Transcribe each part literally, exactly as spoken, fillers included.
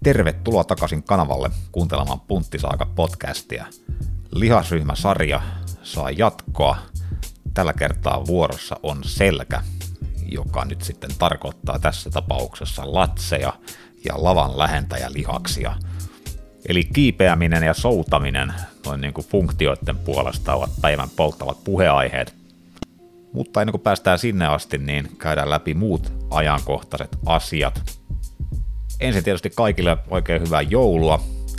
Tervetuloa takaisin kanavalle kuuntelemaan Punttisaaka-podcastia. Lihasryhmäsarja saa jatkoa. Tällä kertaa vuorossa on selkä, joka nyt sitten tarkoittaa tässä tapauksessa latseja ja lavan lähentäjälihaksia. Eli kiipeäminen ja soutaminen noin niin kuin funktioiden puolesta ovat päivän polttavat puheaiheet. Mutta ennen kuin päästään sinne asti, niin käydään läpi muut ajankohtaiset asiat. Ensin tietysti kaikille oikein hyvää joulua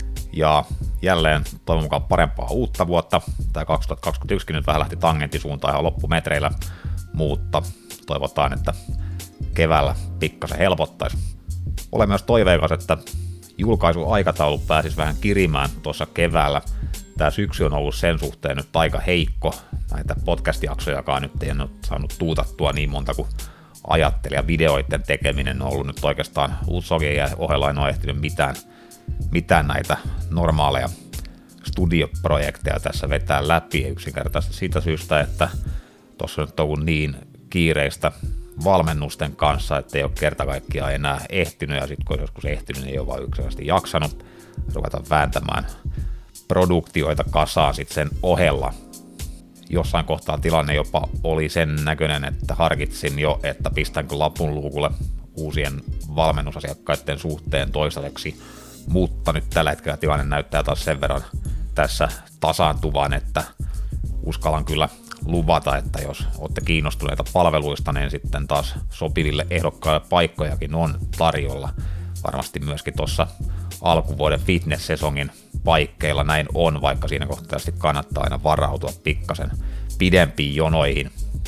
ja jälleen toivon mukaan parempaa uutta vuotta. Tämä kaksituhattakaksikymmentäyksi nyt vähän lähti tangentisuuntaan ihan loppumetreillä, mutta toivotaan, että keväällä pikkasen helpottaisi. Olen myös toiveikas, että julkaisuaikataulu pääsisi vähän kirimään tuossa keväällä. Tämä syksy on ollut sen suhteen nyt aika heikko. Näitä podcast-jaksojakaan nyt ei ole saanut tuutattua niin monta kuin ajattelin, ja videoiden tekeminen on ollut nyt oikeastaan uusogien ohella, en ole ehtinyt mitään, mitään näitä normaaleja studioprojekteja tässä vetää läpi, yksinkertaisesti siitä syystä, että tuossa nyt on ollut niin kiireistä valmennusten kanssa, että ei ole kerta kaikkiaan enää ehtinyt, ja sitten kun joskus ehtinyt, niin ei ole vaan yksinkertaisesti jaksanut ruveta vääntämään produktioita kasaan sitten sen ohella. Jossain kohtaa tilanne jopa oli sen näköinen, että harkitsin jo, että pistänkö lapun luukulle uusien valmennusasiakkaiden suhteen toistaiseksi, mutta nyt tällä hetkellä tilanne näyttää taas sen verran tässä tasaantuvan, että uskallan kyllä luvata, että jos olette kiinnostuneita palveluista, niin sitten taas sopiville ehdokkaille paikkojakin on tarjolla. Varmasti myöskin tuossa alkuvuoden fitness-sesongin paikkeilla näin on, vaikka siinä kohtaisesti kannattaa aina varautua pikkasen pidempiin jonoihin.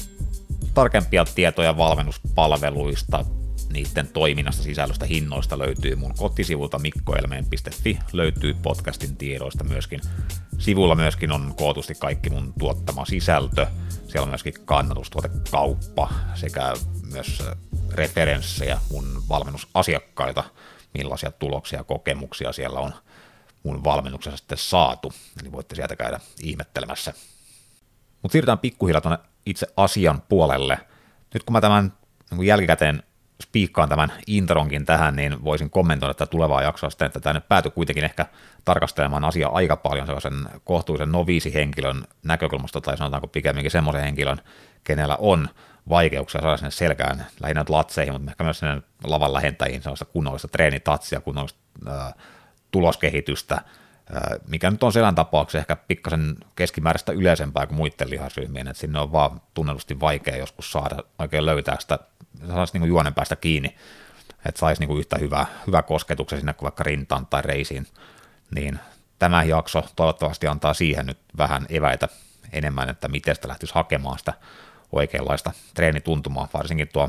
Tarkempia tietoja valmennuspalveluista, niiden toiminnasta, sisällöstä, hinnoista löytyy mun kotisivulta mikkoelmeen piste fi, löytyy podcastin tiedoista myöskin. Sivulla myöskin on kootusti kaikki mun tuottama sisältö, siellä on myöskin kannatustuotekauppa sekä myös referenssejä mun valmennusasiakkailta, millaisia tuloksia ja kokemuksia siellä on mun valmennuksessa sitten saatu, eli voitte sieltä käydä ihmettelemässä. Mutta siirrytään pikkuhiljaa tuonne itse asian puolelle. Nyt kun mä tämän niin jälkikäteen spiikkaan tämän intronkin tähän, niin voisin kommentoida tätä tulevaa jaksoa sitten, että tämä nyt päätyi kuitenkin ehkä tarkastelemaan asiaa aika paljon sellaisen kohtuullisen noviisihenkilön näkökulmasta, tai sanotaanko pikemminkin semmoisen henkilön, kenellä on vaikeuksia saada sinne selkään, lähinnä latseihin, mutta ehkä myös sinne lavan lähentäjiin sellaista kunnollista treenitatsia, kunnollista äh, tuloskehitystä, mikä nyt on selän tapauksessa ehkä pikkasen keskimääräistä yleisempää kuin muiden lihasryhmien, että sinne on vaan tunnetusti vaikea joskus saada oikein löytää sitä, saisi niin kuin juonen päästä kiinni, että saisi niin kuin yhtä hyvä, hyvä kosketuksen sinne kuin vaikka rintaan tai reisiin, niin tämä jakso toivottavasti antaa siihen nyt vähän eväitä enemmän, että miten sitä lähtisi hakemaan sitä oikeanlaista treenituntumaa, varsinkin tuo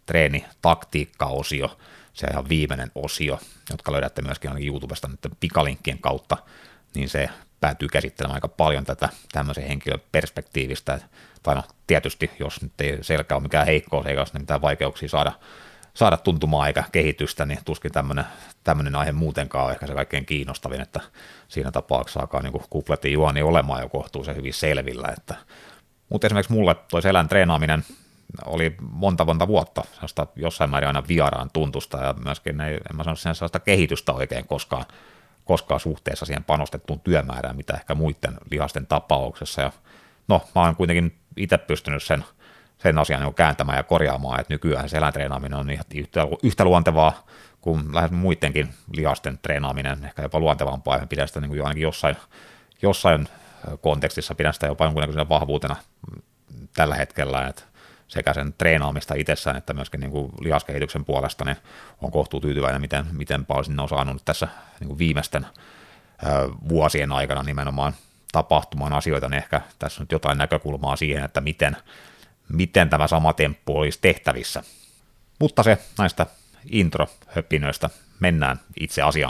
treenitaktiikka-osio, se ihan viimeinen osio, jotka löydätte myöskin ainakin YouTubesta nyt pikalinkkien kautta, niin se päätyy käsittelemään aika paljon tätä tämmöisen henkilön perspektiivistä, tai no tietysti, jos nyt ei selkä ole mikään heikkous, eikä ole mitään vaikeuksia saada, saada tuntumaa eikä kehitystä, niin tuskin tämmöinen, tämmöinen aihe muutenkaan on ehkä se kaikkein kiinnostavin, että siinä tapauksessa alkaa niin kupletin juoni olemaan jo kohtuullisen hyvin selvillä, että, mutta esimerkiksi mulle toi selän treenaaminen oli monta monta vuotta, sellaista jossain määrin aina vieraan tuntusta, ja myöskin ei, en mä sano sen sellaista kehitystä oikein koskaan, koskaan suhteessa siihen panostettuun työmäärään, mitä ehkä muiden lihasten tapauksessa, ja no, mä oon kuitenkin itse pystynyt sen, sen asian niin kääntämään ja korjaamaan, että nykyään selän treenaaminen on yhtä, yhtä luontevaa kuin lähes muidenkin lihasten treenaaminen, ehkä jopa luontevampaa, ja pidän sitä niin kuin ainakin jossain, jossain kontekstissa, pidän sitä jopa jonkunnäköisenä vahvuutena tällä hetkellä, että sekä sen treenaamista itsessään, että myöskin niin kuin lihaskehityksen puolesta niin on kohtuu tyytyväinen, miten, miten paljon sinne on saanut tässä niin kuin viimeisten ö, vuosien aikana nimenomaan tapahtumaan asioita, niin ehkä tässä on nyt jotain näkökulmaa siihen, että miten, miten tämä sama temppu olisi tehtävissä. Mutta se näistä intro-höppinöistä mennään itse asiaan.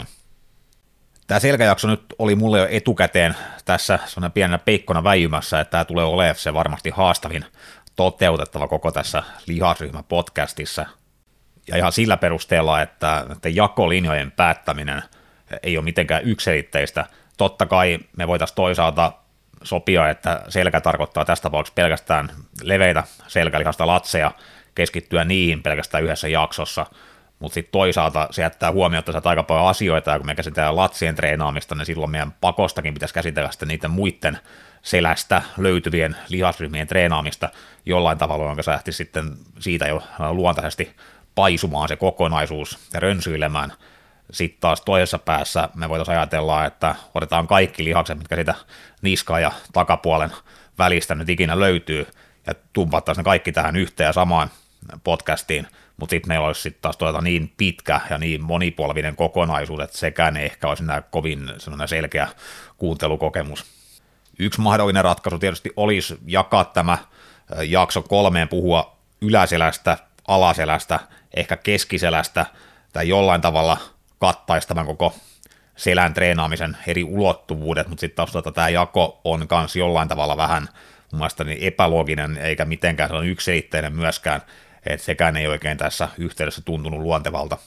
Tämä selkäjakso nyt oli mulle jo etukäteen tässä sellainen pienenä peikkona väijymässä, että tämä tulee olemaan se varmasti haastavin toteutettava koko tässä lihasryhmäpodcastissa. Ja ihan sillä perusteella, että, että jakolinjojen päättäminen ei ole mitenkään yksiselitteistä. Totta kai me voitaisiin toisaalta sopia, että selkä tarkoittaa tässä tapauksessa pelkästään leveitä selkälihasta latseja, keskittyä niihin pelkästään yhdessä jaksossa, mutta sitten toisaalta se jättää huomiota sieltä aika paljon asioita, ja kun me käsitellään latsien treenaamista, niin silloin meidän pakostakin pitäisi käsitellä sitten niiden muiden selästä löytyvien lihasryhmien treenaamista jollain tavalla, jonka se lähti sitten siitä jo luontaisesti paisumaan se kokonaisuus ja rönsyilemään. Sitten taas toisessa päässä me voitaisiin ajatella, että otetaan kaikki lihakset, mitkä siitä niskan ja takapuolen välistä nyt ikinä löytyy, ja tumpattaisiin ne kaikki tähän yhteen ja samaan podcastiin, mutta sitten meillä olisi sitten taas tuota niin pitkä ja niin monipolvinen kokonaisuus, että sekään ei ehkä olisi enää kovin selkeä kuuntelukokemus. Yksi mahdollinen ratkaisu tietysti olisi jakaa tämä jakso kolmeen, puhua yläselästä, alaselästä, ehkä keskiselästä, tai jollain tavalla kattaisi tämän koko selän treenaamisen eri ulottuvuudet, mutta sitten taas tuota, tämä jako on myös jollain tavalla vähän mun mielestä niin epälooginen, eikä mitenkään se on yksiselitteinen myöskään, että sekään ei oikein tässä yhteydessä tuntunut luontevalta.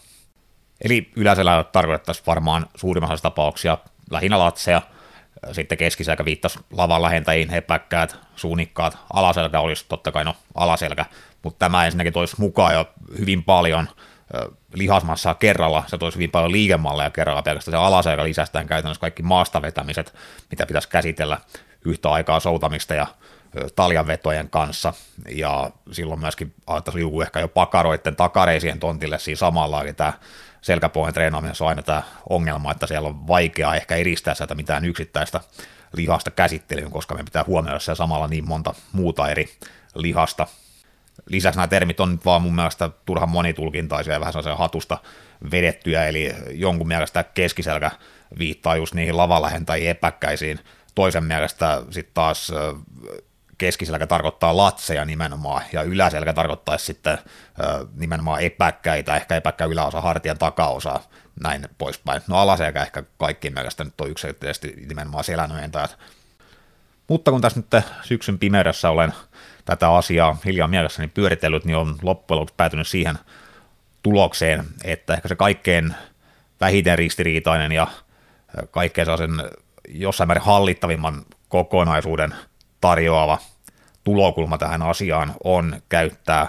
Eli yläselä tarkoittaisi varmaan suurimmassa tapauksia lähinnä latseja, sitten keskiselkä viittasi lavan lähentäjiin, epäkkäät, suunikkaat, alaselkä olisi totta kai no alaselkä, mutta tämä ensinnäkin toisi mukaan jo hyvin paljon lihasmassaa kerralla, se toisi hyvin paljon liikemalleja kerralla, pelkästään se alaselkä lisästään käytännössä kaikki maastavetämiset, mitä pitäisi käsitellä yhtä aikaa soutamista ja taljanvetojen kanssa, ja silloin myöskin alettaisiin liukua ehkä jo pakaroiden takareisien tontille siinä samalla, eli tämä selkäpohjan treenaamisessa on aina tämä ongelma, että siellä on vaikea ehkä eristää sieltä mitään yksittäistä lihasta käsittelyyn, koska me pitää huomioida siellä samalla niin monta muuta eri lihasta. Lisäksi nämä termit on nyt vaan mun mielestä turhan monitulkintaisia ja vähän sellaisia hatusta vedettyjä, eli jonkun mielestä keskiselkä viittaa just niihin lavalähentäjiin epäkkäisiin, toisen mielestä sitten taas keskiselkä tarkoittaa latseja nimenomaan, ja yläselkä tarkoittaisi sitten nimenomaan epäkkäitä, ehkä epäkkä yläosa, hartian takaosa, näin poispäin. No alaselkä ehkä kaikkien mielestä nyt on yksilöllisesti nimenomaan selännojentajat. Mutta kun tässä nyt syksyn pimeydessä olen tätä asiaa hiljaa mielessäni pyöritellyt, niin on loppujen lopuksi päätynyt siihen tulokseen, että ehkä se kaikkein vähiten ristiriitainen ja kaikkein sellaisen jossain määrin hallittavimman kokonaisuuden tarjoava tulokulma tähän asiaan on käyttää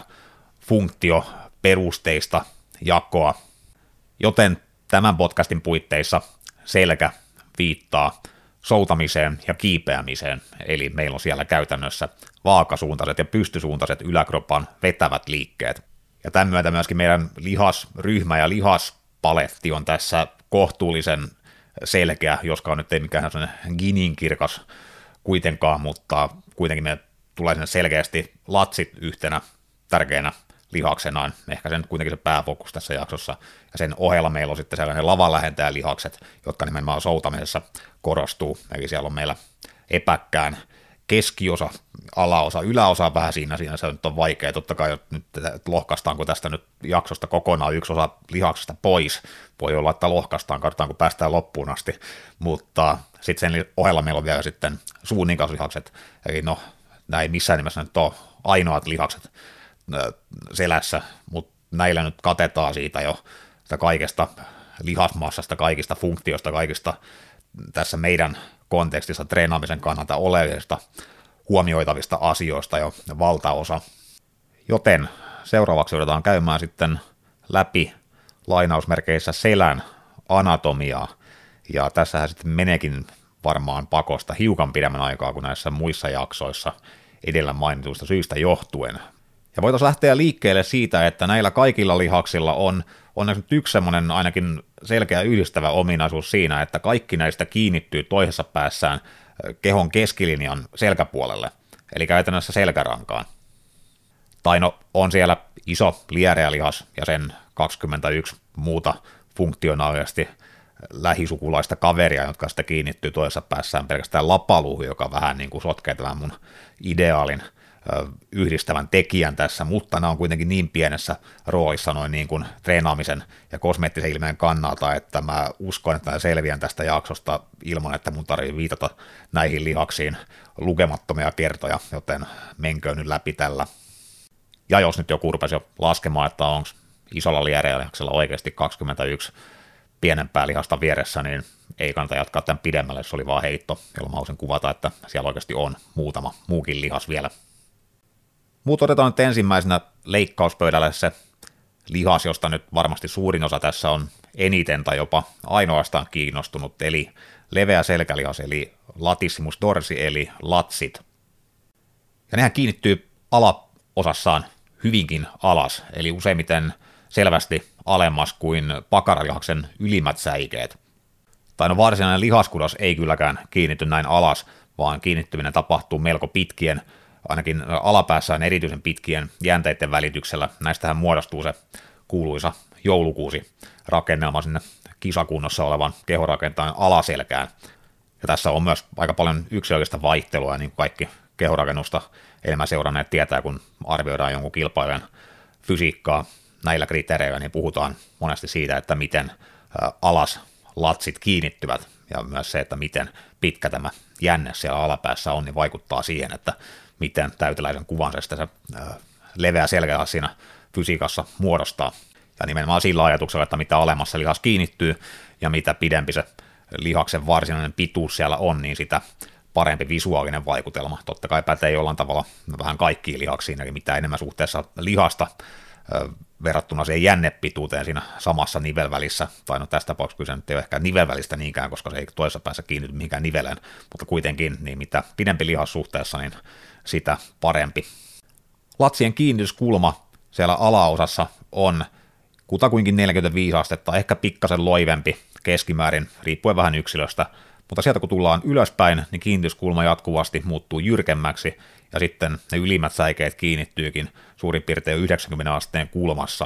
funktioperusteista jakoa, joten tämän podcastin puitteissa selkä viittaa soutamiseen ja kiipeämiseen, eli meillä on siellä käytännössä vaakasuuntaiset ja pystysuuntaiset yläkropan vetävät liikkeet. Ja tämän myötä myöskin meidän lihasryhmä ja lihaspaletti on tässä kohtuullisen selkeä, joskaan nyt ei mikään sellainen gininkirkas kuitenkaan, mutta kuitenkin me tulee sinne selkeästi latsit yhtenä tärkeänä lihaksenaan, ehkä sen kuitenkin se pääfokus tässä jaksossa, ja sen ohella meillä on sitten sellainen lavanlähentäjä lihakset, jotka nimenomaan soutamisessa korostuu, eli siellä on meillä epäkkään keskiosa, alaosa, yläosa vähän siinä, siinä se nyt on vaikea, totta kai nyt lohkaistaanko tästä nyt jaksosta kokonaan yksi osa lihaksesta pois, voi olla, että lohkaistaan, katsotaan kun päästään loppuun asti, mutta sitten sen ohella meillä on vielä sitten suunninkaslihakset, eli no, nämä ei missään nimessä nyt ole ainoat lihakset selässä, mutta näillä nyt katetaan siitä jo sitä kaikesta lihasmassasta, kaikista funktioista, kaikista tässä meidän kontekstissa treenaamisen kannalta oleellisista huomioitavista asioista jo valtaosa. Joten seuraavaksi otetaan käymään sitten läpi lainausmerkeissä selän anatomiaa, ja tässähän sitten meneekin varmaan pakosta hiukan pidemmän aikaa kuin näissä muissa jaksoissa edellä mainituista syistä johtuen. Ja voitaisiin lähteä liikkeelle siitä, että näillä kaikilla lihaksilla on, on nyt yksi semmoinen ainakin selkeä yhdistävä ominaisuus siinä, että kaikki näistä kiinnittyy toisessa päässään kehon keskilinjan selkäpuolelle, eli käytännössä selkärankaan. Tai no, on siellä iso liereä lihas ja sen kaksikymmentäyksi muuta funktionaalisesti lähisukulaista kaveria, jotka sitten kiinnittyy toisessa päässään pelkästään lapaluuhun, joka vähän niin kuin sotkee tämän mun ideaalin yhdistävän tekijän tässä, mutta nämä on kuitenkin niin pienessä roolissa noin niin kuin treenaamisen ja kosmeettisen ilmeen kannalta, että mä uskon, että mä selviän tästä jaksosta ilman, että mun tarvitsee viitata näihin lihaksiin lukemattomia kertoja, joten menköön nyt läpi tällä. Ja jos nyt joku rupesi jo laskemaan, että onko isolla liereellä lihaksella oikeasti kaksikymmentäyksi pienempää lihasta vieressä, niin ei kannata jatkaa tämän pidemmälle, se oli vaan heitto, jolloin mä haluaisin kuvata, että siellä oikeasti on muutama muukin lihas vielä. Mutta otetaan nyt ensimmäisenä leikkauspöydälle se lihas, josta nyt varmasti suurin osa tässä on eniten tai jopa ainoastaan kiinnostunut, eli leveä selkälihas, eli latissimus dorsi, eli latsit. Ja nehän kiinnittyy alaosassaan hyvinkin alas, eli useimmiten selvästi alemmas kuin pakaralihaksen ylimmät säikeet. Tai no varsinainen lihaskudos ei kylläkään kiinnity näin alas, vaan kiinnittyminen tapahtuu melko pitkien, ainakin alapäässään erityisen pitkien jänteiden välityksellä. Näistähän muodostuu se kuuluisa joulukuusi rakennelma sinne kisakunnossa olevan kehorakentajan alaselkään. Ja tässä on myös aika paljon yksilöllistä vaihtelua, niin kuin kaikki kehorakennusta enemmän seuranneet tietää, kun arvioidaan jonkun kilpailijan fysiikkaa näillä kriteereillä, niin puhutaan monesti siitä, että miten alas latsit kiinnittyvät, ja myös se, että miten pitkä tämä jänne siellä alapäässä on, niin vaikuttaa siihen, että miten täyteläisen kuvan se, se leveä selkälihas siinä fysiikassa muodostaa. Ja nimenomaan sillä ajatuksella, että mitä alemmassa lihas kiinnittyy, ja mitä pidempi se lihaksen varsinainen pituus siellä on, niin sitä parempi visuaalinen vaikutelma. Totta kai pätee jollain tavalla vähän kaikkiin lihaksiin, eli mitä enemmän suhteessa lihasta verrattuna siihen jännepituuteen siinä samassa nivelvälissä, tai no tässä tapauksessa kyllä se nyt ei ole ehkä nivelvälistä niinkään, koska se ei toisessa päässä kiinnity mihinkään niveleen, mutta kuitenkin, niin mitä pidempi lihas suhteessa, niin sitä parempi. Latsien kiinnityskulma siellä alaosassa on kutakuinkin neljäkymmentäviisi astetta, ehkä pikkasen loivempi keskimäärin, riippuen vähän yksilöstä, mutta sieltä kun tullaan ylöspäin, niin kiinnityskulma jatkuvasti muuttuu jyrkemmäksi, ja sitten ne ylimmät säikeet kiinnittyykin suurin piirtein yhdeksänkymmentä asteen kulmassa.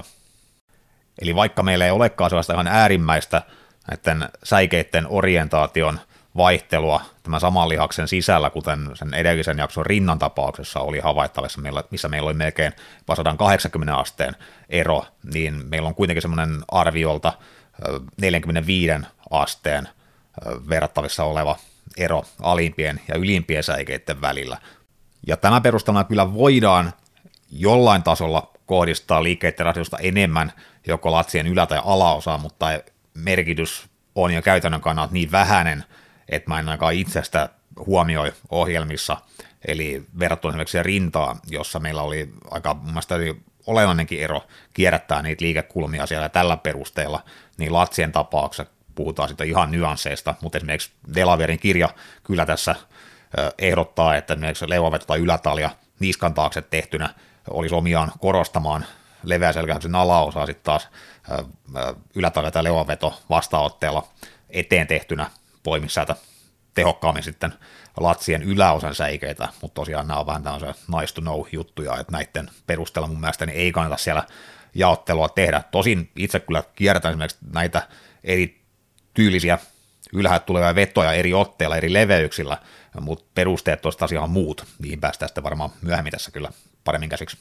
Eli vaikka meillä ei olekaan sellaista ihan äärimmäistä näiden säikeiden orientaation vaihtelua tämän saman lihaksen sisällä, kuten sen edellisen jakson rinnan tapauksessa oli havaittavissa, missä meillä oli melkein sata kahdeksankymmentä asteen ero, niin meillä on kuitenkin semmoinen arviolta neljäkymmentäviisi asteen verrattavissa oleva ero alimpien ja ylimpien säikeiden välillä. Ja tämän perusteella kyllä voidaan jollain tasolla kohdistaa liikkeiden rasitusta enemmän joko latsien ylä- tai alaosaan, mutta merkitys on jo käytännön kannalta niin vähäinen, että mä en ainakaan itsestä huomioi ohjelmissa, eli verrattuna esimerkiksi rintaa, jossa meillä oli aika mun mielestä olennainenkin ero kierrättää niitä liikekulmia siellä tällä perusteella, niin latsien tapauksessa puhutaan sitten ihan nyansseista, mutta esimerkiksi Delaverin kirja kyllä tässä ehdottaa, että esimerkiksi leuaveto tai ylätalja niskan taakse tehtynä olisi omiaan korostamaan leveäselkäyksen alaosaa, sitten taas ylätalja tai leuaveto vastaanotteella eteen tehtynä poimi sieltä tehokkaammin sitten latsien yläosan säikeitä, mutta tosiaan nämä on vähän tämmöisiä nice to know juttuja, että näiden perusteella mun mielestä ei kannata siellä jaottelua tehdä. Tosin itse kyllä kierrätän esimerkiksi näitä eri tyylisiä ylhäältä tulevia vetoja eri otteilla, eri leveyksillä, mutta perusteet olisivat taas ihan muut, niihin päästään sitten varmaan myöhemmin tässä kyllä paremmin käsiksi.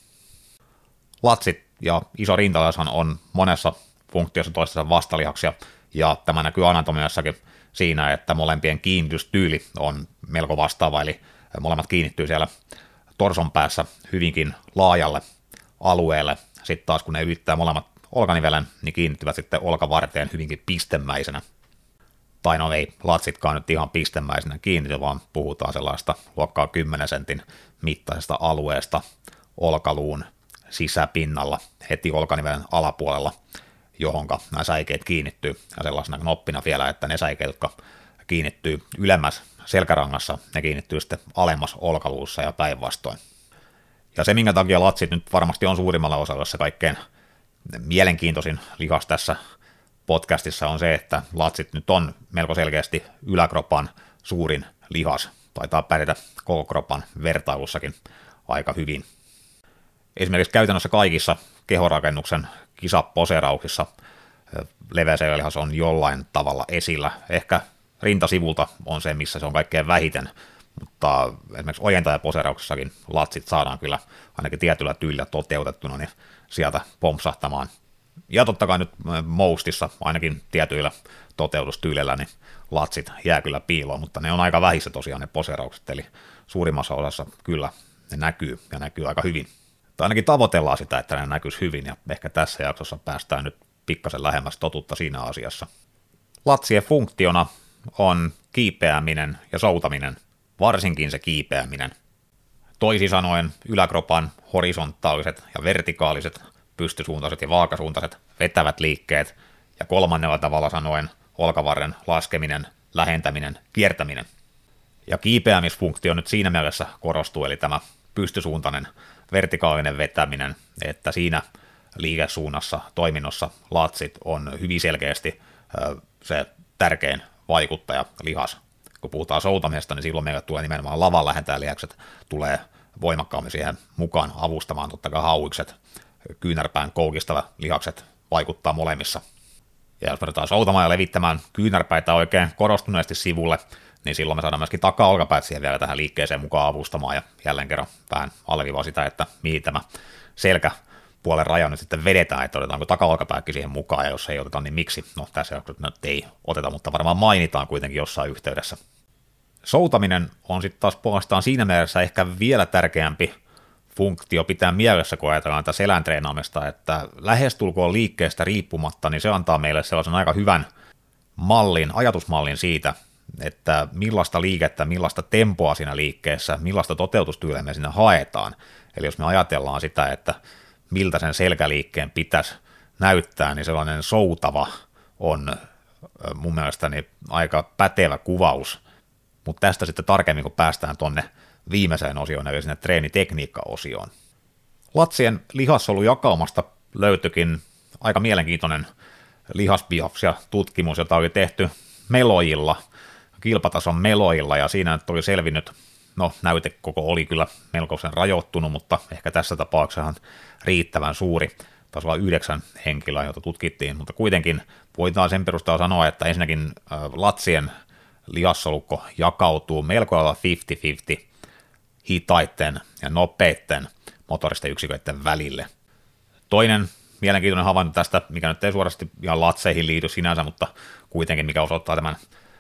Latsit ja iso rintalihashan on monessa funktiossa toistensa vastalihaksia, ja tämä näkyy anatomiassakin siinä, että molempien kiinnitystyyli on melko vastaava, eli molemmat kiinnittyy siellä torson päässä hyvinkin laajalle alueelle, sitten taas kun ne ylittää molemmat olkanivelen, niin kiinnittyvät sitten olkavarteen hyvinkin pistemäisenä. Tai no ei latsitkaan nyt ihan pistemäisenä kiinnity, vaan puhutaan sellaista luokkaa kymmenen sentin mittaisesta alueesta olkaluun sisäpinnalla heti olkanivelen alapuolella, johonka nämä säikeet kiinnittyy, ja sellaisena knoppina vielä, että ne säikeet, jotka kiinnittyy ylemmäs selkärangassa, ne kiinnittyy sitten alemmas olkaluussa ja päinvastoin. Ja se, minkä takia latsit nyt varmasti on suurimmalla osalla se kaikkein mielenkiintoisin lihas tässä podcastissa on se, että latsit nyt on melko selkeästi yläkropan suurin lihas, taitaa pärjätä koko kropan vertailussakin aika hyvin. Esimerkiksi käytännössä kaikissa kehorakennuksen kisaposeerauksissa leveä selkälihas on jollain tavalla esillä. Ehkä rintasivulta on se, missä se on kaikkein vähiten, mutta esimerkiksi ojentajaposeerauksessakin latsit saadaan kyllä ainakin tietyllä tyylillä toteutettuna niin sieltä pompsahtamaan. Ja totta kai nyt mostissa, ainakin tietyillä toteutustyylillä, niin latsit jää kyllä piiloon, mutta ne on aika vähissä tosiaan ne poseeraukset, eli suurimmassa osassa kyllä ne näkyy ja näkyy aika hyvin. Tai ainakin tavoitellaan sitä, että ne näkyisi hyvin, ja ehkä tässä jaksossa päästään nyt pikkasen lähemmäs totuutta siinä asiassa. Latsien funktiona on kiipeäminen ja soutaminen, varsinkin se kiipeäminen. Toisin sanoen yläkropan horisontaaliset ja vertikaaliset pystysuuntaiset ja vaakasuuntaiset vetävät liikkeet, ja kolmannella tavalla sanoen olkavarren laskeminen, lähentäminen, kiertäminen. Ja kiipeämisfunktio nyt siinä mielessä korostuu, eli tämä pystysuuntainen vertikaalinen vetäminen, että siinä liikesuunnassa, toiminnossa latsit on hyvin selkeästi se tärkein vaikuttaja lihas. Kun puhutaan soutamisesta, niin silloin meille tulee nimenomaan lavan lähentäjälihakset, tulee voimakkaammin siihen mukaan avustamaan, totta kai hauikset, kyynärpään koukistava lihakset vaikuttaa molemmissa. Ja jos me ruvetaan soutamaan ja levittämään kyynärpäitä oikein korostuneesti sivulle, niin silloin me saadaan myöskin taka-olkapäät siihen vielä tähän liikkeeseen mukaan avustamaan, ja jälleen kerran vähän alleviivaa sitä, että mihin tämä selkäpuolen raja nyt sitten vedetään, että otetaanko taka-olkapääkin siihen mukaan, ja jos ei oteta, niin miksi? No tässä nyt ei oteta, mutta varmaan mainitaan kuitenkin jossain yhteydessä. Soutaminen on sitten taas puolestaan siinä mielessä ehkä vielä tärkeämpi funktio pitää mielessä, kun ajatellaan tätä selän treenaamista, että lähestulkoon liikkeestä riippumatta, niin se antaa meille sellaisen aika hyvän mallin, ajatusmallin siitä, että millaista liikettä, millaista tempoa siinä liikkeessä, millaista toteutustyyliä me siinä haetaan. Eli jos me ajatellaan sitä, että miltä sen selkäliikkeen pitäisi näyttää, niin sellainen soutava on mun mielestäni aika pätevä kuvaus. Mutta tästä sitten tarkemmin, kun päästään tonne viimeiseen osioon, eli sinne treenitekniikka-osioon. Latsien lihassolujakaumasta löytyikin aika mielenkiintoinen lihasbiopsia-tutkimus, jota oli tehty melojilla, kilpatason melojilla, ja siinä oli selvinnyt, no näytekoko oli kyllä melkoisen rajoittunut, mutta ehkä tässä tapauksessa riittävän suuri, taisi olla yhdeksän henkilöä, jota tutkittiin, mutta kuitenkin voidaan sen perusteella sanoa, että ensinnäkin latsien lihassolukko jakautuu melko lailla viisikymmentä viisikymmentä hitaitten ja nopeitten motoristen yksiköiden välille. Toinen mielenkiintoinen havainto tästä, mikä nyt ei suorasti ihan latseihin liity sinänsä, mutta kuitenkin mikä osoittaa tämän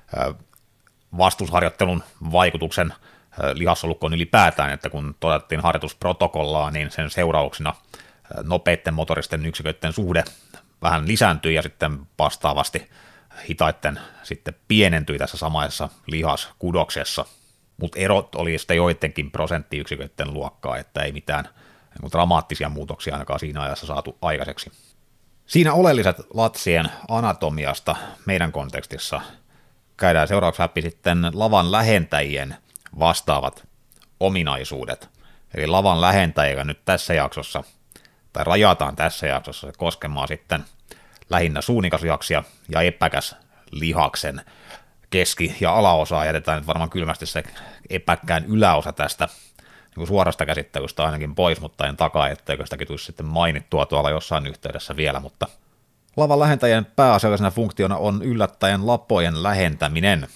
vastusharjoittelun vaikutuksen lihassolukkoon ylipäätään, että kun todettiin harjoitusprotokollaa, niin sen seurauksena nopeitten motoristen yksiköiden suhde vähän lisääntyi ja sitten vastaavasti hitaitten sitten pienentyi tässä samaisessa lihaskudoksessa, mutta erot oli sitten joidenkin prosenttiyksiköiden luokkaa, että ei mitään dramaattisia muutoksia ainakaan siinä ajassa saatu aikaiseksi. Siinä oleelliset latsien anatomiasta meidän kontekstissa käydään seuraavaksi läpi sitten lavan lähentäjien vastaavat ominaisuudet. Eli lavan lähentäjillä nyt tässä jaksossa, tai rajataan tässä jaksossa koskemaan sitten lähinnä suunikaslihaksia ja epäkäslihaksen keski- ja alaosaa. Jätetään nyt varmaan kylmästi se epäkkään yläosa tästä niin suorasta käsittelystä ainakin pois, mutta en takaa, etteikö sitäkin tulisi sitten mainittua tuolla jossain yhteydessä vielä, mutta lavan lähentäjien pääasiallisena funktiona on yllättäen lapojen lähentäminen.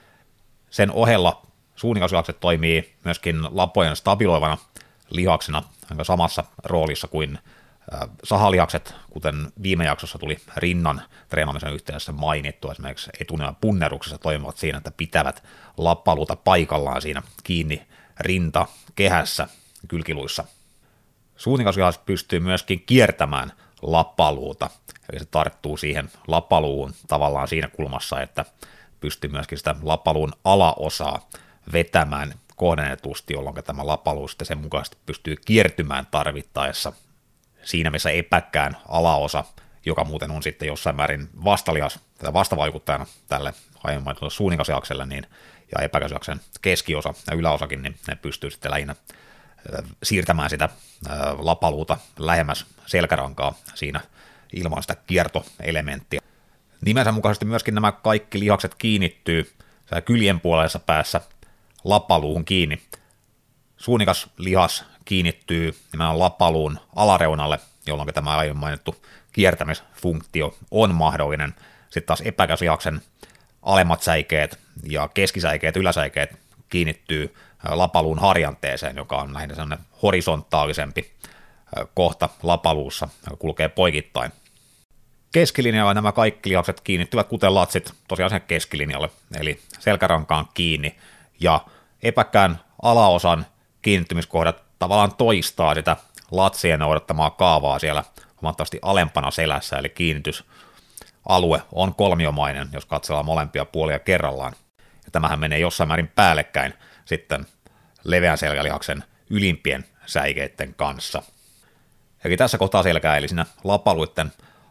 Sen ohella suunikaslihakset toimii myöskin lapojen stabiloivana lihaksena aika samassa roolissa kuin sahalihakset, kuten viime jaksossa tuli rinnan treenaamisen yhteydessä mainittu, esimerkiksi etunenän punneruksessa toimivat siinä, että pitävät lappaluuta paikallaan siinä kiinni rinta kehässä kylkiluissa. Suunikaslihas pystyy myöskin kiertämään lappaluuta, eli se tarttuu siihen lappaluuhun tavallaan siinä kulmassa, että pystyy myöskin sitä lappaluun alaosaa vetämään kohdennetusti, jolloin tämä lappaluu sitten sen mukaisesti pystyy kiertymään tarvittaessa. Siinä missä epäkkään alaosa, joka muuten on sitten jossain määrin vastalihas, tai vastavaikuttajana tälle aiemmin mainitulle suunikaslihakselle, niin, ja epäkäslihaksen keskiosa ja yläosakin, niin ne pystyy sitten lähinnä siirtämään sitä lapaluuta lähemmäs selkärankaa siinä ilman sitä kiertoelementtiä. Nimensä mukaisesti myöskin nämä kaikki lihakset kiinnittyy kyljen puolessa päässä lappaluuhun kiinni. Suunikas lihas kiinnittyy nimenomaan lappaluun alareunalle, jolloin tämä aiemmin mainittu kiertämisfunktio on mahdollinen. Sitten taas epäkäslihaksen alemmat säikeet ja keskisäikeet, yläsäikeet kiinnittyy lapaluun harjanteeseen, joka on lähinnä sellainen horisontaalisempi kohta lapaluussa, joka kulkee poikittain. Keskilinjalla nämä kaikki lihakset kiinnittyvät kuten latsit tosiaan sen keskilinjalle, eli selkärankaan kiinni, ja epäkkään alaosan kiinnittymiskohdat tavallaan toistaa sitä latsien odottamaa kaavaa siellä huomattavasti alempana selässä, eli kiinnitysalue on kolmiomainen, jos katsellaan molempia puolia kerrallaan. Ja tämähän menee jossain määrin päällekkäin sitten leveän selkälihaksen ylimpien säikeiden kanssa. Eli tässä kohtaa selkää, eli siinä lapaluiden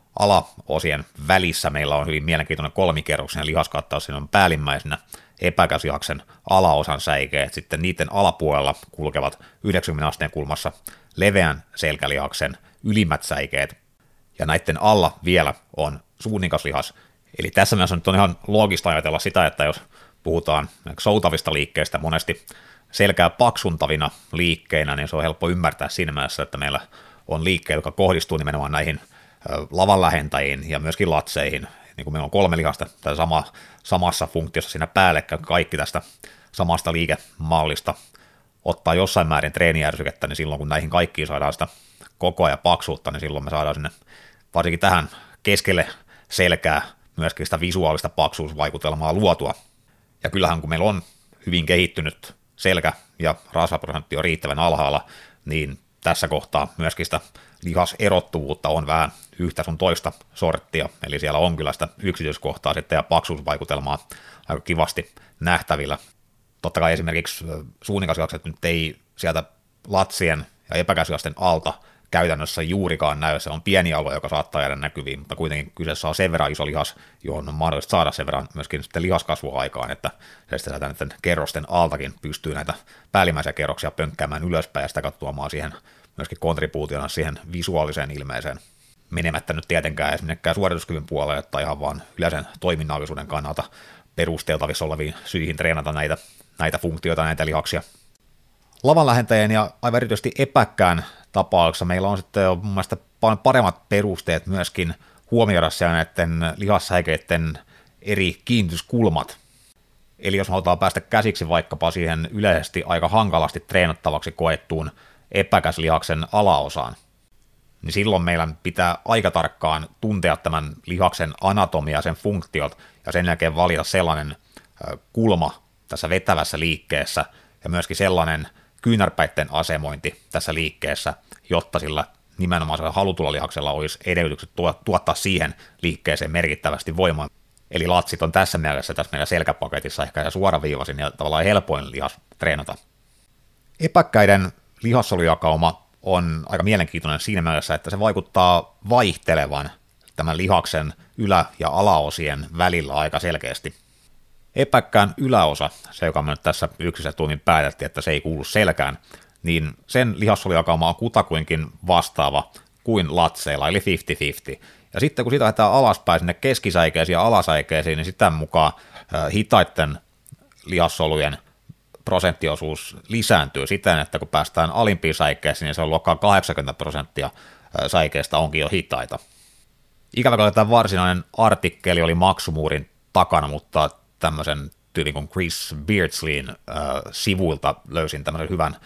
alaosien välissä meillä on hyvin mielenkiintoinen kolmikerroksinen lihaskattaus. Siinä on päällimmäisenä epäkäslihaksen alaosan säikeet, sitten niiden alapuolella kulkevat yhdeksänkymmentä asteen kulmassa leveän selkälihaksen ylimmät säikeet, ja näiden alla vielä on suunnikas Eli tässä mielessä nyt on ihan loogista ajatella sitä, että jos puhutaan soutavista liikkeistä monesti selkää paksuntavina liikkeinä, niin se on helppo ymmärtää siinä mielessä, että meillä on liikkeitä, jotka kohdistuu nimenomaan näihin lavan lähentäjiin ja myöskin latseihin. Niin kuin meillä on kolme lihasta tässä sama, samassa funktiossa siinä päällekkäin, kaikki tästä samasta liikemallista ottaa jossain määrin treenijärsykettä, niin silloin kun näihin kaikkiin saadaan sitä kokoa ja paksuutta, niin silloin me saadaan sinne varsinkin tähän keskelle selkää myöskin sitä visuaalista paksuusvaikutelmaa luotua. Ja kyllähän kun meillä on hyvin kehittynyt selkä ja rasvaprosentti on riittävän alhaalla, niin tässä kohtaa myöskin sitä lihaserottuvuutta on vähän yhtä sun toista sorttia, eli siellä on kyllä sitä yksityiskohtaa sitten ja paksuusvaikutelmaa aika kivasti nähtävillä. Totta kai esimerkiksi suunnikasliakset nyt ei sieltä latsien ja epäkäslihasten alta käytännössä juurikaan näy, se on pieni alue, joka saattaa jäädä näkyviin, mutta kuitenkin kyseessä on sen verran iso lihas, johon on mahdollista saada sen verran myöskin sitten lihaskasvua aikaan, että se sitten näiden kerrosten altakin pystyy näitä päällimmäisiä kerroksia pönkkäämään ylöspäin ja sitä kautta tuomaan siihen myöskin kontribuutiona siihen visuaaliseen ilmeeseen. Menemättä nyt tietenkään esimerkiksi suorituskyvyn puolelle tai ihan vaan yleisen toiminnallisuuden kannalta perusteltavissa oleviin syihin treenata näitä, näitä funktioita, näitä lihaksia. Lavan lähentäjien ja aivan erityisesti epäkkään tapauksessa meillä on sitten mun mielestä paljon paremmat perusteet myöskin huomioida siellä näiden lihassäikeiden eri kiinnityskulmat. Eli jos halutaan päästä käsiksi vaikkapa siihen yleisesti aika hankalasti treenattavaksi koettuun epäkäslihaksen alaosaan, niin silloin meillä pitää aika tarkkaan tuntea tämän lihaksen anatomia, sen funktiot, ja sen jälkeen valita sellainen kulma tässä vetävässä liikkeessä, ja myöskin sellainen kyynärpäitten asemointi tässä liikkeessä, jotta sillä nimenomaan halutulla lihaksella olisi edellytykset tuottaa siihen liikkeeseen merkittävästi voimaa. Eli latsit on tässä mielessä tässä meidän selkäpaketissa ehkä suoraviivaisin ja tavallaan helpoin lihas treenata. Epäkkäiden lihassolujakauma on aika mielenkiintoinen siinä mielessä, että se vaikuttaa vaihtelevan tämän lihaksen ylä- ja alaosien välillä aika selkeästi. Epäkkään yläosa, se joka me nyt tässä yksissä tuumin päätettiin, että se ei kuulu selkään, niin sen lihassolujakauma on kutakuinkin vastaava kuin latseilla, eli viisikymmentä viisikymmentä. Ja sitten kun sitä lähdetään alaspäin sinne keskisäikeisiin ja alasäikeisiin, niin sitä mukaan hitaitten lihassolujen prosenttiosuus lisääntyy siten, että kun päästään alimpiin säikeisiin, niin se on luokkaa kahdeksankymmentä prosenttia säikeistä onkin jo hitaita. Ikävä kyllä tämä varsinainen artikkeli oli maksumuurin takana, mutta tämmöisen tyylin kuin Chris Beardsleyn äh, sivuilta löysin tämmöisen hyvän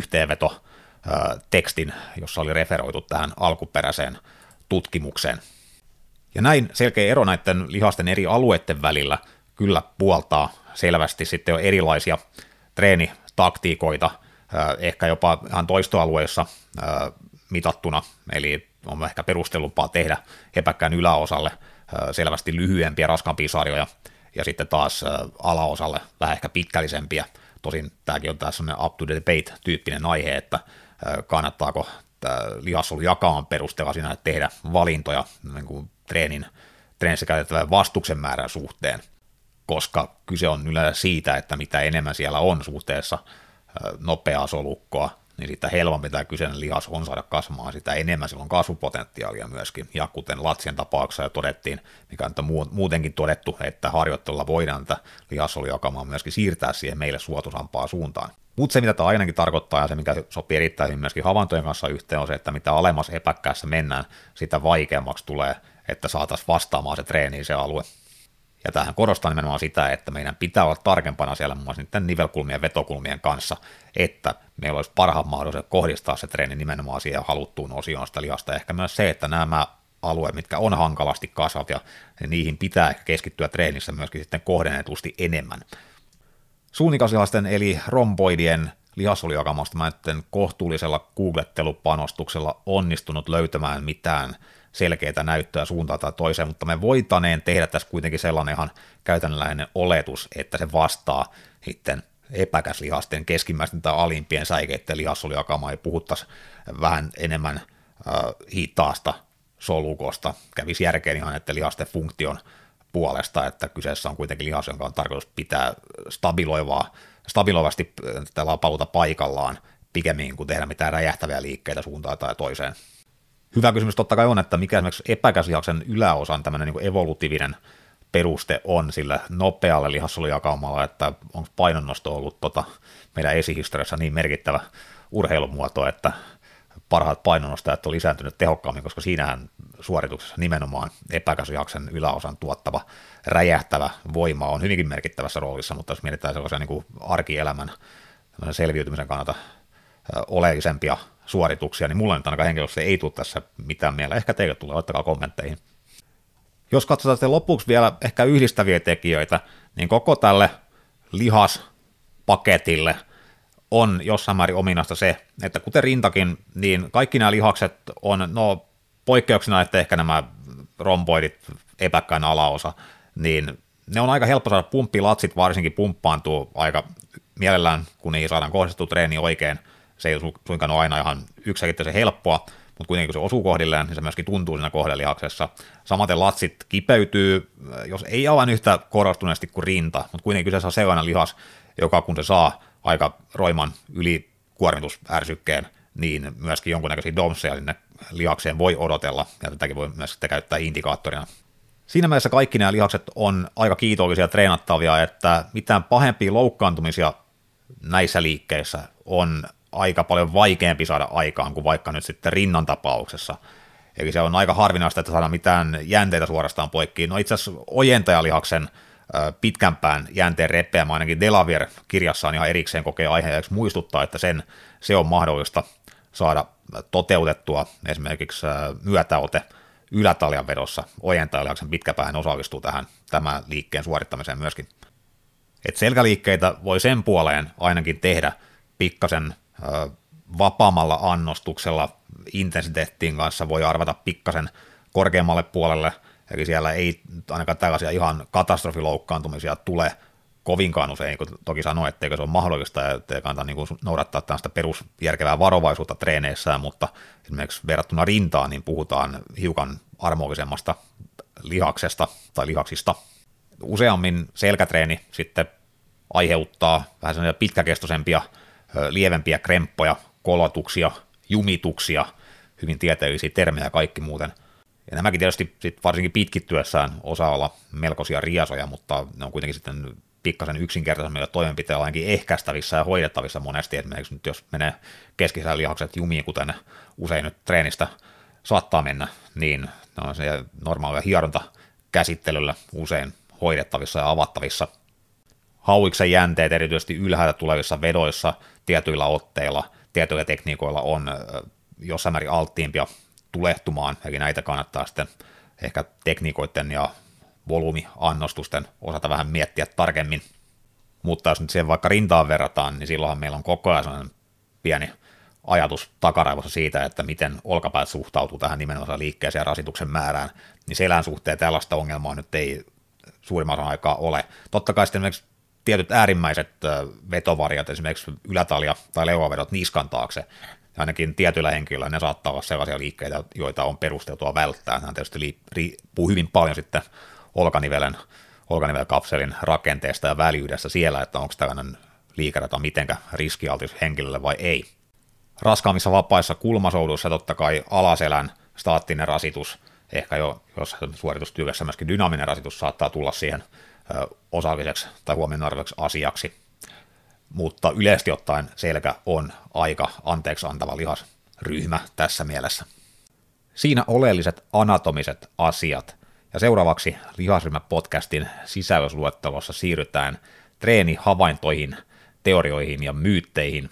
yhteenveto-tekstin, jossa oli referoitu tähän alkuperäiseen tutkimukseen. Ja näin selkeä ero näiden lihasten eri alueiden välillä kyllä puoltaa selvästi sitten jo erilaisia treenitaktiikoita, äh, ehkä jopa ihan toistoalueissa äh, mitattuna, eli on ehkä perustellumpaa tehdä epäkkään yläosalle äh, selvästi lyhyempiä, raskaampia sarjoja, ja sitten taas ä, alaosalle vähän ehkä pitkällisempiä. Tosin tämäkin on taas sellainen up to the debate-tyyppinen aihe, että ä, kannattaako lihassolujakaman perusteella siinä tehdä valintoja niin kuin treenin, treenissä käytettävän vastuksen määrän suhteen, koska kyse on yleensä siitä, että mitä enemmän siellä on suhteessa ä, nopeaa solukkoa, niin sitä helpompi tämä kyseinen lihas on saada kasvamaan, sitä enemmän sillä on kasvupotentiaalia myöskin. Ja kuten latsien tapauksessa jo todettiin, mikä on muutenkin todettu, että harjoittelulla voidaan tätä lihassolujakamaa myöskin siirtää siihen meille suotuisampaan suuntaan. Mutta se, mitä tämä ainakin tarkoittaa, ja se, mikä sopii erittäin hyvin myöskin havaintojen kanssa yhteen, on se, että mitä alemmas epäkkäässä mennään, sitä vaikeammaksi tulee, että saataisiin vastaamaan se treeniin se alue. Ja tähän korostaa nimenomaan sitä, että meidän pitää olla tarkempana siellä muun muassa niiden nivelkulmien ja vetokulmien kanssa, että meillä olisi parhaat mahdollisuudet kohdistaa se treeni nimenomaan siihen haluttuun osioon sitä lihasta. Ehkä myös se, että nämä alueet, mitkä on hankalasti kasvavat, ja niihin pitää ehkä keskittyä treenissä myöskin sitten kohdennetusti enemmän. Suunnikaslihasten eli romboidien lihassolujakamosta mä nyt kohtuullisella googlettelupanostuksella onnistunut löytämään mitään selkeitä näyttöä suuntaan tai toiseen, mutta me voitaneen tehdä tässä kuitenkin sellainen ihan käytännönläheinen oletus, että se vastaa sitten epäkäslihasten keskimmäisten tai alimpien säikeiden lihassolujakamaa ja puhuttaisiin vähän enemmän hitaasta solukosta. Kävisi järkeen ihan että lihasten funktion puolesta, että kyseessä on kuitenkin lihas, jonka on tarkoitus pitää stabiloivaa, stabiloivasti tällä paluta paikallaan pikemmin kuin tehdä mitään räjähtäviä liikkeitä suuntaan tai toiseen. Hyvä kysymys totta kai on, että mikä esimerkiksi epäkäslihaksen yläosan tämmöinen niin kuin evolutiivinen peruste on sillä nopealle lihassolujakaumalle, että onko painonnosto ollut tota meidän esihistoriassa niin merkittävä urheilumuoto, että parhaat painonnostajat on lisääntynyt tehokkaammin, koska siinähän suorituksessa nimenomaan epäkäslihaksen yläosan tuottava räjähtävä voima on hyvinkin merkittävässä roolissa, mutta jos mietitään sellaisia niin kuin arkielämän selviytymisen kannalta oleellisempia suorituksia, niin mulla nyt ainakaan henkilössä ei tule tässä mitään mieleen. Ehkä teille tulee, laittakaa kommentteihin. Jos katsotaan sitten lopuksi vielä ehkä yhdistäviä tekijöitä, niin koko tälle lihaspaketille on jossain määrin ominaista se, että kuten rintakin, niin kaikki nämä lihakset on, no poikkeuksena, että ehkä nämä romboidit, epäkkäin alaosa, niin ne on aika helppo saada pumppilatsit, varsinkin pumppaantuu aika mielellään, kun niihin saadaan kohdistettua treeni oikein. Se ei suinkaan ole aina ihan yksinkertaisen helppoa, mutta kuitenkin kun se osuu kohdilleen, niin se myöskin tuntuu siinä kohdelihaksessa. Samaten latsit kipeytyy, jos ei aivan yhtä korostuneesti kuin rinta, mutta kuitenkin kyseessä on sellainen lihas, joka kun se saa aika roiman ylikuormitusärsyykkeen, niin myöskin jonkunnäköisiä domseja sinne lihakseen voi odotella, ja tätäkin voi myös sitten käyttää indikaattorina. Siinä mielessä kaikki nämä lihakset on aika kiitollisia treenattavia, että mitään pahempia loukkaantumisia näissä liikkeissä on aika paljon vaikeampi saada aikaan kuin vaikka nyt sitten rinnan tapauksessa. Eli se on aika harvinaista, että saadaan mitään jänteitä suorastaan poikkiin. No itse asiassa ojentajalihaksen pitkämpään jänteen repeämä, ainakin Delavier kirjassaan ihan erikseen kokee aiheeksi muistuttaa, että sen, se on mahdollista saada toteutettua esimerkiksi myötäote ylätaljan vedossa. Ojentajalihaksen pitkäpäähän osallistuu tähän tämän liikkeen suorittamiseen myöskin. Et selkäliikkeitä voi sen puoleen ainakin tehdä pikkasen vapaamalla annostuksella, intensiteettiin kanssa voi arvata pikkasen korkeammalle puolelle, eli siellä ei ainakaan tällaisia ihan katastrofiloukkaantumisia tule kovinkaan usein, kun toki sanoo, etteikö se ole mahdollista ja ettei kannata niin kuin noudattaa tällaista perusjärkevää varovaisuutta treeneissään, mutta esimerkiksi verrattuna rintaan niin puhutaan hiukan armollisemmasta lihaksesta tai lihaksista. Useammin selkätreeni sitten aiheuttaa vähän sellaisia pitkäkestoisempia, lievempiä kremppoja, kolotuksia, jumituksia, hyvin tieteellisiä termejä kaikki muuten. Ja nämäkin tietysti sit varsinkin pitkittyessään osaa olla melkoisia riasoja, mutta ne on kuitenkin sitten pikkasen yksinkertaisemmilla toimenpiteillä ainakin ehkäistävissä ja hoidettavissa monesti. Esimerkiksi nyt jos menee keskisellä lihakset jumiin, kuten usein nyt treenistä saattaa mennä, niin ne on se normaalia hierontakäsittelyllä usein hoidettavissa ja avattavissa. Hauiksen jänteet erityisesti ylhäältä tulevissa vedoissa tietyillä otteilla, tietyillä tekniikoilla on jossain määrin alttiimpia tulehtumaan, eli näitä kannattaa sitten ehkä tekniikoiden ja volyymiannostusten osata vähän miettiä tarkemmin. Mutta jos nyt siihen vaikka rintaan verrataan, niin silloinhan meillä on koko ajan sellainen pieni ajatus takaraivossa siitä, että miten olkapäät suhtautuu tähän nimenomaan liikkeeseen ja rasituksen määrään, niin selän suhteen tällaista ongelmaa nyt ei suurimman osan aikaa ole. Totta kai sitten esimerkiksi tietyt äärimmäiset vetovariat, esimerkiksi ylätalja tai leuavedot niskan taakse, ainakin tietyillä henkilöillä ne saattaa olla sellaisia liikkeitä, joita on perusteltua välttää. Nämä tietysti riippuu hyvin paljon sitten olkanivelen, olkanivelkapselin rakenteesta ja väljyydestä siellä, että onko tällainen liikerata mitenkä riskialtis henkilölle vai ei. Raskaammissa vapaissa kulmasouduissa totta kai alaselän staattinen rasitus, ehkä jo jossain suoritustyössä myöskin dynaaminen rasitus saattaa tulla siihen osalliseksi tai huomionarvoiseksi asiaksi, mutta yleisesti ottaen selkä on aika anteeksi antava lihasryhmä tässä mielessä. Siinä oleelliset anatomiset asiat, ja seuraavaksi Lihasryhmä-podcastin sisällysluettelossa siirrytään treenihavaintoihin, teorioihin ja myytteihin.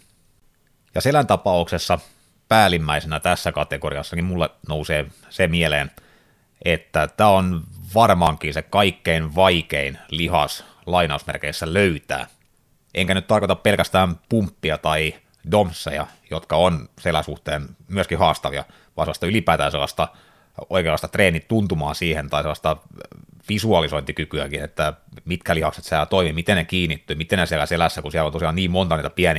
Ja selän tapauksessa päällimmäisenä tässä kategoriassakin mulle nousee se mieleen, että tämä on varmaankin se kaikkein vaikein lihas lainausmerkeissä löytää. Enkä nyt tarkoita pelkästään pumppia tai domseja, jotka on seläsuhteen myöskin haastavia, vaan sellaista ylipäätään sellaista oikeanlaista treenituntumaa siihen tai sellaista visualisointikykyäkin, että mitkä lihakset siellä toimii, miten ne kiinnittyy, miten ne siellä selässä, kun siellä on tosiaan niin monta niitä pieniä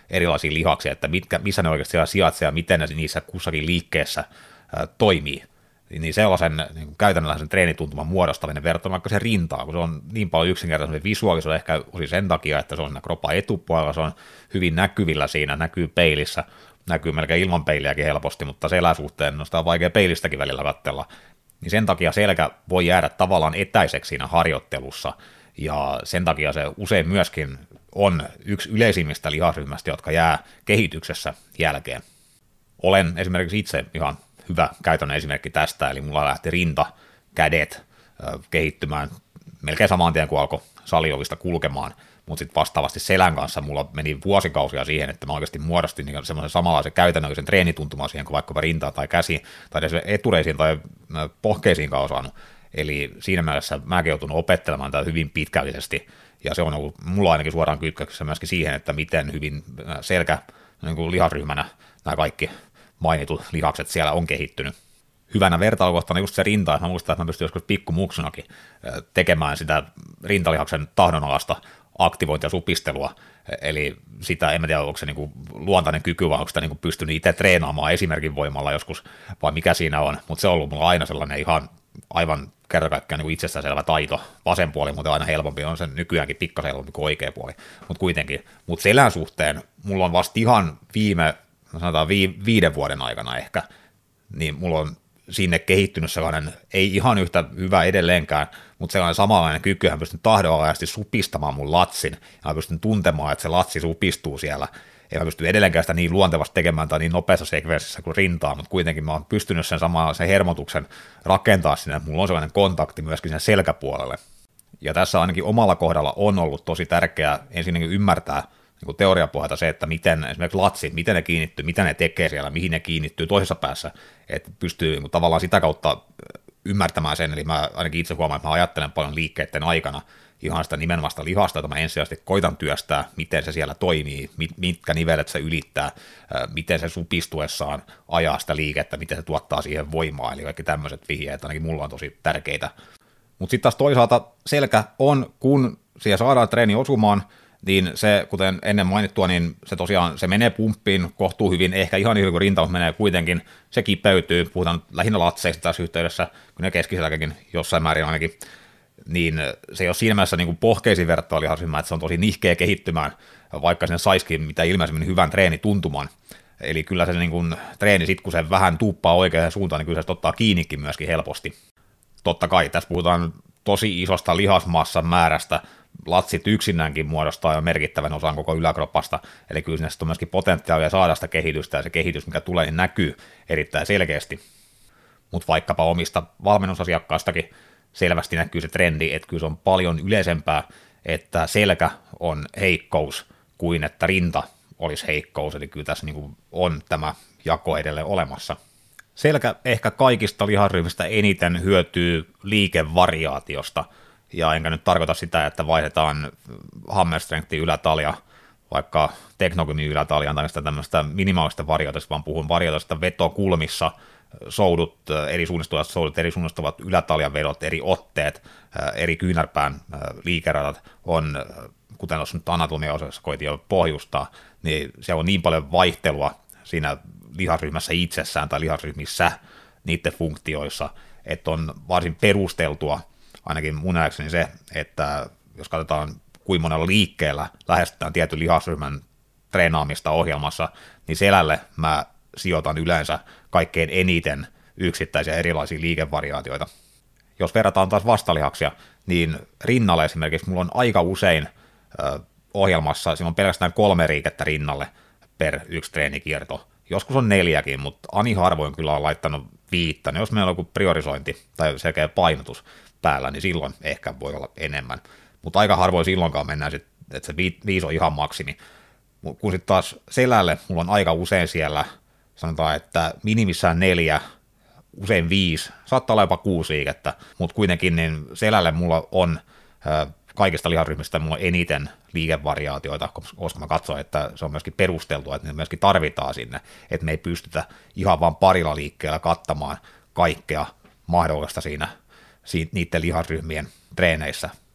erilaisia lihaksia, että mitkä, missä ne oikeasti siellä sijaitsee ja miten ne niissä kussakin liikkeessä ää, toimii. Niin sellaisen niin kuin käytännönläheisen treenituntuman muodostaminen verrattuna vaikka se rintaan, kun se on niin paljon yksinkertaisemmin visuaalisuus, ehkä osin sen takia, että se on siinä kropan etupuolella, se on hyvin näkyvillä siinä, näkyy peilissä, näkyy melkein ilman peiliäkin helposti, mutta seläsuhteen no sitä on vaikea peilistäkin välillä katsella, niin sen takia selkä voi jäädä tavallaan etäiseksi siinä harjoittelussa, ja sen takia se usein myöskin on yksi yleisimmistä lihasryhmästä, jotka jää kehityksessä jälkeen. Olen esimerkiksi itse ihan hyvä käytännön esimerkki tästä, eli mulla lähti rinta, kädet kehittymään melkein saman tien, kun alkoi saliovista kulkemaan, mutta sitten vastaavasti selän kanssa mulla meni vuosikausia siihen, että mä oikeasti muodostin niin semmoisen samanlaisen käytännöllisen treenituntuman siihen, kuin vaikkapa rintaa tai käsiin, tai edes etureisiin tai pohkeisiinkaan osannut. Eli siinä mielessä mäkin joutunut opettelemaan tätä hyvin pitkällisesti, ja se on ollut mulla ainakin suoraan kytköksessä myöskin siihen, että miten hyvin selkä niin kuin lihasryhmänä nämä kaikki mainitut lihakset siellä on kehittynyt. Hyvänä vertailukohtana just se rinta, että mä muistan, että mä pystyn joskus pikkumuksunakin tekemään sitä rintalihaksen tahdonalasta aktivointia ja supistelua, eli sitä, en mä tiedä, onko se niinku luontainen kyky, vai onko sitä niinku pystynyt itse treenaamaan esimerkin voimalla joskus, vai mikä siinä on, mutta se on ollut mulla aina sellainen ihan aivan kerta kaikkiaan niin itsestäänselvä taito. Vasen puoli muuten aina helpompi, on sen nykyäänkin pikkasen helpompi kuin oikea puoli, mutta kuitenkin. Mutta selän suhteen mulla on vasta ihan viime, sanotaan viiden vuoden aikana ehkä, niin mulla on sinne kehittynyt sellainen, ei ihan yhtä hyvä edelleenkään, mutta sellainen samanlainen kyky, hän pystyn tahdonalaisesti supistamaan mun latsin, ja mä pystyn tuntemaan, että se latsi supistuu siellä. En mä pysty edelleenkään sitä niin luontevasti tekemään tai niin nopeassa sekvenssissä kuin rintaa, mutta kuitenkin mä oon pystynyt sen saman sen hermotuksen rakentaa sinne, että mulla on sellainen kontakti myöskin sen selkäpuolelle. Ja tässä ainakin omalla kohdalla on ollut tosi tärkeää ensinnäkin ymmärtää niin kuin teoriapohjalta se, että miten esimerkiksi latsit, miten ne kiinnittyy, mitä ne tekee siellä, mihin ne kiinnittyy toisessa päässä, että pystyy niin kuin tavallaan sitä kautta ymmärtämään sen, eli mä ainakin itse huomaan, että mä ajattelen paljon liikkeiden aikana ihan sitä nimenomaista lihasta, jota mä ensisijaisesti koitan työstää, miten se siellä toimii, mitkä nivelet se ylittää, miten se supistuessaan ajaa sitä liikettä, miten se tuottaa siihen voimaa, eli kaikki tämmöiset vihjeet ainakin mulla on tosi tärkeitä. Mutta sitten taas toisaalta selkä on, kun siihen saadaan treeni osumaan, niin se, kuten ennen mainittua, niin se tosiaan se menee pumppiin kohtuu hyvin, ehkä ihan hyvin kuin rintaus menee kuitenkin, se kipeytyy, puhutaan lähinnä latseista tässä yhteydessä, kun ne keskiselläkin jossain määrin ainakin, niin se ei ole siinä mielessä niin kuin pohkeisiin verrattuna lihasryhmään, että se on tosi nihkeä kehittymään, vaikka sinne saisikin mitä ilmeisemmin hyvän treenituntuman. Eli kyllä se niin kuin treeni, sit kun se vähän tuuppaa oikeaan suuntaan, niin kyllä se ottaa kiinnikin myöskin helposti. Totta kai, tässä puhutaan tosi isosta lihasmassan määrästä, latsit yksinäänkin muodostaa jo merkittävän osan koko yläkroppasta, eli kyllä sinne on myöskin potentiaalia saada sitä kehitystä, ja se kehitys, mikä tulee, niin näkyy erittäin selkeästi. Mutta vaikkapa omista valmennusasiakkaistakin selvästi näkyy se trendi, että kyllä se on paljon yleisempää, että selkä on heikkous kuin että rinta olisi heikkous, eli kyllä tässä niin kuin on tämä jako edelleen olemassa. Selkä ehkä kaikista lihasryhmistä eniten hyötyy liikevariaatiosta, ja enkä nyt tarkoita sitä, että vaihdetaan hammerstrengthin ylätalja vaikka teknogymin ylätaljan tai sitä tämmöistä minimaalista variaatiosta, vaan puhun variaatiosta vetokulmissa, soudut, eri suunnistuvat soudut, eri suunnistuvat ylätaljan vedot, eri otteet, eri kyynärpään liikeradat on, kuten tuossa nyt anatomiaosassa koitin jo pohjustaa, niin se on niin paljon vaihtelua siinä lihasryhmässä itsessään tai lihasryhmissä niiden funktioissa, että on varsin perusteltua, ainakin mun nähdäkseni se, että jos katsotaan kuinka monella liikkeellä lähestytään tietyn lihasryhmän treenaamista ohjelmassa, niin selälle mä sijoitan yleensä kaikkein eniten yksittäisiä erilaisia liikevariaatioita. Jos verrataan taas vastalihaksia, niin rinnalle esimerkiksi mulla on aika usein ö, ohjelmassa, siinä on pelkästään kolme liikettä rinnalle per yksi treenikierto. Joskus on neljäkin, mutta ani harvoin kyllä on laittanut viittä. Jos meillä on joku priorisointi tai selkeä painotus päällä, niin silloin ehkä voi olla enemmän. Mutta aika harvoin silloinkaan mennään, sit, että se viisi on ihan maksimi. Kun sitten taas selälle mulla on aika usein siellä, sanotaan, että minimissään neljä, usein viisi, saattaa olla jopa kuusi liikettä, mutta kuitenkin niin selälle mulla on ö, kaikista lihasryhmistä mulla on eniten liikevariaatioita, koska mä katson, että se on myöskin perusteltua, että ne myöskin tarvitaan sinne, että me ei pystytä ihan vaan parilla liikkeellä kattamaan kaikkea mahdollista siinä, siinä niiden lihasryhmien treeneissä.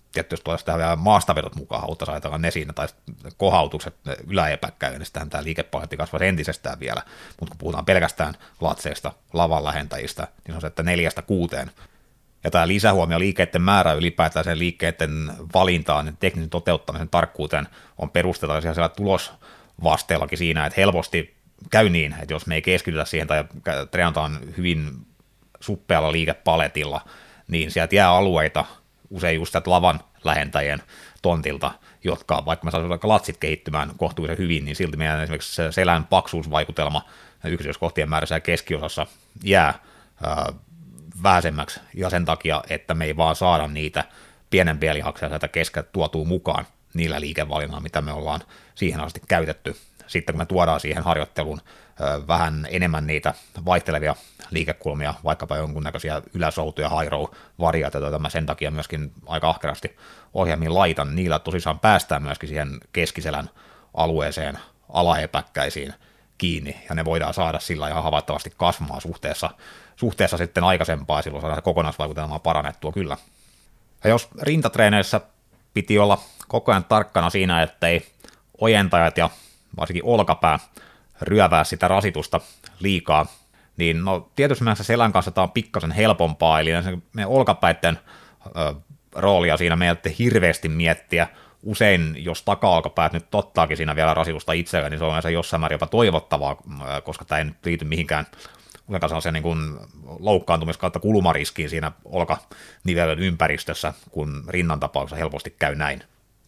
tietysti jos tuolla vielä maastavedot mukaan, haluttaisiin ajatella ne siinä, tai kohautukset yläepäkkäin, niin sitähän tämä liikepaletti kasvaisi entisestään vielä, mutta kun puhutaan pelkästään latseista, lavan lähentäjistä, niin se on se, että neljästä kuuteen. Ja tämä lisähuomio liikkeiden määrä ylipäätään sen liikkeiden valintaan, teknisen toteuttamisen tarkkuuteen on perusteltu siellä tulosvasteellakin siinä, että helposti käy niin, että jos me ei keskitytä siihen tai treenataan hyvin suppealla liikepaletilla, niin sieltä jää alueita, usein just tätä lavan lähentäjien tontilta, jotka vaikka me saisimme vaikka latsit kehittymään kohtuullisen hyvin, niin silti meidän esimerkiksi se selän paksuusvaikutelma yksityiskohtien määrässä ja keskiosassa jää ää, vähäisemmäksi, ja sen takia, että me ei vaan saada niitä pienempiä lihaksia sieltä keskeltä tuotua mukaan niillä liikevalinnalla, mitä me ollaan siihen asti käytetty. Sitten kun me tuodaan siihen harjoitteluun vähän enemmän niitä vaihtelevia liikekulmia, vaikkapa jonkunnäköisiä yläsoutuja, high row variaatioita, joita mä sen takia myöskin aika ahkerasti ohjelmiin laitan, niillä tosissaan päästään myöskin siihen keskiselän alueeseen alaepäkkäisiin kiinni, ja ne voidaan saada sillä ihan havaittavasti kasvamaan suhteessa, suhteessa sitten aikaisempaa, ja silloin saadaan kokonaisvaikutelmaa parannettua kyllä. Ja jos rintatreeneissä piti olla koko ajan tarkkana siinä, ettei ojentajat ja varsinkin olkapää ryövää sitä rasitusta liikaa, niin no tietysti mielessä selän kanssa tämä on pikkasen helpompaa, eli meidän olkapäitten ö, roolia siinä meiltä hirveästi miettiä. Usein, jos taka-olkapäät nyt ottaakin siinä vielä rasitusta itsellä, niin se on jossain määrin jopa toivottavaa, koska tämä ei nyt liity mihinkään sellaisen niin kuin loukkaantumis- kautta kulumariskiin siinä olkanivelen ympäristössä, kun rinnan tapauksessa helposti käy näin.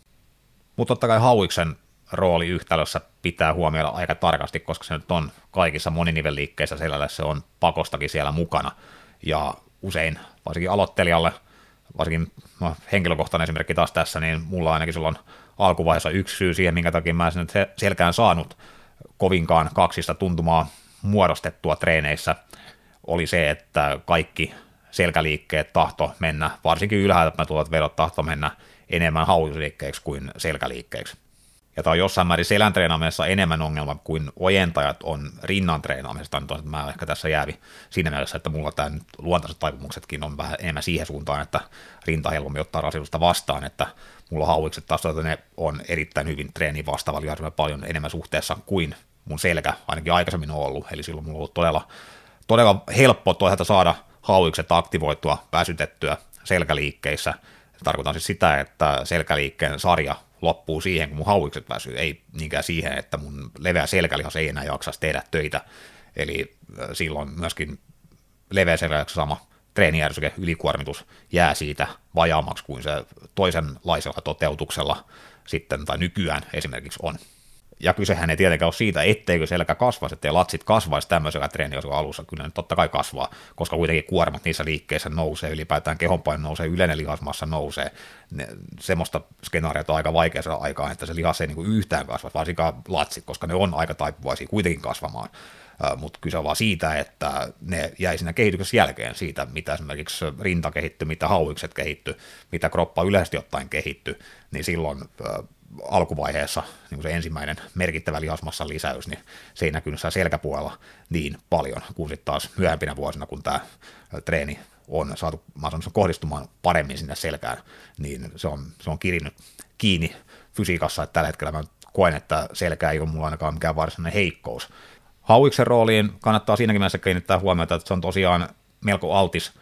Mutta totta kai hauiksen rooli yhtälössä pitää huomioida aika tarkasti, koska se nyt on kaikissa moninivelliikkeissä selällä, se on pakostakin siellä mukana, ja usein varsinkin aloittelijalle, varsinkin no, henkilökohtainen esimerkki taas tässä, niin mulla ainakin silloin alkuvaiheessa yksi syy siihen, minkä takia mä en selkään saanut kovinkaan kaksista tuntumaa muodostettua treeneissä, oli se, että kaikki selkäliikkeet tahto mennä, varsinkin ylhäältä mä tulet vedot tahto mennä enemmän hauikysliikkeiksi kuin selkäliikkeiksi. Ja tämä on jossain määrin selän treenaamisessa enemmän ongelma kuin ojentajat on rinnan treenaamisesta. Nyt on, että mä ehkä tässä jäävi siinä mielessä, että mulla tämä nyt luontaiset taipumuksetkin on vähän enemmän siihen suuntaan, että rinta helpommin ottaa rasitusta vastaan, että mulla hauikset taas, että ne on erittäin hyvin treeniin vastaava lihasryhmä paljon enemmän suhteessa kuin mun selkä ainakin aikaisemmin on ollut. Eli silloin mulla on ollut todella, todella helppo toisaalta saada hauikset aktivoitua, väsytettyä selkäliikkeissä. Tarkoitan siis sitä, että selkäliikkeen sarja loppuu siihen, kun mun hauikset väsyy, ei niinkään siihen, että mun leveä selkälihas ei enää jaksaisi tehdä töitä, eli silloin myöskin leveä selkälihas sama treenijärsyke, ylikuormitus jää siitä vajaammaksi kuin se toisenlaisella toteutuksella sitten, tai nykyään esimerkiksi on. Ja kysehän ei tietenkään ole siitä, etteikö selkä kasvaisi, ettei latsit kasvaisi tämmöisellä treeniosulla alussa. Kyllä ne totta kai kasvaa, koska kuitenkin kuormat niissä liikkeissä nousee, ylipäätään kehonpaino nousee, yleinen lihasmassa nousee. Ne, semmoista skenaariota on aika vaikea saada aikaan, että se lihas ei niinku yhtään kasva, varsinkaan latsit, koska ne on aika taipuvaisia kuitenkin kasvamaan. Uh, mutta kyse on vaan siitä, että ne jäi siinä kehityksessä jälkeen siitä, mitä esimerkiksi rinta kehittyi, mitä hauikset kehittyi, mitä kroppa yleisesti ottaen kehittyi, niin silloin uh, alkuvaiheessa niin se ensimmäinen merkittävä lihasmassan lisäys, niin se ei näkynyt selkäpuolella niin paljon kuin sitten taas myöhempinä vuosina, kun tämä treeni on saatu kohdistumaan paremmin sinne selkään, niin se on, se on kirinnyt kiinni fysiikassa, että tällä hetkellä mä koen, että selkä ei ole mulla ainakaan mikään varsinainen heikkous. Hauiksen rooliin kannattaa siinäkin mielessä kiinnittää huomiota, että se on tosiaan melko altis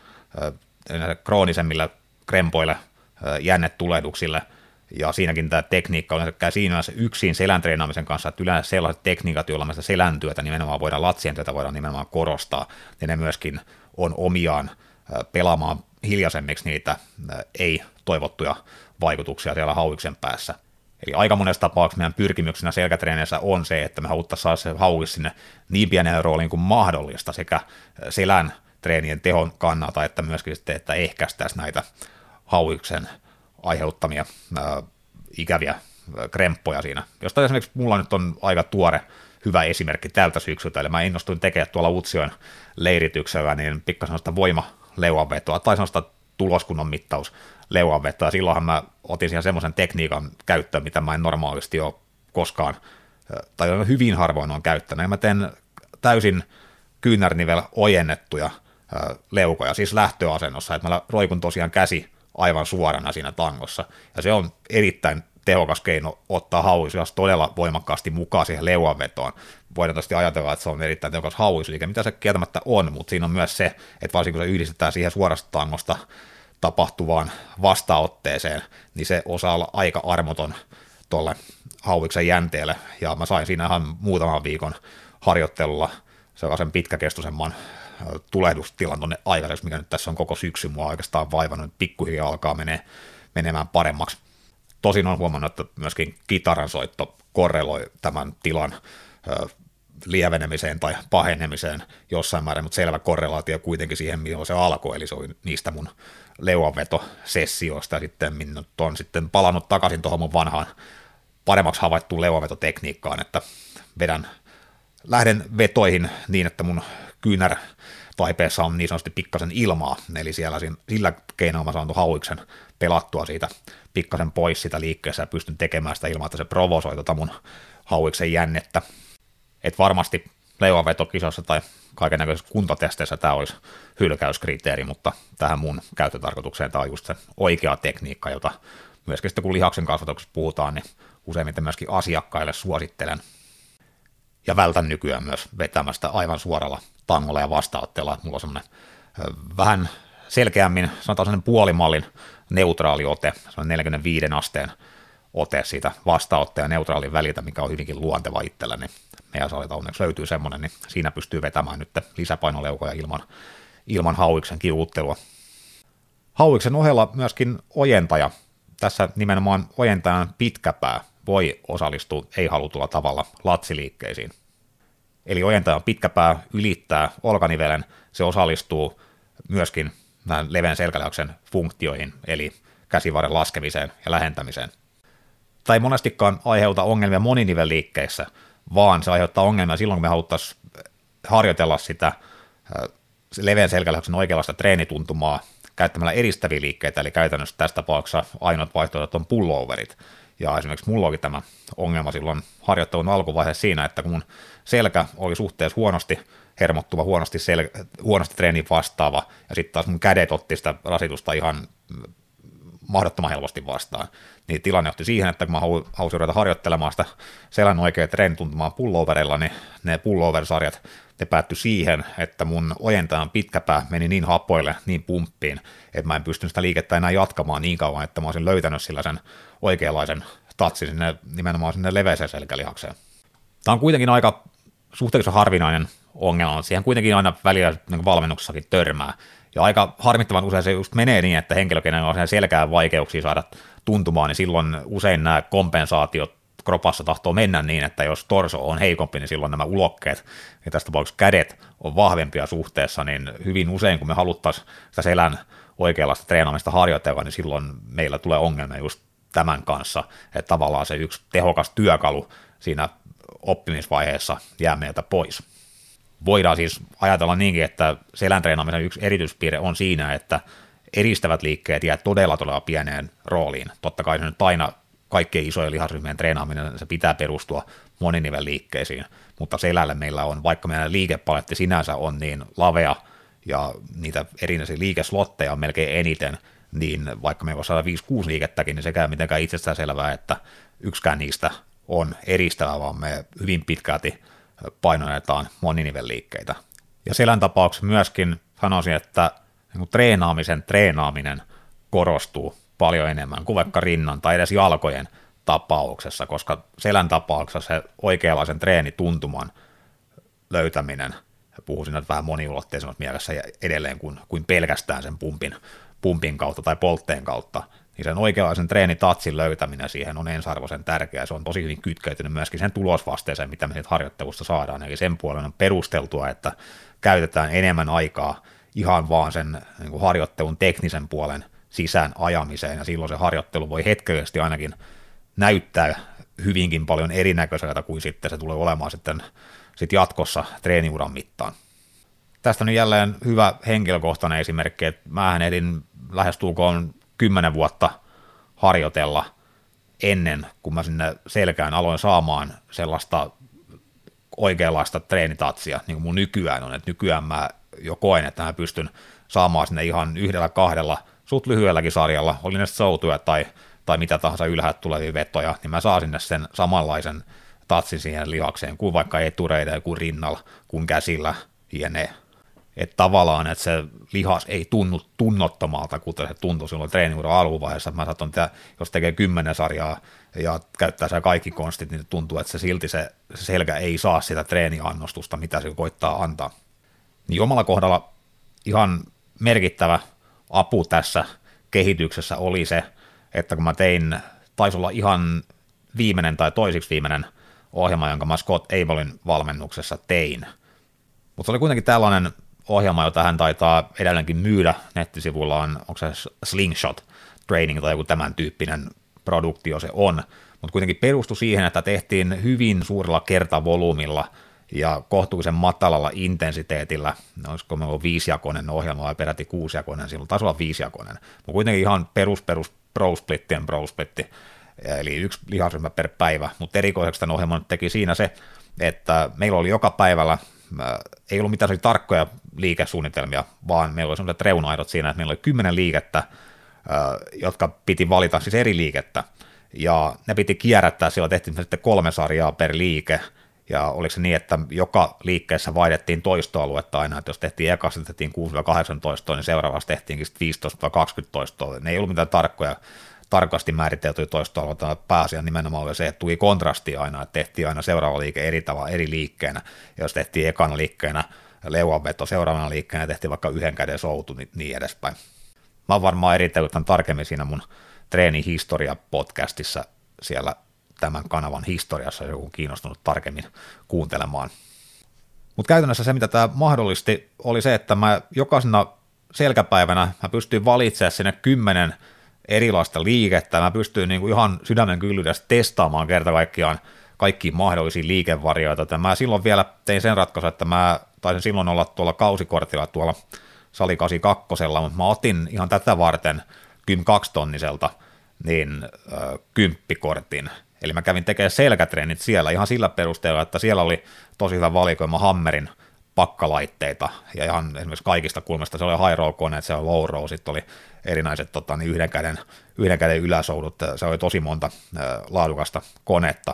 äh, kroonisemmille krempoille, äh, jännetulehduksille, ja siinäkin tämä tekniikka on käy siinä mielessä yksin selän treenaamisen kanssa, että yleensä sellaiset tekniikat, joilla me sitä selän työtä nimenomaan voidaan, latsien työtä voidaan nimenomaan korostaa, ja ne myöskin on omiaan pelaamaan hiljaisemmiksi niitä ei-toivottuja vaikutuksia siellä hauiksen päässä. Eli aika monessa tapauksessa meidän pyrkimyksenä selkätreeneissä on se, että me haluttaisiin saada se hauikki sinne niin pieneen rooliin kuin mahdollista sekä selän treenien tehon kannalta, että myöskin sitten, että ehkäistäisiin näitä hauiksen aiheuttamia ää, ikäviä ää, kremppoja siinä. Josta esimerkiksi mulla nyt on aika tuore hyvä esimerkki tältä syksyltä, eli mä innostuin tekemään tuolla Utsjoen leirityksellä niin pikkasen sellaista voimaleuanvetoa tai sellaista tuloskunnon mittaus leuanvetoa. Silloinhan mä otin siihen semmoisen tekniikan käyttöön, mitä mä en normaalisti ole koskaan, tai hyvin harvoin on käyttänyt. Ja mä teen täysin kyynärnivel ojennettuja leukoja, siis lähtöasennossa, että mä roikun tosiaan käsi aivan suorana siinä tangossa. Ja se on erittäin tehokas keino ottaa hauis todella voimakkaasti mukaan siihen leuanvetoon. Voidaan tietysti ajatella, että se on erittäin tehokas hauisliike, mitä se kieltämättä on, mutta siinä on myös se, että varsinkin kun se yhdistetään siihen suorasta tangosta tapahtuvaan vastaotteeseen, niin se osaa olla aika armoton tuolle hauiksen jänteelle, ja mä sain siinä ihan muutaman viikon harjoittelulla sellaisen pitkäkestoisemman tulehdustilan tuonne aikaiseksi, mikä nyt tässä on koko syksy mua oikeastaan vaivannut, pikkuhiljaa alkaa menee, menemään paremmaksi. Tosin on huomannut, että myöskin kitaransoitto korreloi tämän tilan ö, lievenemiseen tai pahenemiseen jossain määrin, mutta selvä korrelaatio kuitenkin siihen, milloin se alkoi, eli se oli niistä mun leuanvetosessioista, ja sitten minä on sitten palannut takaisin tuohon mun vanhaan paremmaksi havaittuun leuanvetotekniikkaan, että vedän, lähden vetoihin niin, että mun kyynär taipeessa on niin sanotusti pikkasen ilmaa, eli siellä sillä keinoin mä saan tuon hauiksen pelattua siitä pikkasen pois sitä liikkeessä ja pystyn tekemään sitä ilman, että se provosoi tota mun hauiksen jännettä. Et varmasti leuanvetokisassa tai kaikennäköisissä kuntotesteissä tämä olisi hylkäyskriteeri, mutta tähän mun käyttötarkoitukseen tämä on just se oikea tekniikka, jota myöskin sitten kun lihaksen kasvatuksessa puhutaan, niin useimmiten myöskin asiakkaille suosittelen. Ja vältän nykyään myös vetämästä aivan suoralla tangolla ja vastaotteella. Mulla on semmoinen vähän selkeämmin, sanotaan semmoinen puolimallin neutraali ote, semmoinen neljäkymmentäviisi asteen ote siitä vastaotteen ja neutraalin väliltä, mikä on hyvinkin luonteva itsellä, niin meidän salilta onneksi löytyy semmoinen, niin siinä pystyy vetämään nyt lisäpainoleukoja ilman, ilman hauiksen kiuuttelua. Hauiksen ohella myöskin ojentaja, tässä nimenomaan ojentajan pitkäpää voi osallistua ei-halutulla tavalla latsiliikkeisiin. Eli ojentajan pitkäpää ylittää olkanivelen, se osallistuu myöskin leveän selkälihaksen funktioihin, eli käsivarren laskemiseen ja lähentämiseen. Tai ei monestikaan aiheuta ongelmia moninivelliikkeissä, vaan se aiheuttaa ongelmia silloin, kun me haluttaisiin harjoitella sitä leveän selkälihaksen oikeanlaista treenituntumaa käyttämällä edistäviä liikkeitä, eli käytännössä tässä tapauksessa ainoat vaihtoehdot on pulloverit. Ja esimerkiksi mulla oli tämä ongelma silloin harjoittelun alkuvaiheessa siinä, että kun mun selkä oli suhteessa huonosti hermottuva, huonosti, sel- huonosti treeniin vastaava, ja sitten taas mun kädet otti sitä rasitusta ihan mahdottoman helposti vastaan, niin tilanne johti siihen, että kun mä halusin ruveta harjoittelemaan sitä selän oikea treenituntumaan pulloverilla, niin ne pullover-sarjat, ne päättyi siihen, että mun ojentajan pitkäpää meni niin hapoille, niin pumppiin, että mä en pystynyt sitä liikettä enää jatkamaan niin kauan, että mä olisin löytänyt sillä sen oikeanlaisen tatsin sinne, nimenomaan sinne leveäseen selkälihakseen. Tämä on kuitenkin aika suhteellisen harvinainen ongelma, siihen kuitenkin aina välillä niin valmennuksessakin törmää, ja aika harmittavan usein se just menee niin, että henkilö, kenellä on selkään vaikeuksia saada tuntumaan, niin silloin usein nämä kompensaatiot kropassa tahtoo mennä niin, että jos torso on heikompi, niin silloin nämä ulokkeet, ja tässä tapauksessa kädet on vahvempia suhteessa, niin hyvin usein, kun me haluttaisiin sitä selän oikeanlaista treenaamista harjoitella, niin silloin meillä tulee ongelmia just tämän kanssa, että tavallaan se yksi tehokas työkalu siinä oppimisvaiheessa jää meiltä pois. Voidaan siis ajatella niinkin, että selän treenaamisen yksi erityispiirre on siinä, että edistävät liikkeet jää todella todella pieneen rooliin. Totta kai se nyt aina kaikkien isojen lihasryhmien treenaaminen, se pitää perustua moninivel liikkeisiin, mutta selällä meillä on, vaikka meidän liikepaletti sinänsä on niin lavea ja niitä erinäisiä liikeslotteja on melkein eniten, niin vaikka me voi saada viisi kuusi liikettäkin, niin sekään mitenkään itsestään selvää, että yksikään niistä on edistävä, vaan me hyvin pitkälti painotetaan moninivelliikkeitä. Ja selän tapauksessa myöskin sanoisin, että niin treenaamisen treenaaminen korostuu paljon enemmän kuin vaikka rinnan tai edes jalkojen tapauksessa, koska selän tapauksessa se oikeanlaisen treenituntuman löytäminen, puhuisin nyt vähän moniulotteisemmassa mielessä edelleen kuin, kuin pelkästään sen pumpin, pumpin kautta tai poltteen kautta, niin sen oikeanlaisen treenitatsin löytäminen siihen on ensiarvoisen tärkeää. Se on tosi hyvin kytkeytynyt myöskin sen tulosvasteeseen, mitä me siitä harjoittelusta saadaan. Eli sen puolen on perusteltua, että käytetään enemmän aikaa ihan vaan sen niin kuin harjoittelun teknisen puolen sisään ajamiseen, ja silloin se harjoittelu voi hetkellisesti ainakin näyttää hyvinkin paljon erinäköiseltä kuin sitten se tulee olemaan sitten sit jatkossa treeniuran mittaan. Tästä nyt jälleen hyvä henkilökohtainen esimerkki, että mähän ehdin lähestulkoon kymmenen vuotta harjoitella ennen kuin mä sinne selkään aloin saamaan sellaista oikeanlaista treenitatsia, niin kuin mun nykyään on, että nykyään mä jo koen, että mä pystyn saamaan sinne ihan yhdellä kahdella suht lyhyelläkin sarjalla, oli ne soutuja tai, tai mitä tahansa ylhäältä tulevia vetoja, niin mä saan sinne sen samanlaisen tatsin siihen lihakseen, kuin vaikka etureiden, kuin rinnalla, kuin käsillä, jne. Että tavallaan, että se lihas ei tunnu tunnottomalta, kuten se tuntui silloin treeniuran alkuvaiheessa. Mä saton, että jos tekee kymmenen sarjaa ja käyttää siellä kaikki konstit, niin tuntuu, että se silti se, se selkä ei saa sitä treeniannostusta, mitä se koittaa antaa. Niin omalla kohdalla ihan merkittävä apu tässä kehityksessä oli se, että kun mä tein, taisi olla ihan viimeinen tai toisiksi viimeinen ohjelma, jonka mä Scott Abelin valmennuksessa tein. Mutta se oli kuitenkin tällainen ohjelma, jota hän taitaa edelleenkin myydä nettisivuillaan, onko se Slingshot Training tai joku tämän tyyppinen produktio se on, mutta kuitenkin perustui siihen, että tehtiin hyvin suurella kertavolyymilla ja kohtuullisen matalalla intensiteetillä, olisiko meillä ollut viisijakoinen ohjelma vai peräti kuusijakoinen, silloin taisi olla viisijakoinen, mutta kuitenkin ihan perus perus pro-splittien pro-splitti, eli yksi lihasryhmä per päivä, mutta erikoiseksi tämän ohjelman teki siinä se, että meillä oli joka päivällä, ei ollut mitään tarkkoja liikesuunnitelmia, vaan meillä oli sellaiset reunaidot siinä, että meillä oli kymmenen liikettä, jotka piti valita siis eri liikettä, ja ne piti kierrättää, siellä tehtiin sitten kolme sarjaa per liike, ja oliko se niin, että joka liikkeessä vaihdettiin toistoaluetta aina, että jos tehtiin ekassa tehtiin kuusi kahdeksantoista, niin seuraavassa tehtiinkin viisitoista kaksikymmentä toistoa, ne ei ollut mitään tarkkoja, tarkasti määriteltyjä toistoalueita, pääasia nimenomaan oli se, että tuli kontrastia aina, että tehtiin aina seuraava liike eri tavalla, eri liikkeenä, ja jos tehtiin ekana liikkeenä leuanveto, seuraavana liikkeenä tehtiin vaikka yhden käden soutu, niin, niin edespäin. Mä oon varmaan eritellyt tämän tarkemmin siinä mun treenihistoria-podcastissa siellä tämän kanavan historiassa, jos joku on kiinnostunut tarkemmin kuuntelemaan. Mutta käytännössä se, mitä tämä mahdollisti, oli se, että mä jokaisena selkäpäivänä mä pystyin valitsemaan sinne kymmenen erilaista liikettä, mä pystyin niinku ihan sydämen kyllydessä testaamaan kerta kaikkiaan kaikkia mahdollisia liikevarioita. Mä silloin vielä tein sen ratkaisun, että mä taisin silloin olla tuolla kausikortilla tuolla Sali kahdeksankymmentäkaksi, mutta mä otin ihan tätä varten kymmenen kaksi tonniselta niin äh, kymppikortin. Eli mä kävin tekemään selkätreenit siellä ihan sillä perusteella, että siellä oli tosi hyvä valikoima Hammerin pakkalaitteita, ja ihan esimerkiksi kaikista kulmista se oli high row koneet, se oli low row, sitten oli erinäiset tota, niin yhden, käden, yhden käden yläsoudut, se oli tosi monta äh, laadukasta konetta.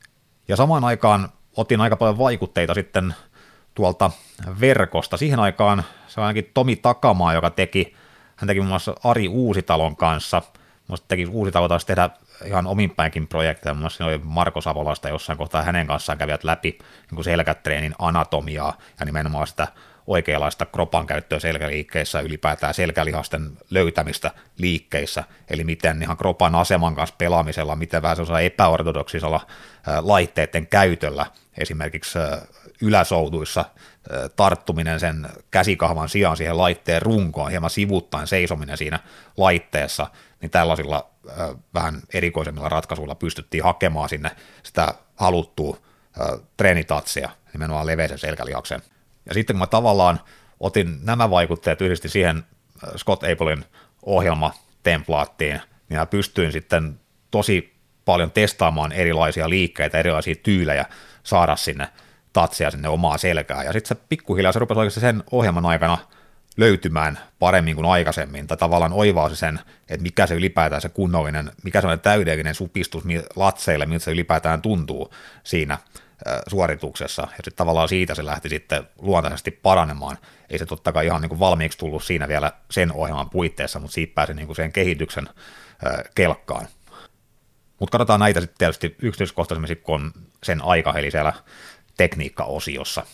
Ja samaan aikaan otin aika paljon vaikutteita sitten tuolta verkosta. Siihen aikaan se on ainakin Tomi Takamaa, joka teki, hän teki muun muassa Ari Uusitalon kanssa, muista teki Uusitalo taisi tehdä ihan ominpäinkin projekteja, muun muassa siinä oli Marko Savolasta jossain kohtaa hänen kanssaan kävivät läpi niin selkätreenin anatomiaa ja nimenomaan sitä oikeanlaista kropan käyttöä selkäliikkeissä, ylipäätään selkälihasten löytämistä liikkeissä, eli miten ihan kropan aseman kanssa pelaamisella, miten vähän sellaisella epäortodoksisella laitteiden käytöllä, esimerkiksi yläsoutuissa tarttuminen sen käsikahvan sijaan siihen laitteen runkoon, hieman sivuttaen seisominen siinä laitteessa, niin tällaisilla vähän erikoisemmilla ratkaisuilla pystyttiin hakemaan sinne sitä haluttua treenitatsia, nimenomaan leveisen selkälihaksen. Ja sitten kun mä tavallaan otin nämä vaikutteet yhdistin siihen Scott Abelin ohjelmatemplaattiin, niin mä pystyin sitten tosi paljon testaamaan erilaisia liikkeitä, erilaisia tyylejä, saada sinne tatsia sinne omaa selkää. Ja sitten se pikkuhiljaa se rupesi oikeasti sen ohjelman aikana löytymään paremmin kuin aikaisemmin, tai tavallaan oivasi sen, että mikä se ylipäätään se kunnollinen, mikä se on täydellinen supistus latseille, miltä se ylipäätään tuntuu siinä suorituksessa, ja sitten tavallaan siitä se lähti sitten luontaisesti paranemaan. Ei se totta kai ihan niin kuin valmiiksi tullut siinä vielä sen ohjelman puitteissa, mutta siitä pääsi niin kuin sen kehityksen kelkkaan. Mutta katsotaan näitä sitten tietysti yksityiskohtaisemmin, kun on sen aika, eli siellä tekniikka-osiossa.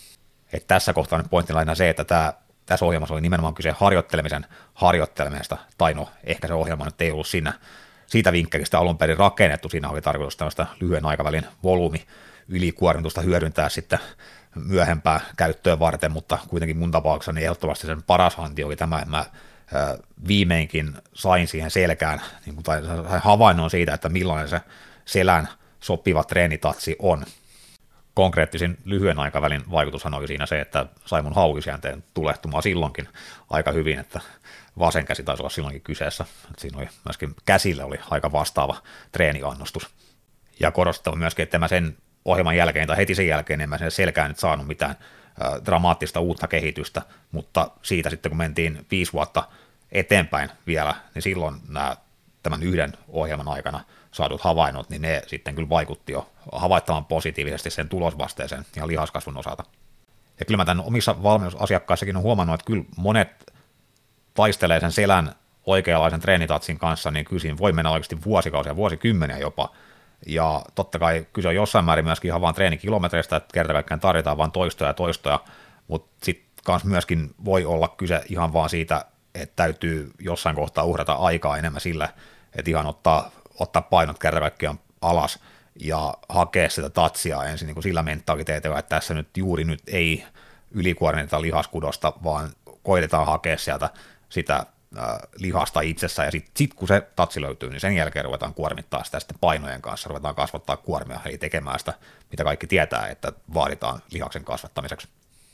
Et tässä kohtaa nyt pointtina aina se, että tämä, tässä ohjelmassa oli nimenomaan kyse harjoittelemisen harjoittelemisesta, tai no ehkä se ohjelma nyt ei ollut siinä, siitä vinkkelistä alun perin rakennettu, siinä oli tarkoitus tällaista lyhyen aikavälin volyymi ylikuormitusta hyödyntää sitten myöhempää käyttöön varten, mutta kuitenkin mun tapauksessa niin ehdottomasti sen paras anti oli tämä, että mä viimeinkin sain siihen selkään, niin kuin, tai sain havainnon siitä, että millainen se selän sopiva treenitatsi on. Konkreettisin lyhyen aikavälin vaikutushan oli siinä se, että sai mun hauisjänteen tulehtumaan silloinkin aika hyvin, että vasen käsi taisi olla silloinkin kyseessä. Että siinä oli myöskin käsillä oli aika vastaava treeniannostus. Ja korostettava myöskin, että mä sen ohjelman jälkeen tai heti sen jälkeen en mä sen selkään nyt saanut mitään äh, dramaattista uutta kehitystä, mutta siitä sitten kun mentiin viisi vuotta eteenpäin vielä, niin silloin nämä tämän yhden ohjelman aikana saadut havainnot, niin ne sitten kyllä vaikutti jo havaittavan positiivisesti sen tulosvasteeseen ja lihaskasvun osalta. Ja kyllä mä tämän omissa valmennusasiakkaissakin on huomannut, että kyllä monet taistelee sen selän oikeanlaisen treenitatsin kanssa, niin kyllä siinä voi mennä oikeasti vuosikausia, vuosikymmeniä jopa. Ja totta kai kyse on jossain määrin myöskin ihan vaan treenikilometreistä, että kerta kaikkiaan tarvitaan vain toistoja ja toistoja, mutta sitten kanssa myöskin voi olla kyse ihan vaan siitä, että täytyy jossain kohtaa uhrata aikaa enemmän sillä, että ihan ottaa, ottaa painot kerta kaikkiaan alas ja hakea sitä tatsia ensin niin kuin sillä mentaaliteetillä, että tässä nyt juuri nyt ei ylikuormiteta lihaskudosta, vaan koitetaan hakea sieltä sitä äh, lihasta itsessään, ja sitten sit, kun se tatsi löytyy, niin sen jälkeen ruvetaan kuormittaa sitä sitten painojen kanssa, ruvetaan kasvattaa kuormia, eli tekemään sitä, mitä kaikki tietää, että vaaditaan lihaksen kasvattamiseksi.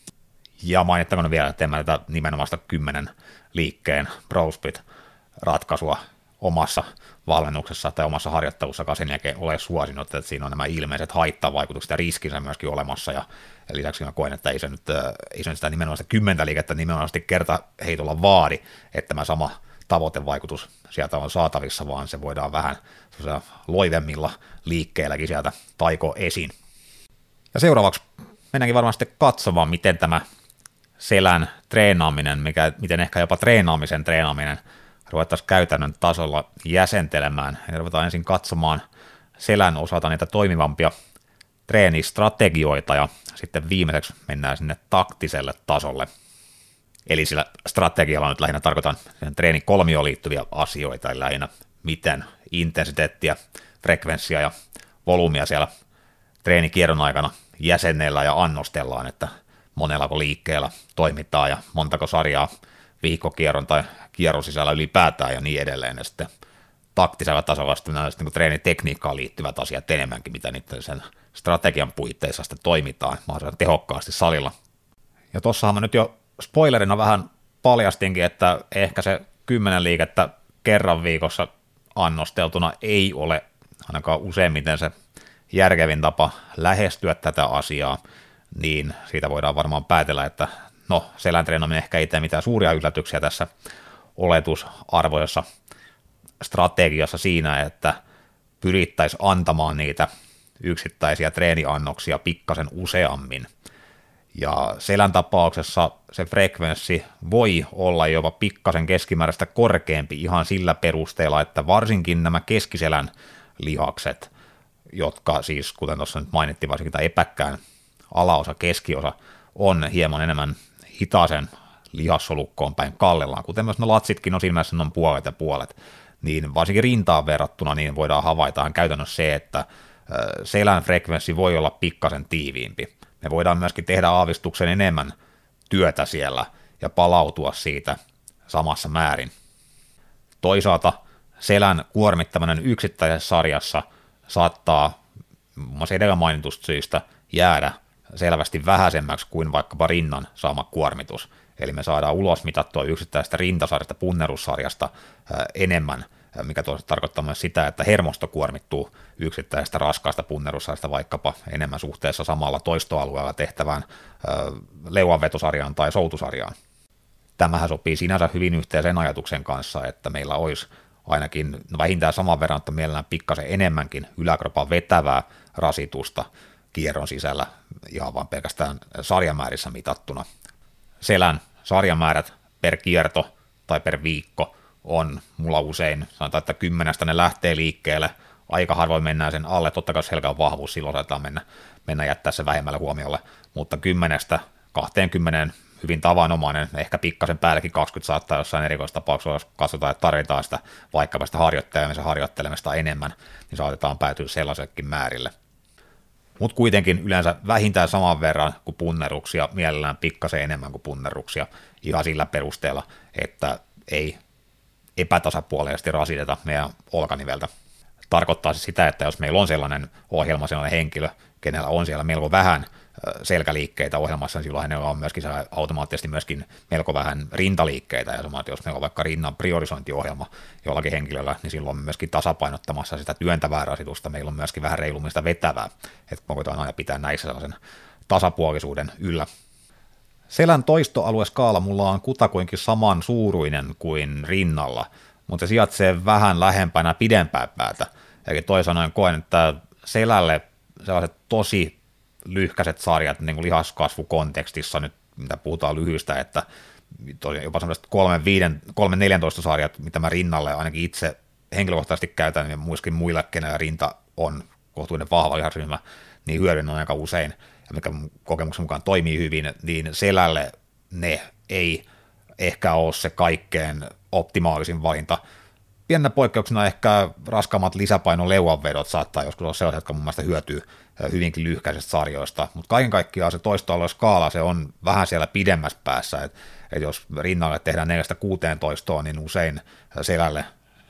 Ja mainittakoon vielä, että teemme tätä nimenomaista kymmenen liikkeen ProSplit-ratkaisua omassa valmennuksessa tai omassa harjoittelussakaan sen jälkeen ole suosinut, että siinä on nämä ilmeiset haittavaikutukset ja riskinsä myöskin olemassa, ja lisäksi mä koen, että ei se nyt, ei se nyt sitä nimenomaista kymmentä liikettä nimenomaisesti kerta heitolla vaadi, että tämä sama tavoitevaikutus sieltä on saatavissa, vaan se voidaan vähän loivemmilla liikkeilläkin sieltä taiko esiin. Ja seuraavaksi mennäänkin varmasti katsomaan, miten tämä selän treenaaminen, mikä, miten ehkä jopa treenaamisen treenaaminen ruvettaisiin käytännön tasolla jäsentelemään. Ja ruvetaan ensin katsomaan selän osalta niitä toimivampia treenistrategioita, ja sitten viimeiseksi mennään sinne taktiselle tasolle. Eli sillä strategialla nyt lähinnä tarkoitan treenikolmioon liittyviä asioita, eli lähinnä miten intensiteettiä, frekvenssia ja volyymia siellä treenikierron aikana jäsennellään ja annostellaan, että monellako liikkeellä toimitaan ja montako sarjaa viikkokierron tai kierron sisällä ylipäätään ja niin edelleen. Ja sitten taktisella tasolla sitten nämä niin treenitekniikkaan liittyvät asiat enemmänkin, mitä niiden sen strategian puitteissa sitten toimitaan mahdollisimman tehokkaasti salilla. Ja tuossahan mä nyt jo spoilerina vähän paljastinkin, että ehkä se kymmenen liikettä kerran viikossa annosteltuna ei ole ainakaan useimmiten se järkevin tapa lähestyä tätä asiaa, niin siitä voidaan varmaan päätellä, että no, selän treenaaminen ehkä ei tee mitään suuria yllätyksiä tässä oletusarvoisessa strategiassa siinä, että pyrittäisiin antamaan niitä yksittäisiä treeniannoksia pikkasen useammin. Ja selän tapauksessa se frekvenssi voi olla jopa pikkasen keskimääräistä korkeampi ihan sillä perusteella, että varsinkin nämä keskiselän lihakset, jotka siis, kuten tuossa nyt mainittiin, varsinkin tämä epäkkään alaosa, keskiosa, on hieman enemmän hitaisen lihassolukkoon päin kallellaan, kuten myös ne latsitkin on siinä mielessä on puolet ja puolet, niin varsinkin rintaan verrattuna niin voidaan havaita käytännössä se, että selän frekvenssi voi olla pikkasen tiiviimpi. Me voidaan myöskin tehdä aavistuksen enemmän työtä siellä ja palautua siitä samassa määrin. Toisaalta selän kuormittaminen yksittäisessä sarjassa saattaa muun muassa edellä mainitusta syistä jäädä selvästi vähäisemmäksi kuin vaikkapa rinnan saama kuormitus. Eli me saadaan ulos mitattua yksittäisestä rintasarjasta, punnerussarjasta enemmän, mikä tarkoittaa myös sitä, että hermosto kuormittuu yksittäisestä raskaasta punnerussarjasta vaikkapa enemmän suhteessa samalla toistoalueella tehtävään leuanvetosarjaan tai soutusarjaan. Tämähän sopii sinänsä hyvin yhteen sen ajatuksen kanssa, että meillä olisi ainakin vähintään saman verran, että mielellään pikkasen enemmänkin yläkropan vetävää rasitusta kierron sisällä ihan vaan pelkästään sarjamäärissä mitattuna. Selän sarjamäärät per kierto tai per viikko on mulla usein, sanotaan, että kymmenestä ne lähtee liikkeelle, aika harvoin mennään sen alle, totta kai selkä on vahvuus, silloin saadaan mennä, mennä jättää se vähemmälle huomiolle, mutta kymmenestä kaksikymmentä hyvin tavanomainen, ehkä pikkasen päällekin kaksikymmentä saattaa jossain erikoistapauksessa, jos katsotaan, että tarvitaan sitä vaikkapa sitä harjoittelemista, harjoittelemista enemmän, niin saatetaan päätyä sellaisellekin määrille. Mutta kuitenkin yleensä vähintään saman verran kuin punneruksia, mielellään pikkasen enemmän kuin punneruksia, ihan sillä perusteella, että ei epätasapuolisesti rasiteta meidän olkaniveltä. Tarkoittaa se sitä, että jos meillä on sellainen ohjelma, sellainen henkilö, kenellä on siellä melko vähän selkäliikkeitä ohjelmassa, niin silloin hänellä on myöskin automaattisesti myöskin melko vähän rintaliikkeitä, ja sama, jos meillä on vaikka rinnan priorisointiohjelma jollakin henkilöllä, niin silloin on myöskin tasapainottamassa sitä työntävää rasitusta, meillä on myöskin vähän reilumista vetävää, että me voidaan aina pitää näissä sellaisen tasapuolisuuden yllä. Selän toistoalueskaala mulla on kutakuinkin saman suuruinen kuin rinnalla, mutta se sijaitsee vähän lähempänä pidempää päätä. Eli toisin sanoen koen, että selälle sellaiset tosi lyhkäiset sarjat niin kuin lihaskasvukontekstissa nyt, mitä puhutaan lyhyistä, että jopa sellaiset kolme neljäntoista sarjat, mitä mä rinnalle ainakin itse henkilökohtaisesti käytän, ja muiskin muille, kenellä rinta on kohtuuden vahva lihasryhmä, niin hyödynnän aika usein, ja mikä kokemuksen mukaan toimii hyvin, niin selälle ne ei ehkä ole se kaikkein optimaalisin valinta. Pienenä poikkeuksena ehkä raskaammat lisäpainoleuanvedot saattaa joskus olla sellaiset, jotka mun mielestä hyötyy hyvinkin lyhkäisistä sarjoista, mutta kaiken kaikkiaan se toistoalueen skaala, se on vähän siellä pidemmässä päässä, että et jos rinnalle tehdään neljästä kuuteen toistoa, niin usein selälle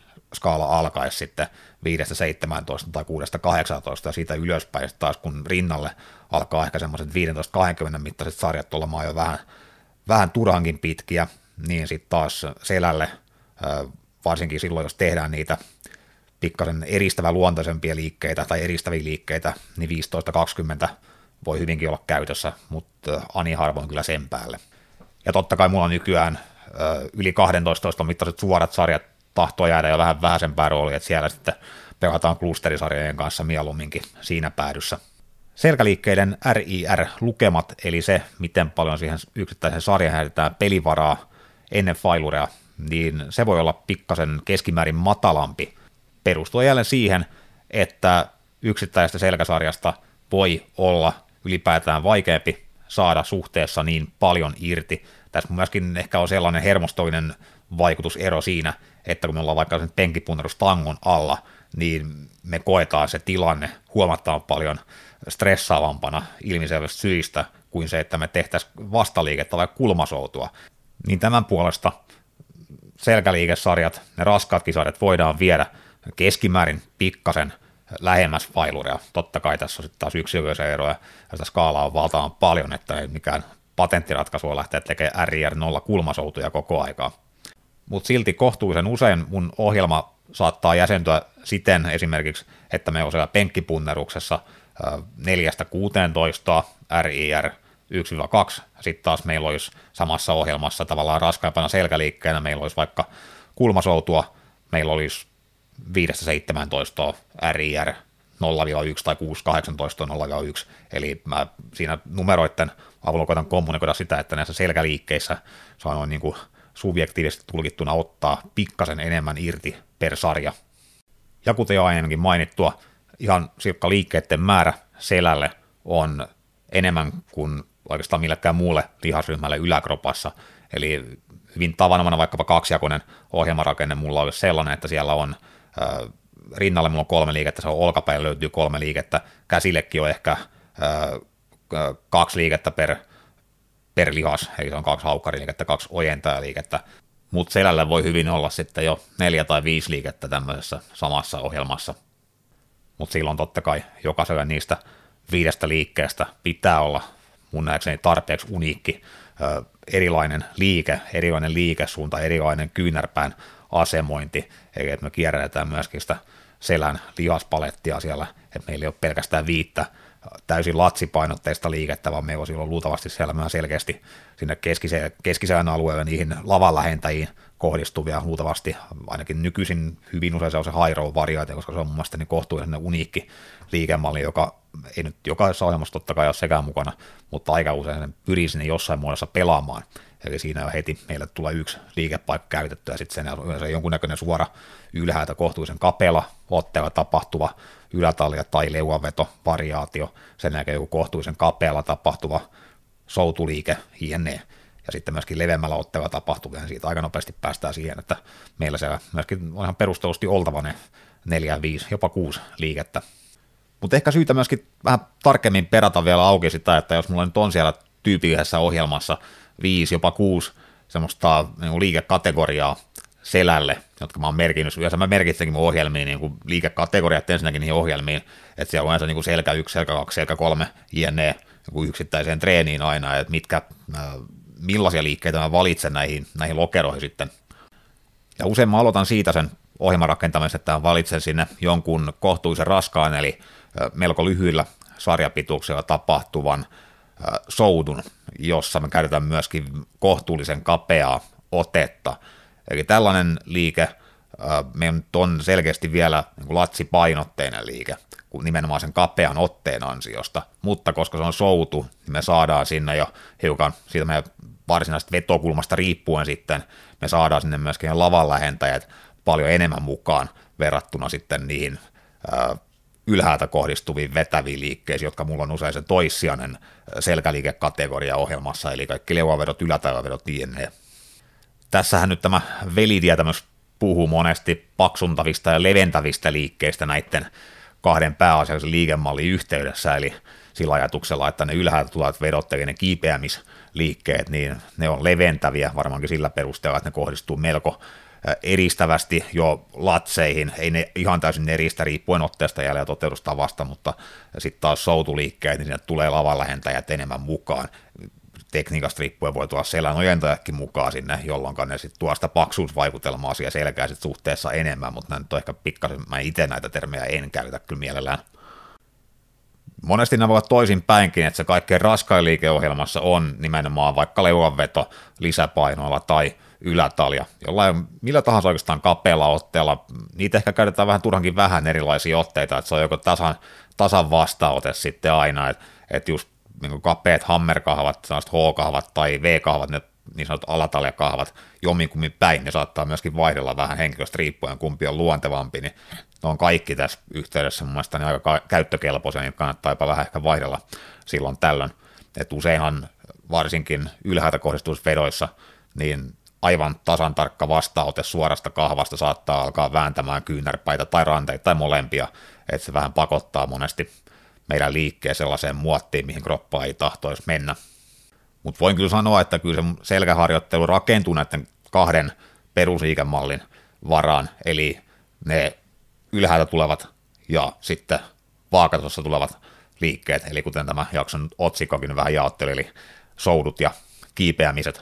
skaala alkaisi sitten viidestä seitsemääntoista tai kuudesta kahdeksaantoista ja siitä ylöspäin, taas kun rinnalle alkaa ehkä semmoiset viisitoista kaksikymmentä mittaiset sarjat olemaan jo vähän, vähän turhankin pitkiä, niin sitten taas selälle, varsinkin silloin, jos tehdään niitä pikkasen eristävä luontaisempia liikkeitä tai eristäviä liikkeitä, niin viisitoista kaksikymmentä voi hyvinkin olla käytössä, mutta ani harvoin kyllä sen päälle. Ja totta kai mulla on nykyään yli kaksitoista mittaiset suorat sarjat tahtoo jäädä jo vähän vähäisempää roolia, että siellä sitten pelataan klusterisarjojen kanssa mieluumminkin siinä päädyssä. Selkäliikkeiden R I R-lukemat, eli se, miten paljon siihen yksittäiseen sarjaan heitetään pelivaraa ennen failurea, niin se voi olla pikkasen keskimäärin matalampi. Perustuu jälleen siihen, että yksittäisestä selkäsarjasta voi olla ylipäätään vaikeampi saada suhteessa niin paljon irti. Tässä myöskin ehkä on sellainen hermostollinen vaikutusero siinä, että kun me ollaan vaikka sen penkkipunnerustangon alla, niin me koetaan se tilanne huomattavan paljon stressaavampana ilmiselvästi syistä kuin se, että me tehtäisiin vastaliikettä vai kulmasoutua. Niin tämän puolesta selkäliikesarjat, ne raskaatkin sarjat voidaan viedä keskimäärin pikkasen lähemmäs failurea. Totta kai tässä on sitten taas yksilöisiä eroja, ja sitä skaalaa on valtavan paljon, että ei mikään patenttiratkaisu voi lähteä tekemään R I R nolla kulmasoutuja koko aikaa. Mutta silti kohtuullisen usein mun ohjelma saattaa jäsentyä siten esimerkiksi, että me on siellä penkkipunneruksessa neljästä kuuteentoista R I R yksi kaksi, sitten taas meillä olisi samassa ohjelmassa tavallaan raskaimpana selkäliikkeenä, meillä olisi vaikka kulmasoutua, meillä olisi viidestä seitsemääntoista R I R nolla yksi tai kuusi kahdeksantoista nolla yksi, eli mä siinä numeroiden avulla koitan kommunikoida sitä, että näissä selkäliikkeissä saa noin niin kuin subjektiivisesti tulkittuna ottaa pikkasen enemmän irti per sarja. Ja kuten jo aiemminkin mainittua, ihan silkka liikkeiden määrä selälle on enemmän kuin oikeastaan millekään muulle lihasryhmälle yläkropassa, eli hyvin tavanomainen vaikkapa kaksijakoinen ohjelmarakenne mulla olisi sellainen, että siellä on äh, rinnalle mulla on kolme liikettä, se on olkapäin löytyy kolme liikettä, käsillekin on ehkä äh, kaksi liikettä per, per lihas, eli se on kaksi haukkariliikettä, kaksi ojentajaliikettä, mutta selälle voi hyvin olla sitten jo neljä tai viisi liikettä tämmöisessä samassa ohjelmassa, mutta silloin totta kai jokaisella niistä viidestä liikkeestä pitää olla mun nähdäkseni tarpeeksi uniikki ö, erilainen liike, erilainen liikesuunta, erilainen kyynärpään asemointi, eli että me kierrätetään myöskin sitä selän lihaspalettia siellä, että meillä ei ole pelkästään viittä täysin latsipainotteista liikettä, vaan meillä on silloin luultavasti siellä myös selkeästi sinne keskiseen, keskiseen alueelle niihin lavan lähentäjiin kohdistuvia luultavasti, ainakin nykyisin hyvin usein se on se high row variaatio, koska se on mun mielestä niin kohtuullisen uniikki liikemalli, joka ei nyt jokaisessa ohjelmassa totta kai ole sekään mukana, mutta aika usein sen pyrii sinne jossain muodossa pelaamaan. Eli siinä jo heti meille tulee yksi liikepaikka käytettyä, ja sitten se on jonkunnäköinen suora ylhäältä kohtuullisen kapela, otteella tapahtuva ylätalia tai leuanveto, variaatio, sen jälkeen joku kohtuullisen kapealla tapahtuva soutuliike, jne. Ja sitten myöskin leveämmällä otteella tapahtuvia, niin siitä aika nopeasti päästään siihen, että meillä siellä myöskin on ihan perustellusti oltava ne neljä, viisi, jopa kuusi liikettä. Mutta ehkä syytä myöskin vähän tarkemmin perata vielä auki sitä, että jos mulla nyt on siellä tyypillisessä ohjelmassa viisi, jopa kuusi semmoista niin liikekategoriaa selälle, jotka mä oon merkinnyt, yleensä mä merkitsenkin mun ohjelmiin niin kuin liikekategoriat ensinnäkin niihin ohjelmiin, että siellä on yleensä niin kuin selkä yksi, selkä kaksi, selkä kolme, jne, niin yksittäiseen treeniin aina, että mitkä, millaisia liikkeitä mä valitsen näihin, näihin lokeroihin sitten. Ja usein mä aloitan siitä sen ohjelman rakentamisen, että mä valitsen sinne jonkun kohtuullisen raskaan, eli melko lyhyillä sarjapituuksilla tapahtuvan soudun, jossa me käytetään myöskin kohtuullisen kapeaa otetta. Eli tällainen liike me on selkeästi vielä niin latsipainotteinen liike, kun nimenomaan sen kapean otteen ansiosta, mutta koska se on soutu, niin me saadaan sinne jo hiukan siitä meidän varsinaisesta vetokulmasta riippuen sitten, me saadaan sinne myöskin lavan lähentäjät paljon enemmän mukaan verrattuna sitten niihin ää, ylhäältä kohdistuviin vetäviin liikkeisiin, jotka mulla on usein se toissijainen selkäliikekategoria ohjelmassa, eli kaikki leuavedot, ylätaivavedot, jne. Tässähän nyt tämä velitietämys puhuu monesti paksuntavista ja leventävistä liikkeistä näiden kahden pääasiallisen liikemallin yhteydessä, eli sillä ajatuksella, että ne ylhäältä tulevat vedot, eli ne kiipeämisliikkeet, niin ne on leventäviä varmaankin sillä perusteella, että ne kohdistuu melko eristävästi jo latseihin, ei ne ihan täysin eristä riippuen otteesta jälleen toteutustavasta, mutta sitten taas soutuliikkeet, niin sinne tulee lavan lähentäjät enemmän mukaan. Tekniikasta riippuen voi tulla selän ojentajakin mukaan sinne, jolloin ne sitten tuo sitä paksuusvaikutelmaa siihen selkää sit suhteessa enemmän, mutta nämä nyt on ehkä pikkasen, mä itse näitä termejä en käytä kyllä mielellään. Monesti nämä voivat toisin päinkin, että se kaikkein raskain liikeohjelmassa on nimenomaan vaikka leuanveto lisäpainoilla tai ylätalja, jollain millä tahansa oikeastaan kapealla otteella, niitä ehkä käytetään vähän turhankin vähän erilaisia otteita, että se on joko tasan, tasan vastaote sitten aina, että et just niin kapeat hammerkahvat, sellaiset H-kahvat tai V-kahvat, ne niin sanotut alataljakahvat, jomminkummin päin, ne saattaa myöskin vaihdella vähän henkilöstä riippuen, kumpi on luontevampi, niin ne on kaikki tässä yhteydessä mun mielestä niin aika käyttökelpoisia, niin kannattaa jopa vähän ehkä vaihdella silloin tällöin, että useinhan varsinkin ylhäältä kohdistuvissa vedoissa, niin aivan tasan tarkka vastaote suorasta kahvasta saattaa alkaa vääntämään kyynärpäitä tai ranteita tai molempia, että se vähän pakottaa monesti meidän liikkeen sellaiseen muottiin, mihin kroppa ei tahtoisi mennä. Mutta voin kyllä sanoa, että kyllä se selkäharjoittelu rakentuu näiden kahden perusliikemallin varaan, eli ne ylhäältä tulevat ja sitten vaakatasossa tulevat liikkeet, eli kuten tämä jakson otsikkokin vähän jaotteli, eli soudut ja kiipeämiset.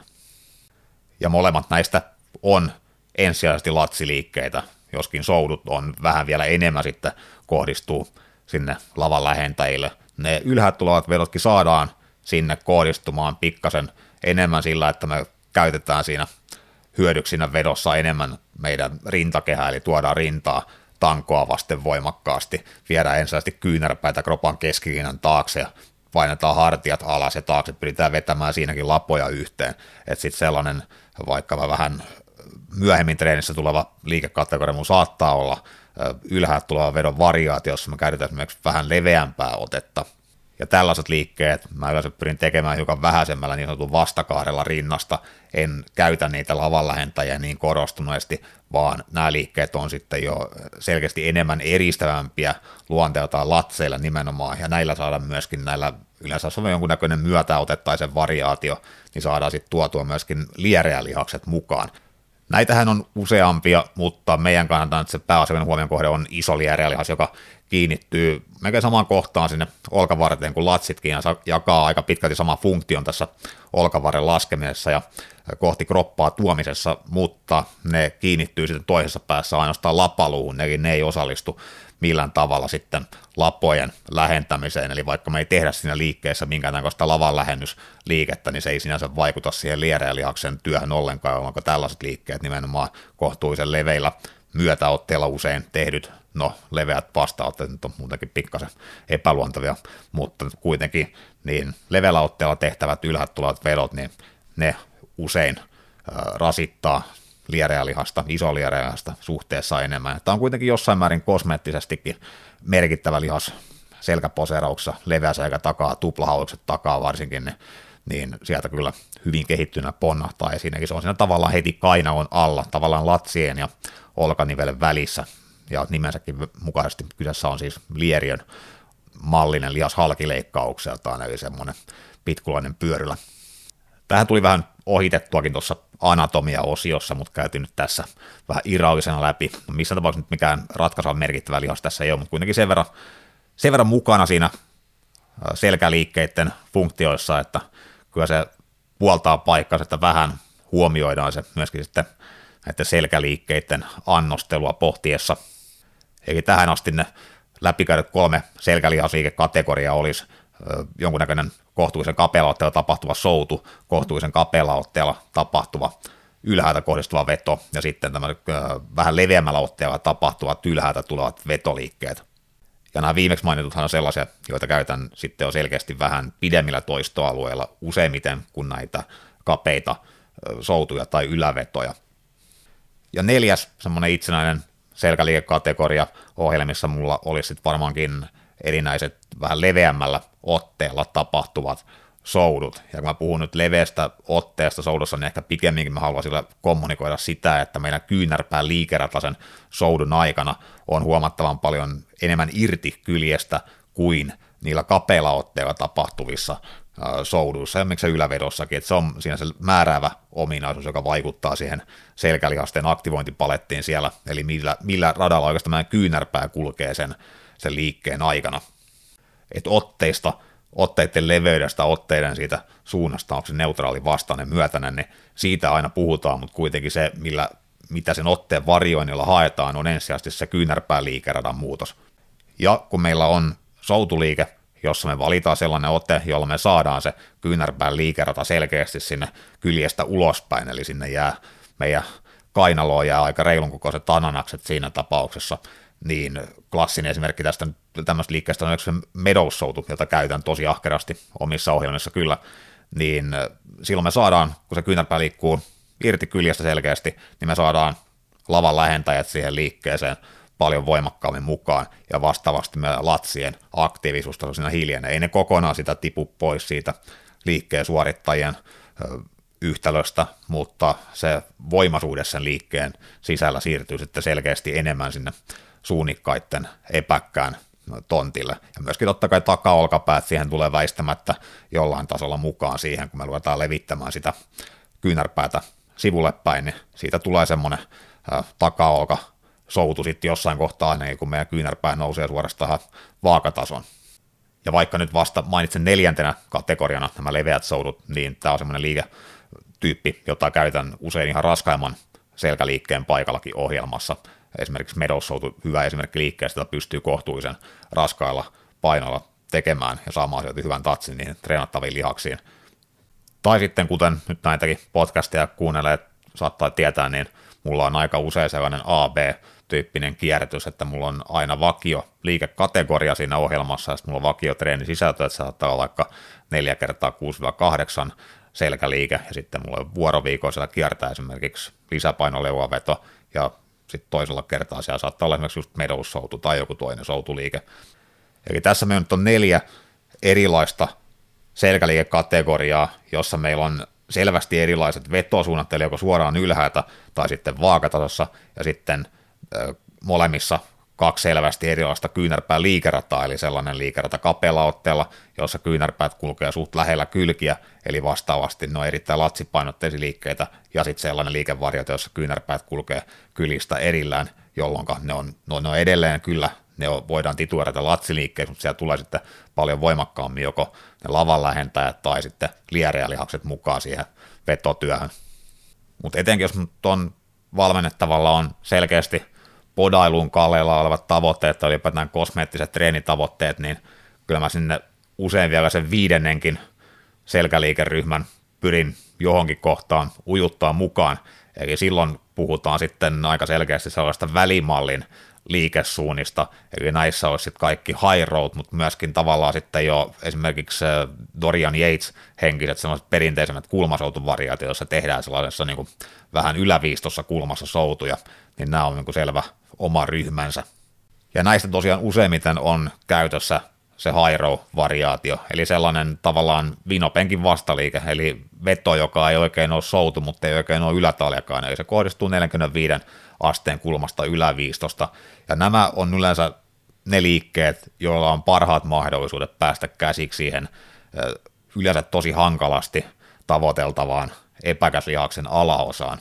Ja molemmat näistä on ensisijaisesti latsiliikkeitä, joskin soudut on vähän vielä enemmän sitten kohdistuu sinne lavan lähentäjille. Ne ylhäältä tulevat vedotkin saadaan sinne kohdistumaan pikkasen enemmän sillä, että me käytetään siinä hyödyksi siinä vedossa enemmän meidän rintakehää, eli tuodaan rintaa tankoa vasten voimakkaasti, viedään ensisijaisesti kyynärpäitä kropan keskilinjan taakse ja painetaan hartiat alas ja taakse, pyritään vetämään siinäkin lapoja yhteen, että sitten sellainen vaikka vähän myöhemmin treenissä tuleva liikekategoria mun saattaa olla ylhäältä tuleva vedon variaatio, jossa me käytetään esimerkiksi vähän leveämpää otetta. Ja tällaiset liikkeet mä yleensä pyrin tekemään hiukan vähäisemmällä niin sanotun vastakaarella rinnasta. En käytä niitä lavan lähentäjiä niin korostuneesti, vaan nämä liikkeet on sitten jo selkeästi enemmän eristävämpiä luonteeltaan latseilla nimenomaan. Ja näillä saadaan myöskin näillä, yleensä jos on jonkunnäköinen myötäote tai sen variaatio, niin saadaan sitten tuotua myöskin liereä lihakset mukaan. Näitähän on useampia, mutta meidän kannalta se pääasiallinen huomion kohde on iso liereälihas, joka kiinnittyy melkein samaan kohtaan sinne olkavarteen kuin latsitkin ja jakaa aika pitkälti sama funktion tässä olkavarren laskemisessa ja kohti kroppaa tuomisessa, mutta ne kiinnittyy sitten toisessa päässä ainoastaan lapaluuhun, eli ne ei osallistu millään tavalla sitten lapojen lähentämiseen, eli vaikka me ei tehdä siinä liikkeessä minkäännäköistä lavan lähennysliikettä, niin se ei sinänsä vaikuta siihen liereälihaksen työhön ollenkaan, jolloin tällaiset liikkeet nimenomaan kohtuullisen leveillä myötäotteella usein tehdyt, no leveät vastaotteet nyt on muutenkin pikkasen epäluontavia, mutta kuitenkin niin leveällä otteella tehtävät ylhäältä tulevat vedot, niin ne usein äh, rasittaa liereälihasta, isoliereälihasta suhteessa enemmän. Tämä on kuitenkin jossain määrin kosmeettisestikin merkittävä lihas selkäposeerauksessa, leveä selkä takaa, tuplahaukset takaa varsinkin, niin, niin sieltä kyllä hyvin kehittynä ponnahtaa, ja siinäkin se on siinä tavallaan heti kainaon alla, tavallaan latsien ja olkanivelen välissä, ja nimensäkin mukaisesti kyseessä on siis lieriön mallinen lihas halkileikkaukseltaan, eli semmoinen pitkulainen pyörylä. Tähän tuli vähän ohitettuakin tuossa anatomia-osiossa, mutta käytiin nyt tässä vähän irrallisena läpi. Missä tapauksessa nyt mikään ratkaisevan merkittävä lihas tässä ei ole, mutta kuitenkin sen verran, sen verran mukana siinä selkäliikkeiden funktioissa, että kyllä se puoltaa paikkansa, että vähän huomioidaan se myöskin sitten näiden selkäliikkeiden annostelua pohtiessa. Eli tähän asti ne läpikäydyt kolme selkälihasliikekategoriaa olisi jonkunnäköinen kohtuullisen kapealla otteella tapahtuva soutu, kohtuullisen kapealla otteella tapahtuva ylhäältä kohdistuva veto ja sitten tämä vähän leveämmällä otteella tapahtuvat ylhäältä tulevat vetoliikkeet. Ja nämä viimeksi mainituthan on sellaisia, joita käytän sitten jo selkeästi vähän pidemmillä toistoalueilla useimmiten kuin näitä kapeita soutuja tai ylävetoja. Ja neljäs semmoinen itsenäinen selkäliikekategoria ohjelmissa mulla olisi sitten varmaankin erinäiset vähän leveämmällä otteella tapahtuvat soudut. Ja kun mä puhun nyt leveästä otteesta soudussa, niin ehkä pikemminkin mä haluan sillä kommunikoida sitä, että meidän kyynärpään liikeratasen soudun aikana on huomattavan paljon enemmän irti kyljestä kuin niillä kapeilla otteilla tapahtuvissa souduissa ja miksei ylävedossakin, että se on siinä se määräävä ominaisuus, joka vaikuttaa siihen selkälihasten aktivointipalettiin siellä, eli millä, millä radalla oikeastaan meidän kyynärpää kulkee sen, sen liikkeen aikana. Että otteista, otteiden leveydestä, otteiden siitä suunnasta, onko se neutraali vastainen myötäinen, niin siitä aina puhutaan, mutta kuitenkin se, millä, mitä sen otteen varioinnilla haetaan, on ensisijaisesti se kyynärpään liikeradan muutos. Ja kun meillä on soutuliike, jossa me valitaan sellainen ote, jolla me saadaan se kyynärpään liikerata selkeästi sinne kyljestä ulospäin, eli sinne jää meidän kainaloon jää aika reilun kokoiset ananakset siinä tapauksessa, niin klassinen esimerkki tästä tämmöistä liikkeestä on yksi Meadows-soutu, jota käytän tosi ahkerasti omissa ohjelmissa kyllä, niin silloin me saadaan, kun se kyynärpää liikkuu irti kyljestä selkeästi, niin me saadaan lavan lähentäjät siihen liikkeeseen paljon voimakkaammin mukaan, ja vastaavasti meidän latsien aktiivisuustaso siinä hiljenee. Ei ne kokonaan sitä tipu pois siitä liikkeen suorittajien yhtälöstä, mutta se voimaisuudessa sen liikkeen sisällä siirtyy sitten selkeästi enemmän sinne suunikkaiden epäkkään tontille. Ja myöskin totta kai takaolkapäät siihen tulee väistämättä jollain tasolla mukaan siihen, kun me ruvetaan levittämään sitä kyynärpäätä sivulle päin, niin siitä tulee semmoinen takaolka soutu sitten jossain kohtaa aina, kun meidän kyynärpää nousee suorastaan vaakatason. Ja vaikka nyt vasta mainitsen neljäntenä kategoriana nämä leveät soudut, niin tämä on semmoinen liiketyyppi, jota käytän usein ihan raskaimman selkäliikkeen paikallakin ohjelmassa. Esimerkiksi Meadows-soutu, hyvä esimerkki liikkeestä, jota pystyy kohtuullisen raskailla painoilla tekemään ja saamaan sieltä hyvän tatsin niihin treenattaviin lihaksiin. Tai sitten, kuten nyt näitäkin podcasteja kuunnelee, saattaa tietää, niin mulla on aika usein sellainen A B-tyyppinen kierrätys, että mulla on aina vakio liikekategoria siinä ohjelmassa, ja sitten mulla on vakio treeni sisältö, että se saattaa olla vaikka neljä kertaa kuusi kahdeksan selkäliike, ja sitten mulla on vuoroviikoisella kiertää esimerkiksi lisäpainoleuaveto, ja sitten toisella kertaa siellä saattaa olla esimerkiksi just Meadows-soutu tai joku toinen soutuliike. Eli tässä meillä nyt on neljä erilaista selkäliikekategoriaa, jossa meillä on selvästi erilaiset vetosuunnat, eli joko suoraan ylhäältä tai sitten vaakatasossa, ja sitten ö, molemmissa kaksi selvästi erilaista kyynärpää liikerataa, eli sellainen liikerata kapealla otteella, jossa kyynärpäät kulkee suht lähellä kylkiä, eli vastaavasti ne on erittäin latsipainotteisia liikkeitä, ja sitten sellainen liikevarioita, jossa kyynärpäät kulkee kylistä erillään, jolloin ne on, no, ne on edelleen kyllä, ne on, voidaan tituerata latsiliikkeeksi, mutta siellä tulee sitten paljon voimakkaammin joko ne lavan lähentäjät tai sitten liereälihakset mukaan siihen vetotyöhön. Mutta etenkin jos tuon valmennettavalla on selkeästi podailuun kalleilla olevat tavoitteet tai ylipäätään kosmeettiset treenitavoitteet, niin kyllä mä sinne usein vielä sen viidennenkin selkäliikeryhmän pyrin johonkin kohtaan ujuttaa mukaan. Eli silloin puhutaan sitten aika selkeästi sellaista välimallin liikesuunnista, eli näissä olisi sitten kaikki high road, mutta myöskin tavallaan sitten jo esimerkiksi Dorian Yates henkiset sellaiset perinteisemmät kulmasoutuvariaatiot, joissa tehdään sellaisessa niin kuin vähän yläviistossa kulmassa soutuja, niin nämä on niin kuin selvä oma ryhmänsä. Ja näistä tosiaan useimmiten on käytössä se high row-variaatio, eli sellainen tavallaan vinopenkin vastaliike, eli veto, joka ei oikein ole soutu, mutta ei oikein ole ylätaljakaan, eli se kohdistuu neljänkymmenenviiden asteen kulmasta yläviistosta, ja nämä on yleensä ne liikkeet, joilla on parhaat mahdollisuudet päästä käsiksi siihen yleensä tosi hankalasti tavoiteltavaan epäkäslihaksen alaosaan.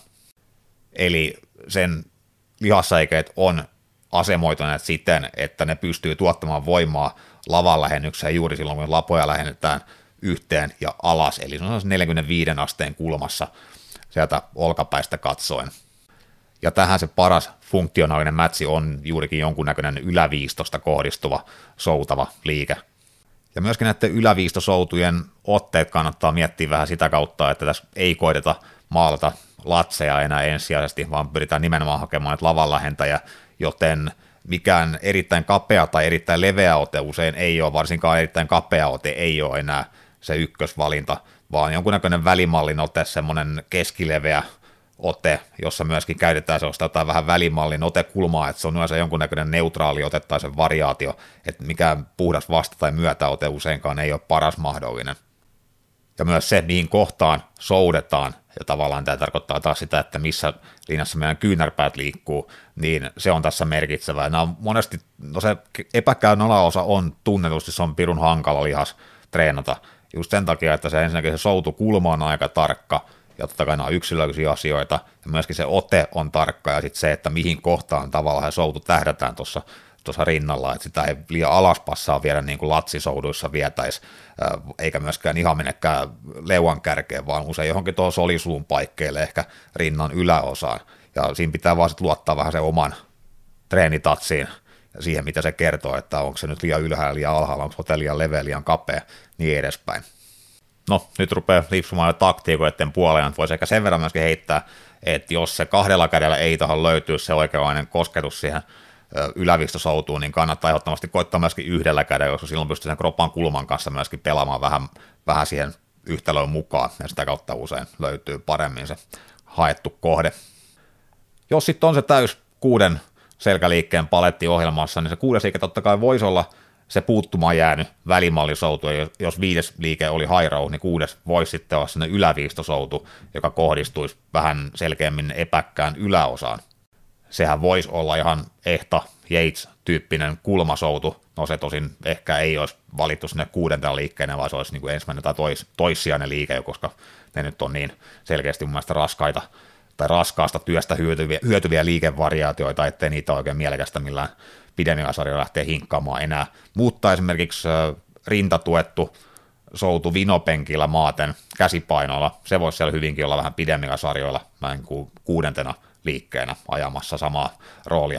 Eli sen lihassäikeet on asemoituneet siten, että ne pystyy tuottamaan voimaa lavan lähennykseen juuri silloin, kun lapoja lähennetään yhteen ja alas, eli se on neljänkymmenenviiden asteen kulmassa sieltä olkapäistä katsoen. Ja tähän se paras funktionaalinen mätsi on juurikin jonkunnäköinen yläviistosta kohdistuva soutava liike. Ja myöskin näiden yläviistosoutujen otteet kannattaa miettiä vähän sitä kautta, että tässä ei koiteta maalata latseja enää ensisijaisesti, vaan pyritään nimenomaan hakemaan nyt lavan lähentäjä, joten mikään erittäin kapea tai erittäin leveä ote usein ei ole, varsinkaan erittäin kapea ote ei ole enää se ykkösvalinta, vaan jonkunnäköinen välimallin ote, semmoinen keskileveä ote, jossa myöskin käytetään sellaista jotain vähän välimallin otekulmaa, että se on yleensä jonkunnäköinen neutraali ote tai se variaatio, että mikään puhdas vasta- tai myötäote useinkaan ei ole paras mahdollinen. Ja myös se, mihin kohtaan soudetaan, ja tavallaan tämä tarkoittaa taas sitä, että missä linjassa meidän kyynärpäät liikkuu, niin se on tässä merkitsevää. Nämä on monesti, no se epäkäyn alaosa on tunnetusti, se on pirun hankala lihas treenata, just sen takia, että se ensinnäkin se soutukulma on aika tarkka, ja totta kai nämä on yksilöllisiä asioita, ja myöskin se ote on tarkka, ja sitten se, että mihin kohtaan tavallaan se soutu tähdätään tuossa tuossa rinnalla, että sitä ei liian alaspassaa viedä niin kuin latsisouduissa vietäisi, eikä myöskään ihan menekään leuan kärkeen, vaan usein johonkin tuohon solisuun paikkeille, ehkä rinnan yläosaan, ja siinä pitää vaan sitten luottaa vähän sen oman treenitatsiin, ja siihen, mitä se kertoo, että onko se nyt liian ylhäällä, liian alhaalla, onko se liian leveä, liian kapea, niin edespäin. No, nyt rupeaa lipsumaan jo taktiikoiden puoleen, voisi ehkä sen verran myöskin heittää, että jos se kahdella kädellä ei tahdo löytyä se oikeanlainen kosketus siihen ylävistosoutuun, niin kannattaa ehdottomasti koittaa myöskin yhdellä kädellä, koska silloin pystyy sen kropan kulman kanssa myöskin pelaamaan vähän, vähän siihen yhtälöön mukaan, ja sitä kautta usein löytyy paremmin se haettu kohde. Jos sitten on se täys kuuden selkäliikkeen paletti ohjelmassa, niin se kuudes liike totta kai voisi olla se puuttumaan jäänyt välimallisoutu, ja jos viides liike oli high row, niin kuudes voisi sitten olla sellainen yläviistosoutu, joka kohdistuisi vähän selkeämmin epäkkään yläosaan. Sehän voisi olla ihan ehta Yates-tyyppinen kulmasoutu, no se tosin ehkä ei olisi valittu sinne kuudentena liikkeenä, vaan se olisi niin kuin ensimmäinen tai tois, toissijainen liike, koska ne nyt on niin selkeästi mun mielestä raskaita tai raskaasta työstä hyötyviä, hyötyviä liikevariaatioita, ettei niitä oikein mielekästä millään pidemmillä sarjoilla lähtee hinkkaamaan enää. Mutta esimerkiksi rintatuettu soutu vinopenkillä maaten käsipainoilla, se voisi siellä hyvinkin olla vähän pidemmillä sarjoilla, vähän kuin kuudentena liikkeenä ajamassa samaa roolia.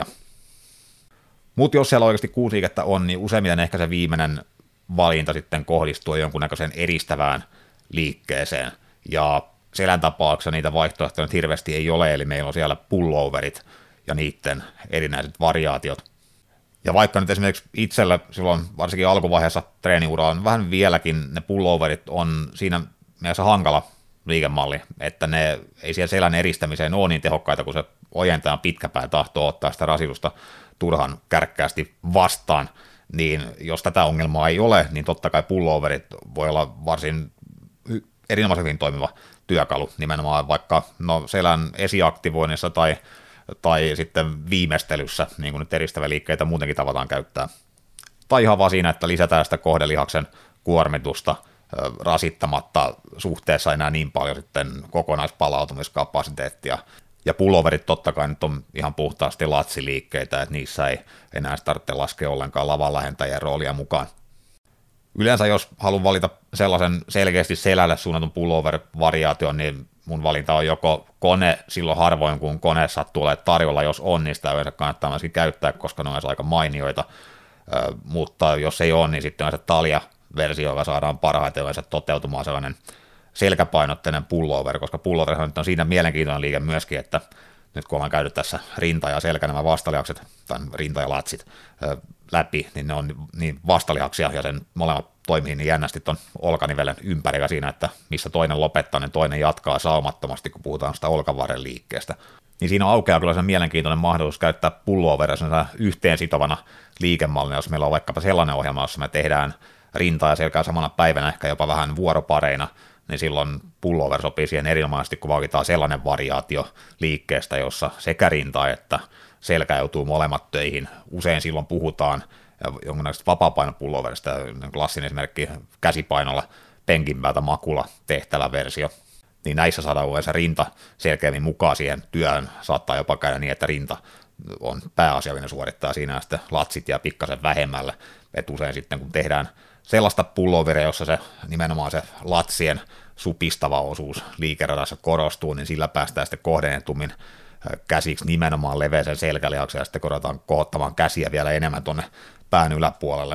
Mutta jos siellä oikeasti kuusi liikettä on, niin useimmiten ehkä se viimeinen valinta sitten kohdistuu jonkunnäköiseen edistävään liikkeeseen, ja selän tapauksessa niitä vaihtoehtoja nyt hirveästi ei ole, eli meillä on siellä pulloverit ja niiden erinäiset variaatiot. Ja vaikka nyt esimerkiksi itsellä silloin varsinkin alkuvaiheessa treeniuraa on vähän vieläkin, ne pulloverit on siinä mielessä hankala liikemalli, että ne ei siellä selän eristämiseen ole niin tehokkaita, kun se ojentajan pitkäpää tahtoo ottaa sitä rasitusta turhan kärkkäästi vastaan, niin jos tätä ongelmaa ei ole, niin totta kai pulloverit voi olla varsin erinomaisen hyvin toimiva työkalu, nimenomaan vaikka no, selän esiaktivoinnissa tai, tai sitten viimeistelyssä, niin kuin nyt eristäviä liikkeitä muutenkin tavataan käyttää. Tai ihan vaan siinä, että lisätään sitä kohdelihaksen kuormitusta rasittamatta suhteessa enää niin paljon sitten kokonaispalautumiskapasiteettia. Ja pulloverit totta kai nyt on ihan puhtaasti latsiliikkeitä, että niissä ei enää tarvitse laskea ollenkaan lavan lähentäjän roolia mukaan. Yleensä jos haluan valita sellaisen selkeästi selälle suunnatun pullover-variaation, niin mun valinta on joko kone silloin harvoin, kun kone sattuu olemaan tarjolla, jos on, niin sitä yleensä kannattaa myöskin käyttää, koska ne on aika mainioita, Ö, mutta jos ei ole, niin sitten on se talja-versio, joka saadaan parhaiten yleensä toteutumaan sellainen selkäpainotteinen pullover, koska pullover on siinä mielenkiintoinen liike myöskin, että nyt kun ollaan käynyt tässä rinta ja selkä nämä vastalihakset, tai rinta ja latsit ö, läpi, niin ne on niin vastalihaksia, ja sen molemmat toimii niin jännästi tuon olkanivelen ympärillä siinä, että missä toinen lopettaa, niin toinen jatkaa saumattomasti, kun puhutaan sitä olkavarren liikkeestä. Niin siinä aukeaa kyllä se mielenkiintoinen mahdollisuus käyttää pulloveria yhteen sitovana liikemallina, jos meillä on vaikkapa sellainen ohjelma, jossa me tehdään rintaa ja selkää samana päivänä, ehkä jopa vähän vuoropareina, niin silloin pullover sopii siihen erinomaisesti, kun valitaan sellainen variaatio liikkeestä, jossa sekä rinta että selkä joutuu molemmat töihin. Usein silloin puhutaan jonkunlaisesta vapaapainopulloverista, klassinen esimerkki käsipainolla penkin päältä makula tehtävä versio. Niin näissä saadaan yleensä rinta selkeämmin mukaan siihen työhön. Saattaa jopa käydä niin, että rinta on pääasiallinen suorittaja siinä ja sitten latsit jää pikkasen vähemmälle. Et usein sitten kun tehdään sellaista pulloveria, jossa se nimenomaan se latsien supistava osuus liikeradassa korostuu, niin sillä päästään sitten kohdennetummin käsiksi nimenomaan leveäsen selkälihakseen ja sitten koetaan kohottamaan käsiä vielä enemmän tuonne pään yläpuolelle.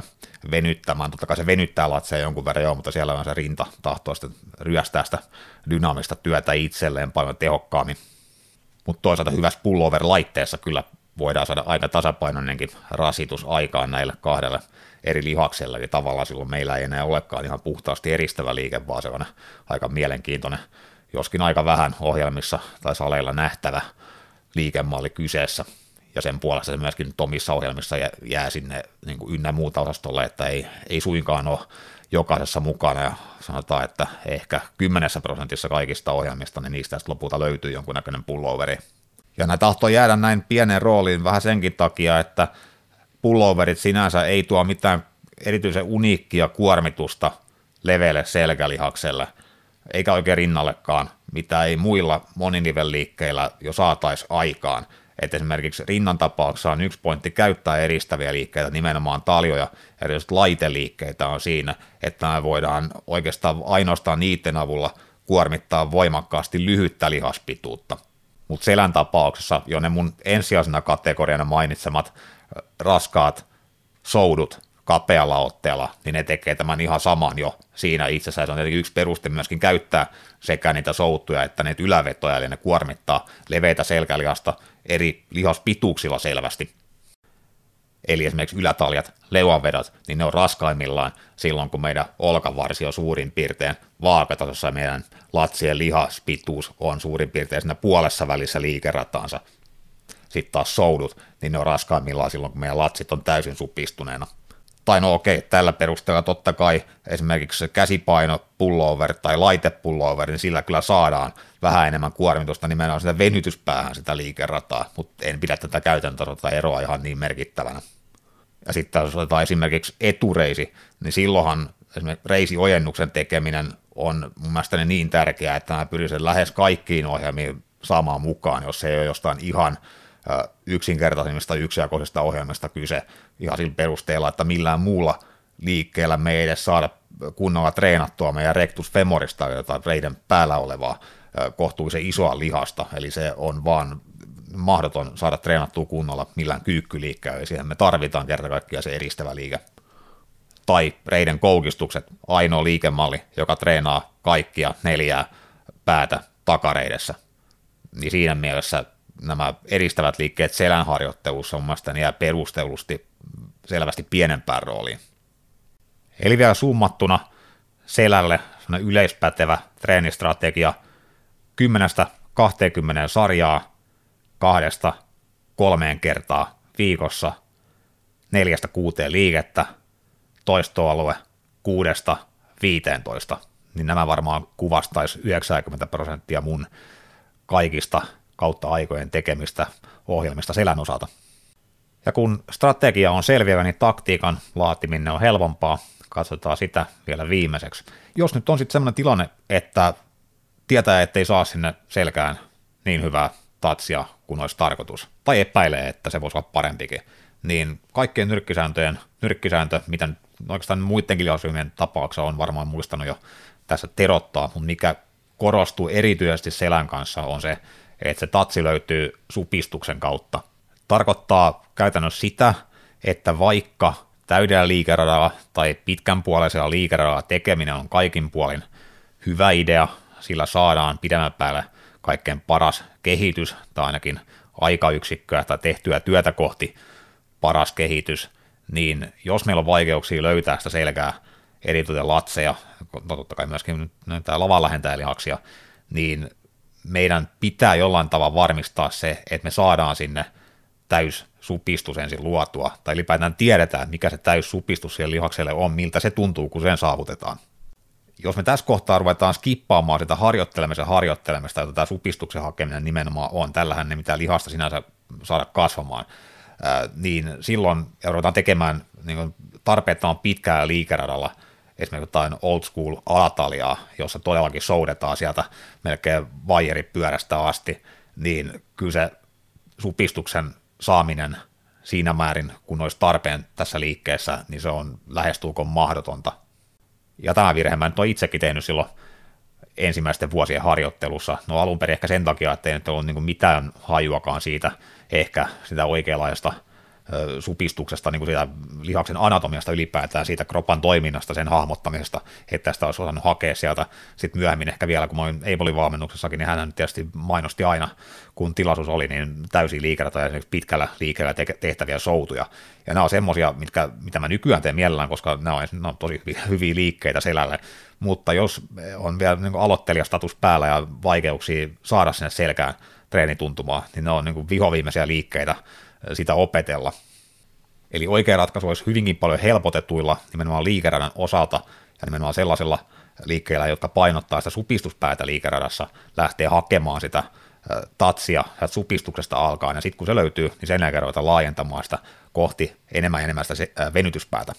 venyttämään. Totta kai se venyttää latseja jonkun verran joo, mutta siellä on se rinta tahtoo sitten ryöstää sitä dynaamista työtä itselleen paljon tehokkaammin. Mutta toisaalta hyvässä pullover-laitteessa kyllä voidaan saada aika tasapainoinenkin rasitus aikaan näille kahdelle eri lihakselle, eli tavallaan silloin meillä ei enää olekaan ihan puhtaasti eristävä liike, vaan se on aika mielenkiintoinen, joskin aika vähän ohjelmissa tai saleilla nähtävä liikemalli kyseessä, ja sen puolesta se myöskin omissa ohjelmissa jää sinne niin kuin ynnä muuta osastolle, että ei, ei suinkaan ole jokaisessa mukana, ja sanotaan, että ehkä kymmenessä prosentissa kaikista ohjelmista, niin niistä lopulta löytyy jonkunnäköinen pulloveri. Ja nämä tahtoo jäädä näin pienen rooliin vähän senkin takia, että pulloverit sinänsä ei tuo mitään erityisen uniikkia kuormitusta leveälle selkälihakselle, eikä oikein rinnallekaan, mitä ei muilla moninivelliikkeillä jo saataisi aikaan. Että esimerkiksi rinnan tapauksessa on yksi pointti käyttää eristäviä liikkeitä, nimenomaan taljoja, erityisesti laiteliikkeitä on siinä, että me voidaan oikeastaan ainoastaan niiden avulla kuormittaa voimakkaasti lyhyttä lihaspituutta. Mutta selän tapauksessa jo ne mun ensisijaisena kategoriana mainitsemat raskaat soudut kapealla otteella, niin ne tekee tämän ihan saman jo siinä itsessään. Se on tietenkin yksi peruste myöskin käyttää sekä niitä souttuja että niitä ylävetoja, eli ne kuormittaa leveitä selkälihasta eri lihaspituuksilla selvästi. Eli esimerkiksi ylätaljat, leuanvedot, niin ne on raskaimmillaan silloin, kun meidän olkavarsi on suurin piirtein vaakatasossa ja meidän latsien lihaspituus on suurin piirtein siinä puolessa välissä liikerataansa. Sitten taas soudut, niin ne on raskaimmillaan silloin, kun meidän latsit on täysin supistuneena. Tai no okei, tällä perusteella totta kai esimerkiksi käsipaino pullover tai laite pullover, niin sillä kyllä saadaan vähän enemmän kuormitusta nimenomaan sitä venytyspäähän sitä liikerataa, mutta en pidä tätä käytäntöä tai eroa ihan niin merkittävänä. Ja sitten jos otetaan esimerkiksi etureisi, niin silloinhan esimerkiksi reisiojennuksen tekeminen on mun mielestä niin tärkeää, että mä pyrin sen lähes kaikkiin ohjelmiin saamaan mukaan, jos ei ole jostain ihan yksinkertaisimmista yksijakoisista ohjelmista kyse ihan sillä perusteella, että millään muulla liikkeellä me ei edes saada kunnolla treenattua meidän rectus femorista, jotain reiden päällä olevaa kohtuullisen isoa lihasta, eli se on vaan mahdoton saada treenattua kunnolla millään kyykkyliikkeellä, ja siihen me tarvitaan kerta kaikkiaan se eristävä liike. Tai reiden koukistukset, ainoa liikemalli, joka treenaa kaikkia neljää päätä takareidessä, niin siinä mielessä nämä eristävät liikkeet selänharjoittelussa mun mielestä jää perustellusti selvästi pienempään rooliin. Eli vielä summattuna selälle yleispätevä treenistrategia kymmenestä kaksikymmentä sarjaa kahdesta kolmeen kertaa viikossa, neljästä kuuteen liikettä, toistoalue kuudesta viiteentoista, niin nämä varmaan kuvastaisi yhdeksänkymmentä prosenttia mun kaikista kautta aikojen tekemistä ohjelmista selän osalta. Ja kun strategia on selviävä, niin taktiikan laatiminen on helpompaa. Katsotaan sitä vielä viimeiseksi. Jos nyt on sitten sellainen tilanne, että tietää, ettei saa sinne selkään niin hyvää tatsia kuin olisi tarkoitus, tai epäilee, että se voisi olla parempikin, niin kaikkien nyrkkisääntöjen, nyrkkisääntö, mitä oikeastaan muidenkin lihasryhmien tapauksessa on varmaan muistanut jo tässä terottaa, mutta mikä korostuu erityisesti selän kanssa on se, että se tatsi löytyy supistuksen kautta. Tarkoittaa käytännössä sitä, että vaikka täydellä liikeradalla tai pitkänpuoleisella liikeradalla tekeminen on kaikin puolin hyvä idea, sillä saadaan pidemmän päälle kaikkein paras kehitys tai ainakin aikayksikköä tai tehtyä työtä kohti paras kehitys, niin jos meillä on vaikeuksia löytää sitä selkää, erityisesti latseja, totta kai myöskin näitä lavan lähentäjälihaksia, niin meidän pitää jollain tavalla varmistaa se, että me saadaan sinne täys supistus ensin luotua, tai ylipäätään tiedetään, mikä se täys supistus siellä lihakselle on, miltä se tuntuu, kun sen saavutetaan. Jos me tässä kohtaa ruvetaan skippaamaan sitä harjoittelemisen harjoittelemista, jota tämä supistuksen hakeminen nimenomaan on, tällähän ne mitään lihasta sinänsä saada kasvamaan, ää, niin silloin ruvetaan tekemään niin tarpeettoman pitkää liikeradalla, esimerkiksi jotain old school alataljaa, jossa todellakin soudetaan sieltä melkein vaijeripyörästä asti, niin kyllä se supistuksen saaminen siinä määrin, kun olisi tarpeen tässä liikkeessä, niin se on lähestulkoon mahdotonta. Ja tämä virhe mä nyt olen itsekin tehnyt silloin ensimmäisten vuosien harjoittelussa. No alun perin ehkä sen takia, että ei nyt ollut niin mitään hajuakaan siitä, ehkä sitä oikeanlaista supistuksesta, niin kuin siitä lihaksen anatomiasta ylipäätään, siitä kropan toiminnasta, sen hahmottamisesta, että sitä olisi osannut hakea sieltä. Sitten myöhemmin ehkä vielä, kun mä olin Eibolin valmennuksessakin, niin hän tietysti mainosti aina, kun tilaisuus oli, niin täysiä liikerata ja pitkällä liikkeellä tehtäviä soutuja. Ja nämä on semmoisia, mitkä, mitä mä nykyään teen mielellään, koska nämä on, nämä on tosi hyviä liikkeitä selälle. Mutta jos on vielä niin kuin aloittelijastatus päällä ja vaikeuksia saada sinne selkään treenituntumaa, niin ne on niin kuin vihoviimeisiä liikkeitä sitä opetella. Eli oikea ratkaisu olisi hyvinkin paljon helpotetuilla nimenomaan liikeradan osalta ja nimenomaan sellaisilla liikkeillä, jotka painottaa sitä supistuspäätä liikeradassa, lähtee hakemaan sitä tatsia supistuksesta alkaen, ja sitten kun se löytyy, niin sen jälkeen ruvetaan laajentamaan sitä kohti enemmän ja enemmän sitä venytyspäätä.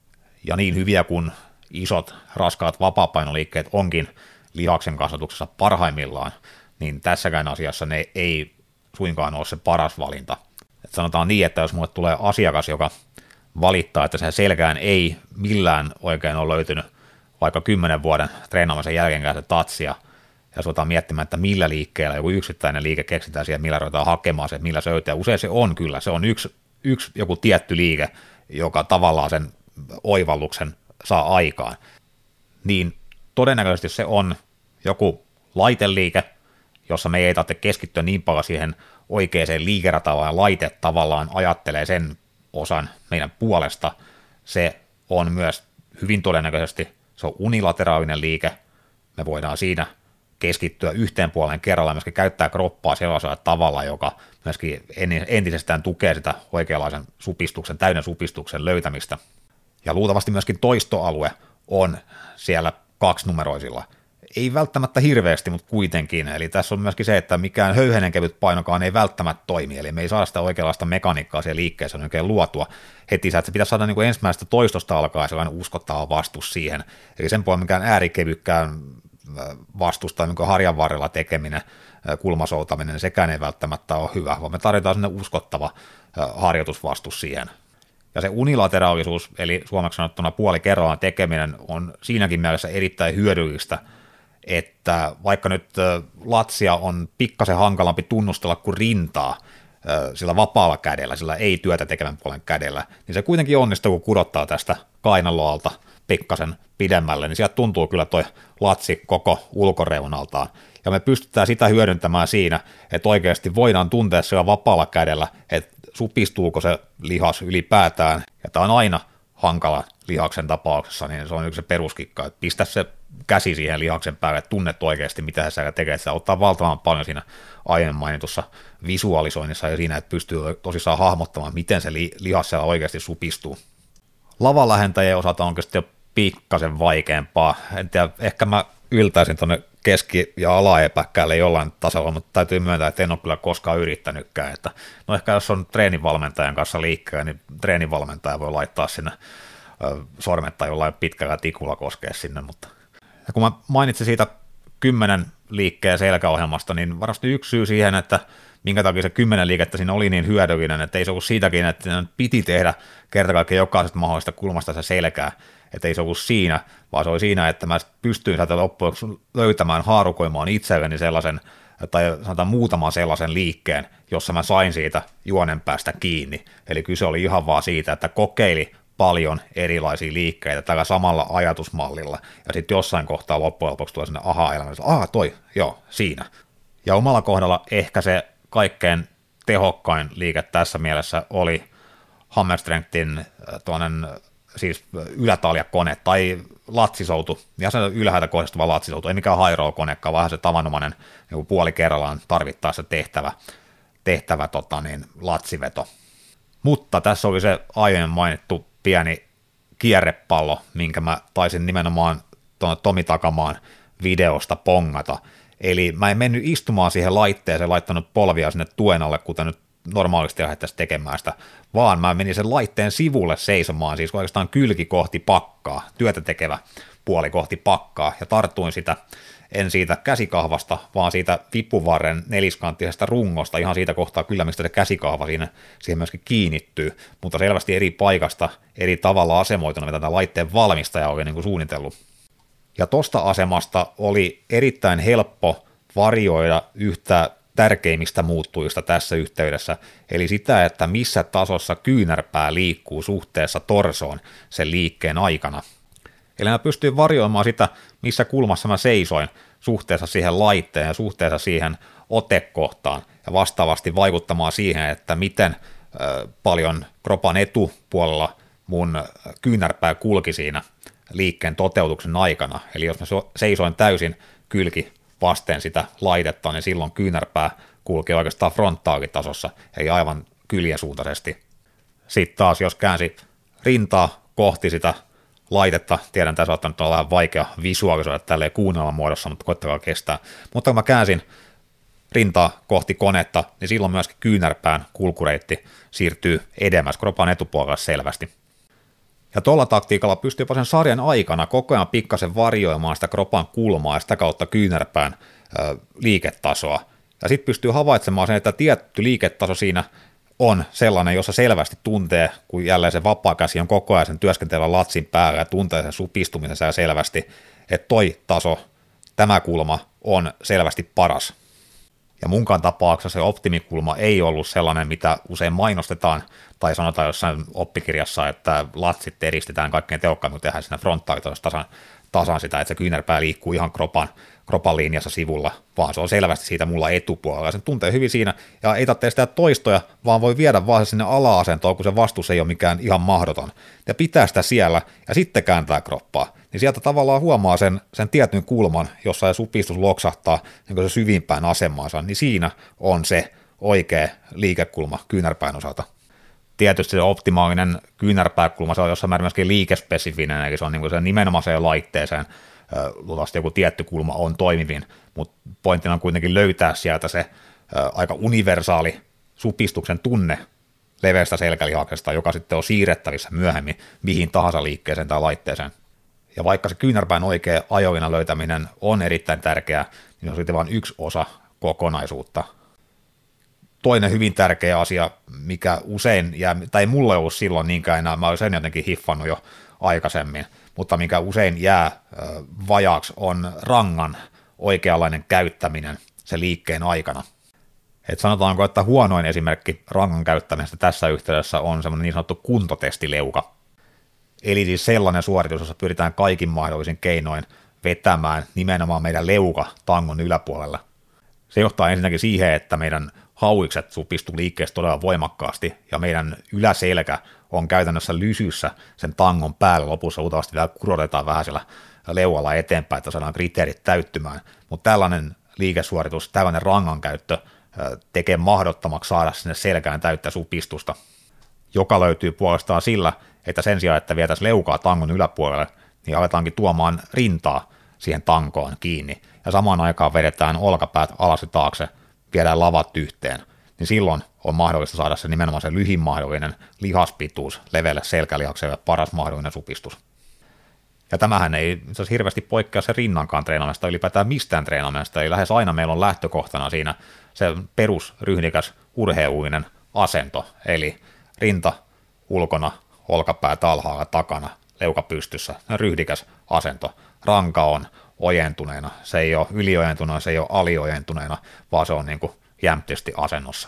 Ja niin hyviä kuin isot, raskaat vapaapainoliikkeet onkin lihaksen kasvatuksessa parhaimmillaan, niin tässäkään asiassa ne ei suinkaan ole se paras valinta. Et sanotaan niin, että jos mulle tulee asiakas, joka valittaa, että sen selkään ei millään oikein ole löytynyt vaikka kymmenen vuoden treenaamisen jälkeenkään se tatsia, ja ruvetaan miettimään, että millä liikkeellä joku yksittäinen liike keksitään siihen, millä ruvetaan hakemaan se, millä se löytää. Usein se on kyllä, se on yksi, yksi joku tietty liike, joka tavallaan sen oivalluksen saa aikaan. Niin todennäköisesti se on joku laiteliike, jossa me ei tarvitse keskittyä niin paljon siihen oikeaan liikerataan, vaan laite tavallaan ajattelee sen osan meidän puolesta. Se on myös hyvin todennäköisesti, se on unilateraalinen liike, me voidaan siinä keskittyä yhteen puoleen kerrallaan, myöskin käyttää kroppaa sellaisella tavalla, joka myöskin entisestään tukee sitä oikeanlaisen supistuksen, täyden supistuksen löytämistä. Ja luultavasti myöskin toistoalue on siellä kaksinumeroisilla. Ei välttämättä hirveästi, mutta kuitenkin. Eli tässä on myöskin se, että mikään höyhenen kevyt painokaan ei välttämättä toimi. Eli me ei saa sitä oikeanlaista mekaniikkaa siellä liikkeessä oikein luotua heti. Että se pitäisi saada niin kuin ensimmäisestä toistosta alkaa sellainen uskottava vastus siihen. Eli sen puolella mikään äärikevykkään vastus tai niin harjan varrella tekeminen, kulmasoutaminen, niin sekään ei välttämättä ole hyvä, vaan me tarvitaan sinne uskottava harjoitusvastus siihen. Ja se unilateraalisuus, eli suomeksi sanottuna puoli kerrallaan tekeminen, on siinäkin mielessä erittäin hyödyllistä, että vaikka nyt latsia on pikkasen hankalampi tunnustella kuin rintaa sillä vapaalla kädellä, sillä ei työtä tekevän puolen kädellä, niin se kuitenkin onnistuu, kun kudottaa tästä kainaloalta pikkasen pidemmälle, niin sieltä tuntuu kyllä toi latsi koko ulkoreunaltaan. Ja me pystytään sitä hyödyntämään siinä, että oikeasti voidaan tuntea sillä vapaalla kädellä, että supistuuko se lihas ylipäätään. Ja tämä on aina hankala lihaksen tapauksessa, niin se on yksi se peruskikka, että pistä se käsi siihen lihaksen päälle, että tunnet oikeasti, mitä se tekee, että se ottaa valtavan paljon siinä aiemmin mainitussa visualisoinnissa ja siinä, että pystyy tosissaan hahmottamaan, miten se lihas siellä oikeasti supistuu. Lavalähentäjien osalta on jo pikkasen vaikeampaa. En tiedä, ehkä mä yltäisin tuonne keski- ja alaepäkkäälle jollain tasolla, mutta täytyy myöntää, että en ole kyllä koskaan yrittänytkään. Että, no ehkä jos on treenivalmentajan kanssa liikkeellä, niin treenivalmentaja voi laittaa sinne ö, sormet tai jollain pitkällä tikulla koskea sinne. Mutta. Ja kun mä mainitsin siitä kymmenen liikkeen selkäohjelmasta, niin varmasti yksi syy siihen, että minkä takia se kymmenen liikettä siinä oli niin hyödyllinen, että ei se ollut siitäkin, että piti tehdä kerta kaikkiaan jokaisesta mahdollisesta kulmasta se selkää, että ei se ollut siinä, vaan se oli siinä, että mä pystyin sieltä loppujen löytämään, haarukoimaan itselleni sellaisen, tai sanotaan muutaman sellaisen liikkeen, jossa mä sain siitä juonen päästä kiinni. Eli kyse oli ihan vaan siitä, että kokeili paljon erilaisia liikkeitä tällä samalla ajatusmallilla, ja sitten jossain kohtaa loppujen lopuksi tulee sinne aha-elämä, että aha, toi, joo, siinä. Ja omalla kohdalla ehkä se kaikkein tehokkain liike tässä mielessä oli Hammer Strengthin tuollainen siis ylätaljakone tai latsisoutu, ja se ylhäältä kohdistuva latsisoutu, ei mikään high roll konekaan, vaan se tavanomainen niin puoli kerrallaan tarvittaessa tehtävä, tehtävä tota niin, latsiveto. Mutta tässä oli se aiemmin mainittu pieni kierrepallo, minkä mä taisin nimenomaan tuonne Tomi Takamaan videosta pongata. Eli mä en mennyt istumaan siihen laitteeseen, laittanut polvia sinne tuen alle, kuten nyt normaalisti lähdettäisiin tekemään sitä, vaan mä menin sen laitteen sivulle seisomaan, siis oikeastaan kylki kohti pakkaa, työtä tekevä puoli kohti pakkaa, ja tartuin sitä, en siitä käsikahvasta, vaan siitä vipuvarren neliskanttisesta rungosta, ihan siitä kohtaa kyllä, mistä se käsikahva siinä, siihen myöskin kiinnittyy, mutta selvästi eri paikasta, eri tavalla asemoituna, mitä tämä laitteen valmistaja oli niin kuin suunnitellut. Ja tosta asemasta oli erittäin helppo varioida yhtä tärkeimmistä muuttujista tässä yhteydessä, eli sitä, että missä tasossa kyynärpää liikkuu suhteessa torsoon sen liikkeen aikana. Eli mä pystyin varjoimaan sitä, missä kulmassa mä seisoin suhteessa siihen laitteen ja suhteessa siihen otekohtaan, ja vastaavasti vaikuttamaan siihen, että miten ö, paljon kropan etupuolella mun kyynärpää kulki siinä liikkeen toteutuksen aikana. Eli jos mä seisoin täysin kylki vasten sitä laitetta, niin silloin kyynärpää kulkee oikeastaan frontaalitasossa, eli aivan kyljensuuntaisesti. Sitten taas, jos käänsi rintaa kohti sitä laitetta, tiedän, tässä saattaa nyt olla vähän vaikea visualisoida tälleen kuunnella muodossa, mutta koittakaa kestää. Mutta kun mä käänsin rintaa kohti konetta, niin silloin myöskin kyynärpään kulkureitti siirtyy edemmäs kropan etupuolella selvästi. Ja tuolla taktiikalla pystyy sen sarjan aikana koko ajan pikkasen varjoimaan sitä kropan kulmaa ja sitä kautta kyynärpään ö, liiketasoa. Ja sitten pystyy havaitsemaan sen, että tietty liiketaso siinä on sellainen, jossa selvästi tuntee, kun jälleen se vapaa käsi on koko ajan sen työskentelevän latsin päällä ja tuntee sen supistumisensa selvästi, että toi taso, tämä kulma on selvästi paras. Ja munkaan tapauksessa se optimikulma ei ollut sellainen, mitä usein mainostetaan, tai sanotaan jossain oppikirjassa, että latsit eristetään kaikkein tehokkaimmin, kun tehdään siinä frontaalitasossa tasan, tasan sitä, että se kyynärpää liikkuu ihan kropan, kropan linjassa sivulla, vaan se on selvästi siitä mulla etupuolella, ja sen tuntee hyvin siinä, ja ei tarvitse sitä toistoja, vaan voi viedä vaan sinne ala-asentoon, kun se vastus ei ole mikään ihan mahdoton, ja pitää sitä siellä, ja sitten kääntää kroppaa, niin sieltä tavallaan huomaa sen, sen tietyn kulman, jossa se supistus loksahtaa niin se syvimpään asemaansa, niin siinä on se oikea liikekulma kyynärpään osalta. Tietysti se optimaalinen kyynärpääkulma, se on jossain määrin myöskin liikespesifinen, eli se on niin kuin se nimenomaiseen laitteeseen, luultavasti joku tietty kulma on toimivin, mutta pointtina on kuitenkin löytää sieltä se aika universaali supistuksen tunne leveästä selkälihaksesta, joka sitten on siirrettävissä myöhemmin mihin tahansa liikkeeseen tai laitteeseen. Ja vaikka se kyynärpään oikea ajoina löytäminen on erittäin tärkeää, niin se on sitten vain yksi osa kokonaisuutta. Toinen hyvin tärkeä asia, mikä usein jää, tai mulla ei ollut silloin niinkään enää, mä olen sen jotenkin hiffannut jo aikaisemmin, mutta mikä usein jää vajaaksi on rangan oikeanlainen käyttäminen sen liikkeen aikana. Et sanotaanko, että huonoin esimerkki rangan käyttämisestä tässä yhteydessä on semmoinen niin sanottu kuntotestileuka. Eli siis sellainen suoritus, jossa pyritään kaikin mahdollisin keinoin vetämään nimenomaan meidän leuka tangon yläpuolella. Se johtaa ensinnäkin siihen, että meidän hauikset supistuu liikkeestä todella voimakkaasti, ja meidän yläselkä on käytännössä lysyssä sen tangon päällä. Lopussa luultavasti vielä kurotetaan vähän siellä leualla eteenpäin, että saadaan kriteerit täyttymään. Mutta tällainen liikesuoritus, tällainen rangan käyttö tekee mahdottomaksi saada sinne selkään täyttä supistusta, joka löytyy puolestaan sillä, että sen sijaan, että vietäisiin leukaa tangon yläpuolelle, niin aletaankin tuomaan rintaa siihen tankoon kiinni, ja samaan aikaan vedetään olkapäät alas ja taakse, viedään lavat yhteen, niin silloin on mahdollista saada se nimenomaan se lyhin mahdollinen lihaspituus leveälle selkälihakselle paras mahdollinen supistus. Ja tämähän ei itse asiassa hirveästi poikkea se rinnankaan treenaamista, ylipäätään mistään treenaamista, eli lähes aina meillä on lähtökohtana siinä se perusryhdikäs urheilullinen asento, eli rinta ulkona, olkapäät alhaalla takana, leuka pystyssä, ryhdikäs asento. Ranka on ojentuneena, se ei ole yliojentuneena, se ei ole aliojentuneena, vaan se on niin kuin jämptisti asennossa.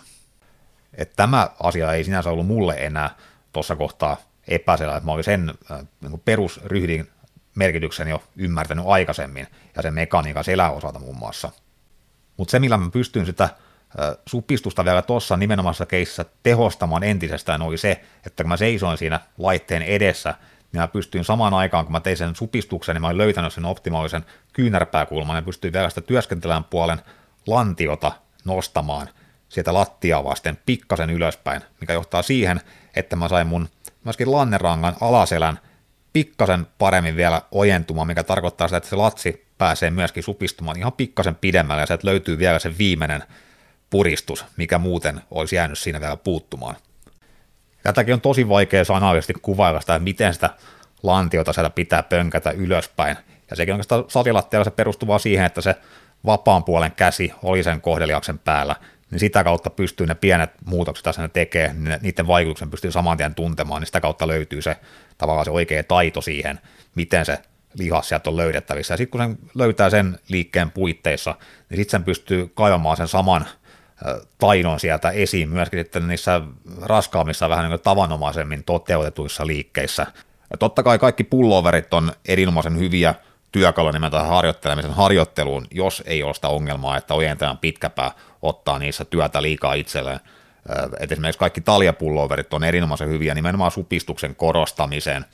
Et tämä asia ei sinänsä ollut mulle enää tuossa kohtaa epäselvä, että mä olin sen äh, niin perusryhdin merkityksen jo ymmärtänyt aikaisemmin, ja sen mekaniikan selän osalta muun muassa. Mutta se, millä mä pystyin sitä äh, supistusta vielä tuossa nimenomaisessa keississä tehostamaan entisestään, oli se, että kun mä seisoin siinä laitteen edessä, niin mä pystyin samaan aikaan, kun mä tein sen supistuksen, niin mä olin löytänyt sen optimaalisen kyynärpääkulman, ja pystyin vielä sitä työskentelään puolen lantiota nostamaan sieltä lattiaa vasten pikkasen ylöspäin, mikä johtaa siihen, että mä sain mun myöskin lannerangan alaselän pikkasen paremmin vielä ojentumaan, mikä tarkoittaa sitä, että se latsi pääsee myöskin supistumaan ihan pikkasen pidemmälle, ja sieltä löytyy vielä se viimeinen puristus, mikä muuten olisi jäänyt siinä vielä puuttumaan. Tätäkin on tosi vaikea sanallisesti kuvailla sitä, että miten sitä lantiota sieltä pitää pönkätä ylöspäin, ja sekin oikeastaan salilattialla se perustuu vaan siihen, että se vapaan puolen käsi oli sen kohdelihaksen päällä, niin sitä kautta pystyy ne pienet muutokset, mitä se tekee, niin niiden vaikutuksen pystyy saman tien tuntemaan, niin sitä kautta löytyy se tavallaan se oikea taito siihen, miten se lihas sieltä on löydettävissä. Ja sitten kun sen löytää sen liikkeen puitteissa, niin sitten sen pystyy kaivamaan sen saman taidon sieltä esiin myöskin sitten niissä raskaammissa vähän niin kuin tavanomaisemmin toteutetuissa liikkeissä. Ja totta kai kaikki pulloverit on erinomaisen hyviä työkaluja nimenomaan harjoittelemisen harjoitteluun, jos ei ole sitä ongelmaa, että ojentajan pitkäpää ottaa niissä työtä liikaa itselleen. Et esimerkiksi kaikki taljapulloverit on erinomaisen hyviä nimenomaan supistuksen korostamiseen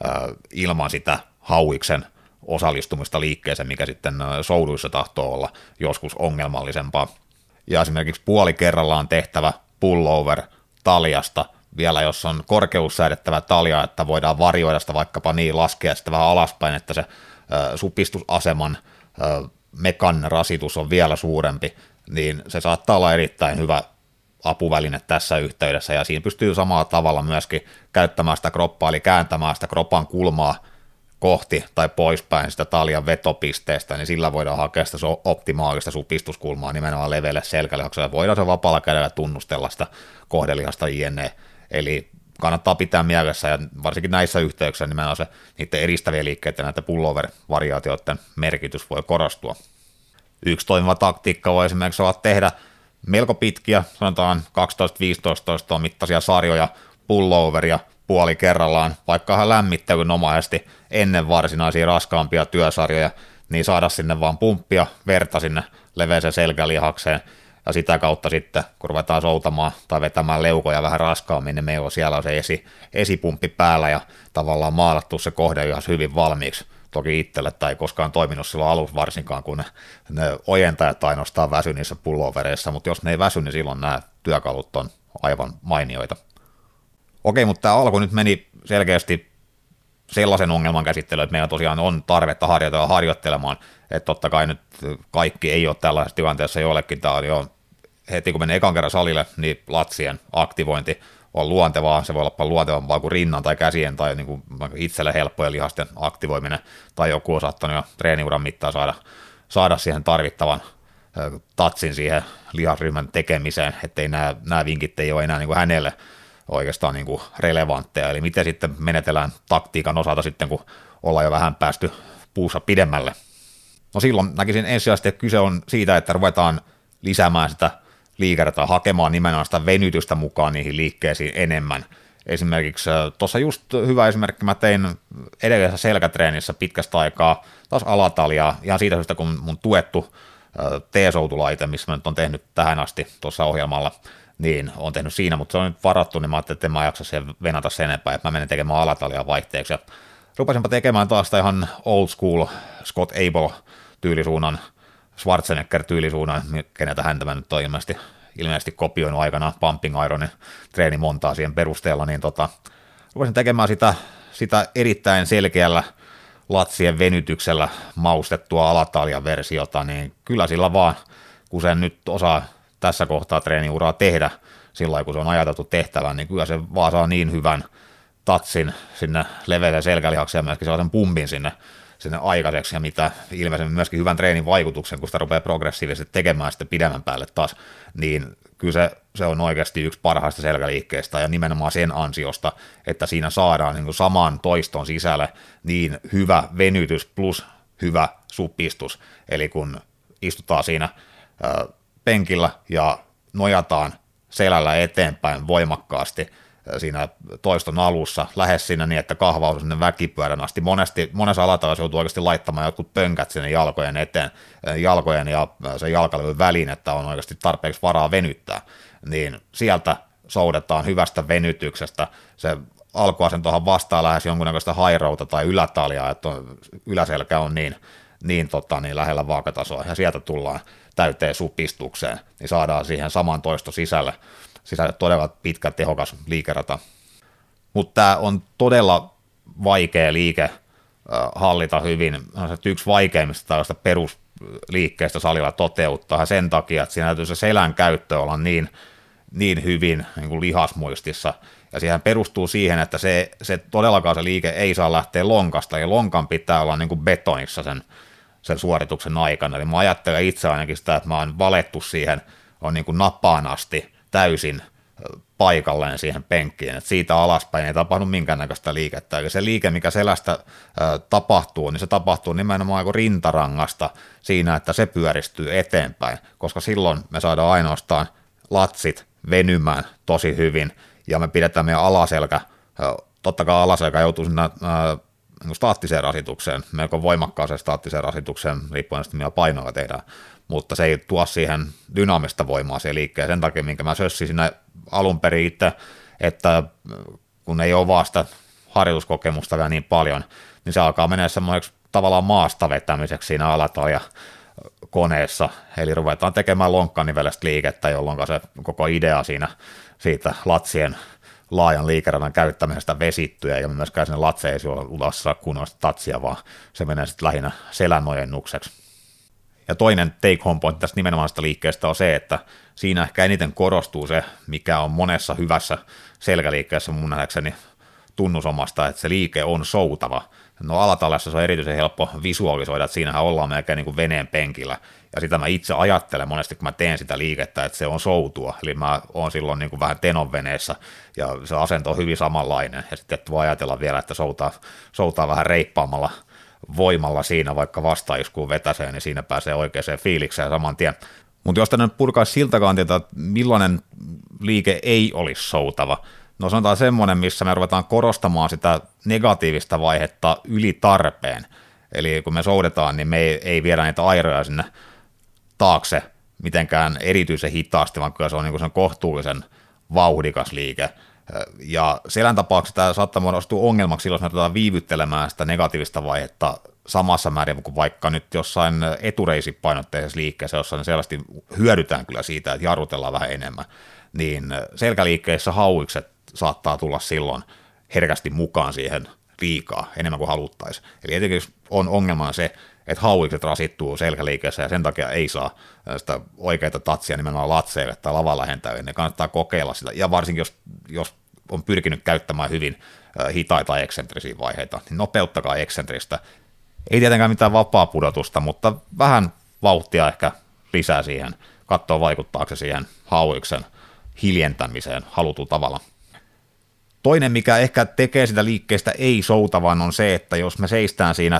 ilman sitä hauiksen osallistumista liikkeeseen, mikä sitten souduissa tahtoo olla joskus ongelmallisempaa. Ja esimerkiksi puoli kerrallaan tehtävä pullover taljasta, vielä jos on korkeussäädettävä talja, että voidaan varjoida sitä vaikkapa niin laskea sitä vähän alaspäin, että se supistusaseman mekaaninen rasitus on vielä suurempi, niin se saattaa olla erittäin hyvä apuväline tässä yhteydessä, ja siinä pystyy samalla tavalla myöskin käyttämään sitä kroppaa, eli kääntämään sitä kropan kulmaa kohti tai poispäin sitä taljan vetopisteestä, niin sillä voidaan hakea sitä optimaalista supistuskulmaa nimenomaan leveälle selkälihakselle. Voidaan se vapaalla kädellä tunnustella sitä kohdelihasta jne. Eli kannattaa pitää mielessä, ja varsinkin näissä yhteyksissä nimenomaan se niiden eristäviä liikkeitä ja näiden pullover-variaatioiden merkitys voi korostua. Yksi toimiva taktiikka voi esimerkiksi olla tehdä melko pitkiä, sanotaan kaksitoista viisitoista mittaisia sarjoja pulloveria puoli kerrallaan, vaikka ihan lämmittelynomaisesti ennen varsinaisia raskaampia työsarjoja, niin saada sinne vaan pumppia verta sinne leveäseen selkälihakseen, ja sitä kautta sitten, kun ruvetaan soutamaan tai vetämään leukoja vähän raskaammin, niin meillä on siellä se esi, esipumppi päällä ja tavallaan maalattu se kohde ihan hyvin valmiiksi. Toki itselle tai ei koskaan toiminut silloin alussa varsinkaan, kun ne, ne ojentajat ainoastaan väsy niissä pullovereissa, mutta jos ne ei väsy, niin silloin nämä työkalut on aivan mainioita. Okei, mutta tämä alku nyt meni selkeästi sellaisen ongelman käsittelyyn, että meillä tosiaan on tarvetta harjoitella harjoittelemaan, että totta kai nyt kaikki ei ole tällaisessa tilanteessa jollekin, tämä on jo heti kun menee ekan kerran salille, niin latsien aktivointi on luontevaa, se voi olla luontevampaa kuin rinnan tai käsien tai niin kuin itselle helppojen lihasten aktivoiminen, tai joku on saattanut jo treeniuran mittaan saada, saada siihen tarvittavan tatsin siihen lihasryhmän tekemiseen, ettei nämä, nämä vinkit ei ole enää niin kuin hänelle oikeastaan niin kuin relevantteja, eli miten sitten menetellään taktiikan osalta sitten, kun ollaan jo vähän päästy puussa pidemmälle. No silloin näkisin ensisijaisesti, että kyse on siitä, että ruvetaan lisäämään sitä liikertaa, hakemaan nimenomaan sitä venytystä mukaan niihin liikkeisiin enemmän. Esimerkiksi tuossa just hyvä esimerkki, mä tein edellisessä selkätreenissä pitkästä aikaa taas alataljaa, ihan siitä syystä, kun mun tuettu T-soutulaite, missä mä nyt on tehnyt tähän asti tuossa ohjelmalla, niin on tehnyt siinä, mutta se on nyt varattu, niin mä ajattelin, että en mä jaksa sen venata sen enempää, että mä menen tekemään alataljaa vaihteeksi, ja rupesinpa tekemään taas sitä ihan old school Scott Abel-tyylisuunnan, Schwarzenegger-tyylisuunnan, keneltä häntä mä nyt on ilmeisesti, ilmeisesti kopioinut aikanaan Pumping Ironin treenimontaa siihen perusteella, niin tota, rupesin tekemään sitä, sitä erittäin selkeällä latsien venytyksellä maustettua alataljan versiota, niin kyllä sillä vaan, kun sen nyt osaa tässä kohtaa treeniuraa tehdä sillä kun se on ajateltu tehtävän, niin kyllä se vaan saa niin hyvän tatsin sinne leveälle selkälihakseen ja myöskin sellaisen pumpin sinne, sinne aikaiseksi, ja mitä ilmeisesti myöskin hyvän treenin vaikutuksen, kun sitä rupeaa progressiivisesti tekemään sitten pidemmän päälle taas, niin kyllä se, se on oikeasti yksi parhaista selkäliikkeistä, ja nimenomaan sen ansiosta, että siinä saadaan niin kuin saman toiston sisälle niin hyvä venytys plus hyvä supistus, eli kun istutaan siinä ö, penkillä ja nojataan selällä eteenpäin voimakkaasti siinä toiston alussa, lähes siinä niin, että kahvaus sinne väkipyörän asti. Monesti, monessa alataajassa joutuu oikeasti laittamaan jotkut pönkät sinne jalkojen eteen, jalkojen ja sen jalkalevyn väliin, että on oikeasti tarpeeksi varaa venyttää. Niin sieltä soudetaan hyvästä venytyksestä. Se alkuasentohan vastaa lähes jonkunnäköistä hairouta tai ylätaljaa, että yläselkä on niin, niin, tota, niin lähellä vaakatasoa, ja sieltä tullaan täyteen supistukseen, niin saadaan siihen saman toisto sisälle. Sisällä todella pitkä, tehokas liikerata. Mutta tämä on todella vaikea liike hallita hyvin. Yksi vaikeimmista tällaista perusliikkeistä salilla toteuttaa sen takia, että siinä täytyy se selän käyttö olla niin, niin hyvin niin kuin lihasmuistissa. Ja siihen perustuu siihen, että se, se todellakaan se liike ei saa lähteä lonkasta, ja lonkan pitää olla niin kuin betonissa sen, sen suorituksen aikana. Eli mä ajattelen itse ainakin sitä, että mä oon valettu siihen, on niin kuin napaan asti täysin paikalleen siihen penkkiin, että siitä alaspäin ei tapahdu minkäännäköistä liikettä, eli se liike, mikä selästä ä, tapahtuu, niin se tapahtuu nimenomaan kuin rintarangasta siinä, että se pyöristyy eteenpäin, koska silloin me saadaan ainoastaan latsit venymään tosi hyvin, ja me pidetään meidän alaselkä, totta kai alaselkä joutuu sinne ää, niin staattiseen rasitukseen, melko voimakkaaseen staattiseen rasitukseen, riippuen sitten millä painoilla tehdään, mutta se ei tuo siihen dynaamista voimaa siihen liikkeen, sen takia, minkä mä sössin sinne alun perin itse, että kun ei ole vaan sitä harjoituskokemusta vielä niin paljon, niin se alkaa mennä semmoiseksi tavallaan maasta vetämiseksi siinä alatalja koneessa, eli ruvetaan tekemään lonkkanivelestä liikettä, jolloin se koko idea siinä siitä latsien laajan liikeradan käyttämisestä vesittyy, ja myöskään sinne latse ei ulos saa kunnollista tatsia, vaan se menee sitten lähinnä selänojennukseksi. Ja toinen take home point tästä nimenomaisesta liikkeestä on se, että siinä ehkä eniten korostuu se, mikä on monessa hyvässä selkäliikkeessä mun nähdäkseni tunnusomasta, että se liike on soutava. No alatallessa se on erityisen helppo visualisoida, että siinähän ollaan melkein niin kuin veneen penkillä, ja sitä mä itse ajattelen monesti, kun mä teen sitä liikettä, että se on soutua, eli mä oon silloin niin kuin vähän tenonveneessä, ja se asento on hyvin samanlainen, ja sitten voi ajatella vielä, että soutaa, soutaa vähän reippaamalla voimalla siinä, vaikka vastaiskuun vetäsee, niin siinä pääsee oikeaan fiilikseen saman tien. Mutta jos tänne purkaisi siltä kantilta, että millainen liike ei olisi soutava, no sanotaan semmoinen, missä me ruvetaan korostamaan sitä negatiivista vaihetta yli tarpeen. Eli kun me soudetaan, niin me ei, ei viedä niitä airoja sinne taakse mitenkään erityisen hitaasti, vaan kyllä se on niin kuin kohtuullisen vauhdikas liike. Ja selän tapauksessa tämä saattaa muodostua ongelmaksi silloin, jos me ruvetaan viivyttelemään sitä negatiivista vaihetta samassa määrin kuin vaikka nyt jossain etureisipainotteisessa liikkeessä, jossa ne selvästi hyödytään kyllä siitä, että jarrutellaan vähän enemmän, niin selkäliikkeissä hauikset saattaa tulla silloin herkästi mukaan siihen liikaa, enemmän kuin haluttaisiin. Eli etenkin on ongelmana se, että hauikset rasittuu selkäliikkeessä ja sen takia ei saa sitä oikeita tatsia nimenomaan latseille tai lavalähentäjille, niin kannattaa kokeilla sitä. Ja varsinkin jos, jos on pyrkinyt käyttämään hyvin hitaita eksentrisiä vaiheita, niin nopeuttakaa eksentristä. Ei tietenkään mitään vapaa pudotusta, mutta vähän vauhtia ehkä lisää siihen, katsoa vaikuttaako se siihen hauiksen hiljentämiseen halutulla tavalla. Toinen, mikä ehkä tekee sitä liikkeestä ei soutavan, on se, että jos me seistään siinä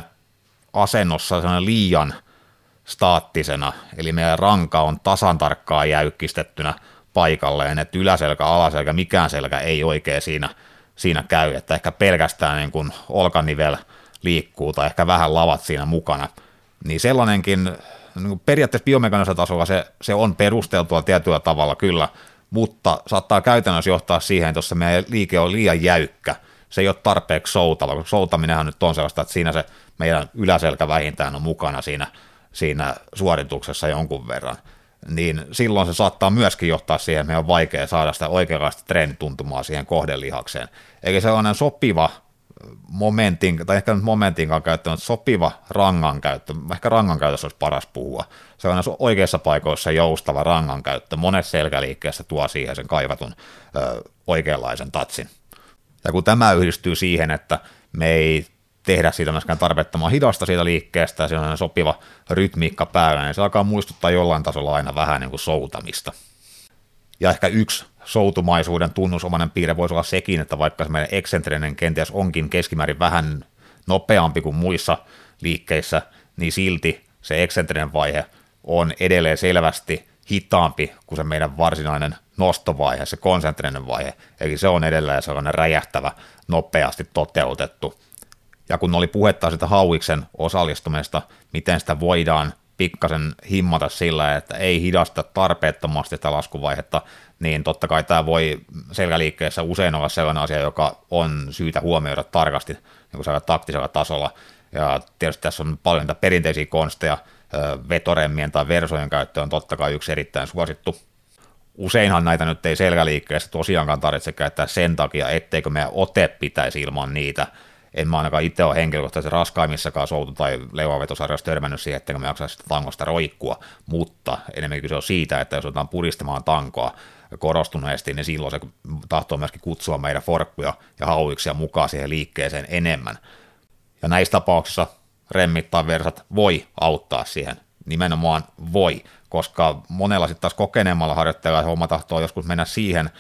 asennossa liian staattisena, eli meidän ranka on tasan tarkkaan jäykkistettynä paikalleen, että yläselkä, alaselkä, mikään selkä ei oikein siinä, siinä käy, että ehkä pelkästään niin kuin olkanivel liikkuu tai ehkä vähän lavat siinä mukana, niin sellainenkin niin periaatteessa biomekanisella tasolla se, se on perusteltua tietyllä tavalla kyllä, mutta saattaa käytännössä johtaa siihen, että jos se meidän liike on liian jäykkä, se ei ole tarpeeksi soutava, koska soutaminenhan nyt on sellaista, että siinä se meidän yläselkä vähintään on mukana siinä, siinä suorituksessa jonkun verran, niin silloin se saattaa myöskin johtaa siihen, että meidän on vaikea saada sitä oikeanlaista treenituntumaa siihen kohdelihakseen. Eikä sellainen sopiva momentin, tai ehkä nyt momentinkaan käyttö, mutta sopiva rangan käyttö, ehkä rangan käytössä olisi paras puhua, sellainen oikeassa paikoissa joustava rangan käyttö monessa selkäliikkeessä tuo siihen sen kaivatun ö, oikeanlaisen tatsin. Ja kun tämä yhdistyy siihen, että me ei tehdä siitä myöskään tarpeettoman hidasta siitä liikkeestä, ja siinä on sopiva rytmiikka päällä, niin se alkaa muistuttaa jollain tasolla aina vähän niin kuin soutamista. Ja ehkä yksi soutumaisuuden tunnusomainen piirre voisi olla sekin, että vaikka se meidän eksentrinen kenties onkin keskimäärin vähän nopeampi kuin muissa liikkeissä, niin silti se eksentrinen vaihe on edelleen selvästi hitaampi kuin se meidän varsinainen nostovaihe, se konsentrinen vaihe, eli se on edelleen sellainen räjähtävä, nopeasti toteutettu. Ja kun oli puhetta sitä hauiksen osallistumista, miten sitä voidaan pikkasen himmata sillä, että ei hidasta tarpeettomasti sitä laskuvaihetta, niin totta kai tämä voi selkäliikkeessä usein olla sellainen asia, joka on syytä huomioida tarkasti niin kuin taktisella tasolla. Ja tietysti tässä on paljon niitä perinteisiä konsteja, vetoremmien tai versojen käyttö on totta kai yksi erittäin suosittu. Useinhan näitä nyt ei selkäliikkeessä tosiaankaan tarvitse käyttää sen takia, etteikö meidän ote pitäisi ilman niitä. En mä ainakaan itse ole henkilökohtaisesti raskaimmissakaan soutu- tai leuavetosarjassa törmännyt siihen, etteikö me jaksaisi sitä tangosta roikkua, mutta enemmänkin se on siitä, että jos otetaan puristamaan tankoa korostuneesti, niin silloin se tahtoo myöskin kutsua meidän forkkuja ja hauiksia mukaan siihen liikkeeseen enemmän. Ja näissä tapauksissa remmit tai versat voi auttaa siihen, nimenomaan voi, koska monella sitten taas kokeneemmalla harjoittajalla homma tahtoo joskus mennä siihen,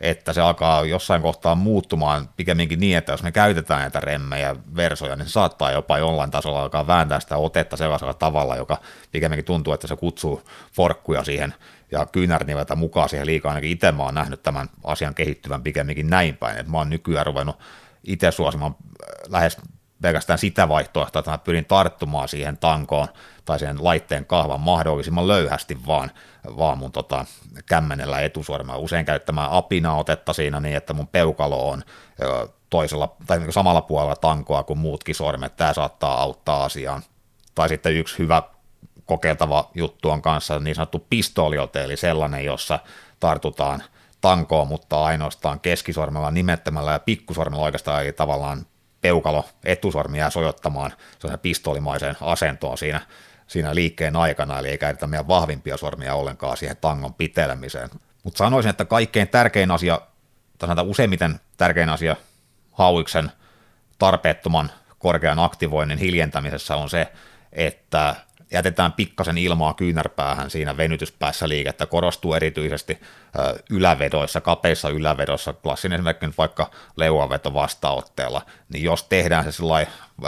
että se alkaa jossain kohtaa muuttumaan pikemminkin niin, että jos me käytetään näitä remmejä, versoja, niin se saattaa jopa jollain tasolla alkaa vääntää sitä otetta sellaisella tavalla, joka pikemminkin tuntuu, että se kutsuu forkkuja siihen ja kyynärniveltä mukaan siihen liikaa. Ainakin itse mä oon nähnyt tämän asian kehittyvän pikemminkin näin päin, että mä oon nykyään ruvennut itse suosimaan lähes pelkästään sitä vaihtoehtoa, että mä pyrin tarttumaan siihen tankoon tai siihen laitteen kahvan mahdollisimman löyhästi vaan, vaan mun tota, kämmenellä etusormella, usein käyttämään apinaotetta siinä niin, että mun peukalo on ö, toisella tai samalla puolella tankoa kuin muutkin sormet, tämä saattaa auttaa asiaan. Tai sitten yksi hyvä kokeiltava juttu on kanssa niin sanottu pistooliote, eli sellainen, jossa tartutaan tankoon, mutta ainoastaan keskisormella nimettömällä ja pikkusormella oikeastaan ei tavallaan peukalo etusormi jää sojottamaan pistoolimaiseen asentoon siinä, siinä liikkeen aikana, eli ei käytetä meidän vahvimpia sormia ollenkaan siihen tangon pitelemiseen. Mutta sanoisin, että kaikkein tärkein asia, tai sanotaan useimmiten tärkein asia hauiksen tarpeettoman korkean aktivoinnin hiljentämisessä on se, että jätetään pikkasen ilmaa kyynärpäähän siinä venytyspäässä liikettä, korostuu erityisesti ylävedoissa, kapeissa ylävedoissa, klassinen esimerkki nyt vaikka leuanveto vastaanotteella, niin jos tehdään se sellainen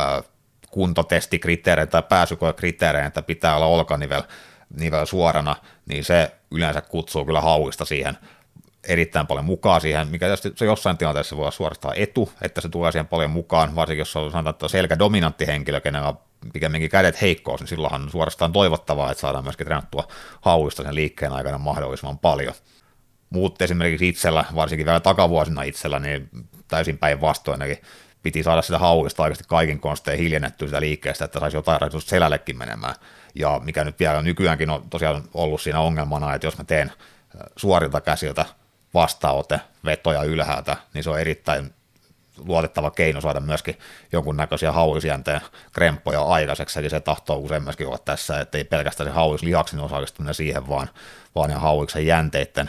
kuntotestikriteerein tai pääsykoekriteerein, että pitää olla olkanivel nivel suorana, niin se yleensä kutsuu kyllä hauista siihen erittäin paljon mukaan siihen, mikä tietysti se jossain tilanteessa voi olla suorastaan etu, että se tulee siihen paljon mukaan, varsinkin jos on sanotaan, että selkädominantti henkilö, kenellä on pikemminkin kädet heikkous, niin silloinhan on suorastaan toivottavaa, että saadaan myöskin treenattua hauista sen liikkeen aikana mahdollisimman paljon. Muut esimerkiksi itsellä, varsinkin vielä takavuosina itsellä, niin täysin päinvastoin, eli piti saada sitä hauista oikeasti kaikin konstein hiljennettyä sitä liikkeestä, että saisi jotain rajoitusta selällekin menemään. Ja mikä nyt vielä nykyäänkin on tosiaan ollut siinä ongelmana, että jos mä teen suorilta käsiltä vastaanote, vetoja ylhäältä, niin se on erittäin luotettava keino saada myöskin jonkunnäköisiä hauisjänteen kremppoja aikaiseksi, eli se tahtoo usein myöskin olla tässä, että ei pelkästään se hauislihaksen osallistuminen siihen, vaan, vaan ne hauiksen jänteiden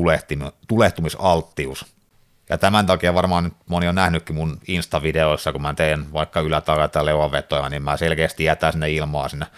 tulehtumisalttius. Ja tämän takia varmaan nyt moni on nähnytkin mun Insta-videoissa, kun mä teen vaikka ylätakaa tai leuanvetoja, niin mä selkeästi jätän sinne ilmaa sinne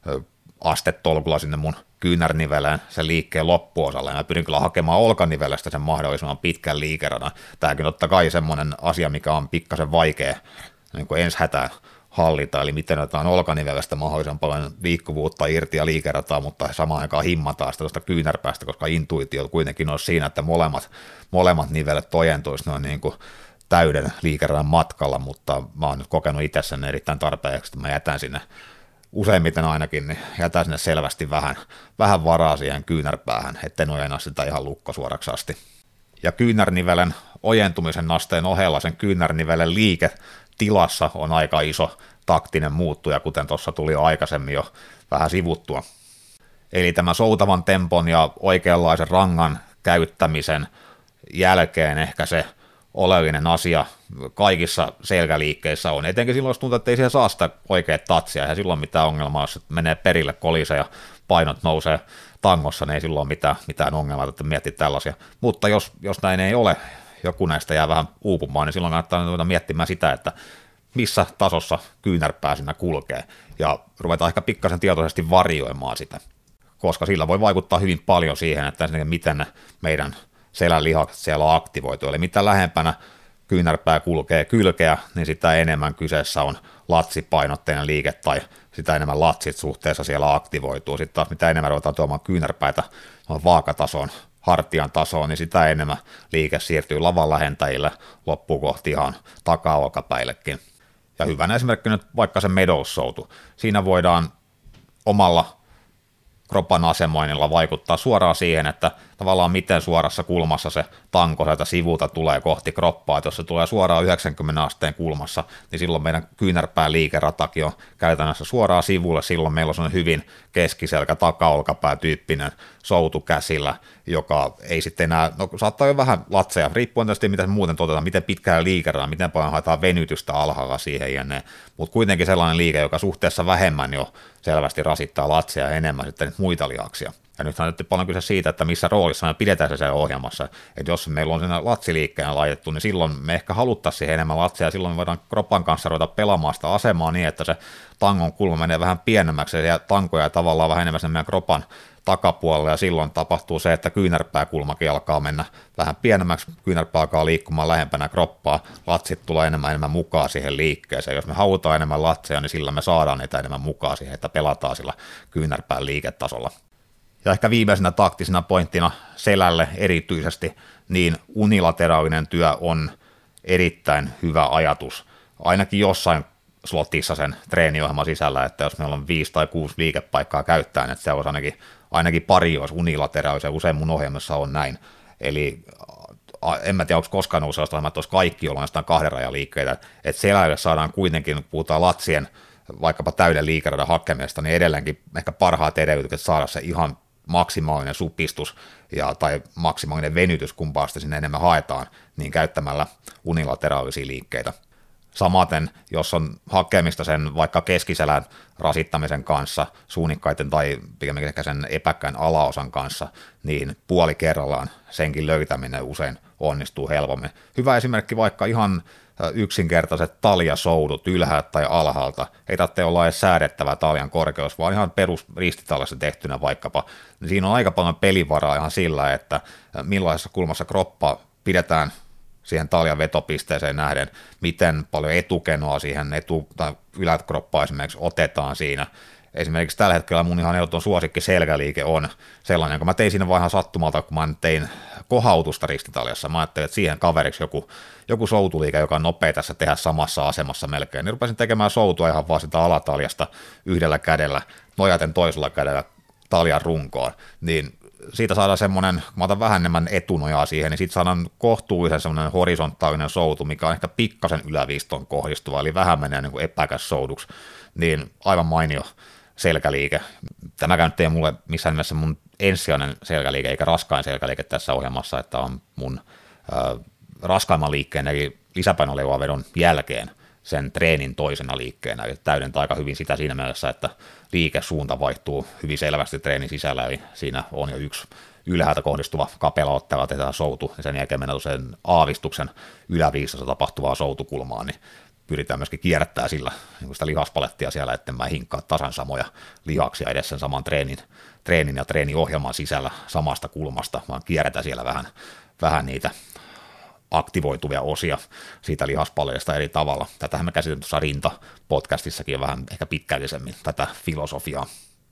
astetolkulla sinne mun kyynärniveleen sen liikkeen loppuosalle, ja mä pyrin kyllä hakemaan olkanivelestä sen mahdollisimman pitkän liikeradan. Tämäkin on totta kai semmoinen asia, mikä on pikkasen vaikea niin kuin ensi hätään hallita, eli miten otetaan olkanivelestä mahdollisimman paljon liikkuvuutta irti ja liikerataa, mutta samaan aikaan himmataan sitä tuosta kyynärpäästä, koska intuitio kuitenkin on siinä, että molemmat, molemmat nivelet ojentuisi noin niin kuin täyden liikeradan matkalla, mutta mä oon nyt kokenut itse sen erittäin tarpeeksi, että mä jätän sinne useimmiten ainakin, niin jätän sinne selvästi vähän, vähän varaa siihen kyynärpäähän, etten ojenna sitä ihan lukkosuoraksi asti. Ja kyynärnivelen ojentumisen asteen ohella sen kyynärnivelen liiketilassa on aika iso taktinen muuttuja, kuten tuossa tuli jo aikaisemmin jo vähän sivuttua. Eli tämä soutavan tempon ja oikeanlaisen rangan käyttämisen jälkeen ehkä se oleellinen asia kaikissa selkäliikkeissä on, etenkin silloin, jos tuntuu, että ei siihen saa sitä oikeat tatsia, ja silloin mitään ongelmaa, jos menee perille kolise ja painot nousee tangossa, niin ei silloin mitään, mitään ongelmaa, että miettiä tällaisia. Mutta jos, jos näin ei ole, joku näistä jää vähän uupumaan, niin silloin kannattaa miettimään sitä, että missä tasossa kyynärpää siinä kulkee, ja ruvetaan ehkä pikkasen tietoisesti varioimaan sitä, koska sillä voi vaikuttaa hyvin paljon siihen, että miten meidän selän lihakset siellä on aktivoitu, eli mitä lähempänä kyynärpää kulkee kylkeä, niin sitä enemmän kyseessä on latsipainotteinen liike, tai sitä enemmän latsit suhteessa siellä aktivoituu. Sitten taas mitä enemmän ruvetaan tuomaan kyynärpäitä vaakatasoon, hartian tasoon, niin sitä enemmän liike siirtyy lavan lähentäjille loppuun kohti ihan takaolkapäillekin. Ja hyvänä esimerkki nyt vaikka se Meadows-soutu. Siinä voidaan omalla kropan asemoinnilla vaikuttaa suoraan siihen, että tavallaan miten suorassa kulmassa se tanko sieltä sivulta tulee kohti kroppaa, että jos se tulee suoraan yhdeksänkymmentä asteen kulmassa, niin silloin meidän kyynärpään liikeratakin on käytännössä suoraan sivulle, silloin meillä on hyvin keskiselkä takaolkapää tyyppinen soutu käsillä, joka ei sitten enää, no saattaa jo vähän latseja, riippuen tietysti mitä se muuten toteutetaan, miten pitkään liikeradaan, miten paljon haetaan venytystä alhaalla siihen jne, mutta kuitenkin sellainen liike, joka suhteessa vähemmän jo selvästi rasittaa latseja ja enemmän sitten muita lihaksia. Ja nythän on paljon kyse siitä, että missä roolissa me pidetään se siellä ohjelmassa. Että jos meillä on siinä latsiliikkeen laitettu, niin silloin me ehkä haluttaisiin siihen enemmän latsia, ja silloin me voidaan kropan kanssa ruveta pelaamaan sitä asemaa niin, että se tangon kulma menee vähän pienemmäksi, ja tankoja tavallaan vähän enemmän sen meidän kropan takapuolelle, ja silloin tapahtuu se, että kyynärpääkulmakin alkaa mennä vähän pienemmäksi, kyynärpää alkaa liikkumaan lähempänä kroppaa, latsit tulee enemmän enemmän mukaan siihen liikkeeseen. Jos me halutaan enemmän latseja, niin sillä me saadaan niitä enemmän mukaan siihen, että pelataan sillä kyynärpään liiketasolla. Ja ehkä viimeisenä taktisena pointtina selälle erityisesti, niin unilateraalinen työ on erittäin hyvä ajatus, ainakin jossain slotissa sen treeniohjelman sisällä, että jos meillä on viisi tai kuusi liikepaikkaa käyttäen, että se olisi ainakin, ainakin pari olisi unilateraalisia, usein mun ohjelmassa on näin, eli en mä tiedä, onko koskaan ollut sellaista ohjelmaa, että olisi kaikki olla ainoastaan kahden rajan liikkeitä, että selälle saadaan kuitenkin, kun puhutaan latsien vaikkapa täyden liikeradan hakemisesta, niin edelleenkin ehkä parhaat edellytykset saada se ihan maksimaalinen supistus ja, tai maksimaalinen venytys, kumpaa sitä sinne enemmän haetaan, niin käyttämällä unilateraalisia liikkeitä. Samaten, jos on hakemista sen vaikka keskiselän rasittamisen kanssa, suunikkaiden tai pikemminkin ehkä sen epäkkään alaosan kanssa, niin puoli kerrallaan senkin löytäminen usein onnistuu helpommin. Hyvä esimerkki vaikka ihan yksinkertaiset taljasoudut ylhäältä tai alhaalta. Ei tarvitse olla edes säädettävä taljan korkeus, vaan ihan perus ristitaljassa tehtynä vaikkapa. Siinä on aika paljon pelivaraa ihan sillä, että millaisessa kulmassa kroppa pidetään siihen taljan vetopisteeseen nähden, miten paljon etukenoa siihen etu- tai yläkroppaa esimerkiksi otetaan siinä. Esimerkiksi tällä hetkellä mun ihan ehdoton suosikki selkäliike on sellainen, kun mä tein siinä vaan ihan sattumalta, kun mä tein kohautusta ristitaljassa. Mä ajattelin, että siihen kaveriksi joku, joku soutuliike, joka on nopea tässä tehdä samassa asemassa melkein. Niin rupesin tekemään soutua ihan vaan sitä alataljasta yhdellä kädellä, nojaten toisella kädellä taljan runkoon. Niin siitä saadaan semmoinen, kun mä otan vähän enemmän etunojaa siihen, niin siitä saadaan kohtuullisen semmoinen horisontaalinen soutu, mikä on ehkä pikkasen yläviistoon kohdistuva, eli vähän menee niin kuin epäkäs souduksi, niin aivan mainio selkäliike. Tämäkään nyt ei mulle missään nimessä mun ensisijainen selkäliike, eikä raskain selkäliike tässä ohjelmassa, että on mun äh, raskaimman liikkeen, eli lisäpainoleuavedon jälkeen sen treenin toisena liikkeenä, eli täydentää aika hyvin sitä siinä mielessä, että liikesuunta vaihtuu hyvin selvästi treenin sisällä, eli siinä on jo yksi ylhäältä kohdistuva kapela ottava tehdään soutu, ja sen jälkeen mennään sen aavistuksen yläviistossa tapahtuvaa soutukulmaa, niin pyritään myöskin kierrättää sillä niin sitä lihaspalettia siellä, etten mä hinkkaa tasan samoja lihaksia edes sen saman treenin, treenin ja treeniohjelman sisällä samasta kulmasta, vaan kierrätään siellä vähän, vähän niitä aktivoituvia osia siitä lihaspaleesta eri tavalla. Tätähän me käsitellään tuossa Rinta-podcastissakin jo vähän ehkä pitkällisemmin, tätä filosofiaa.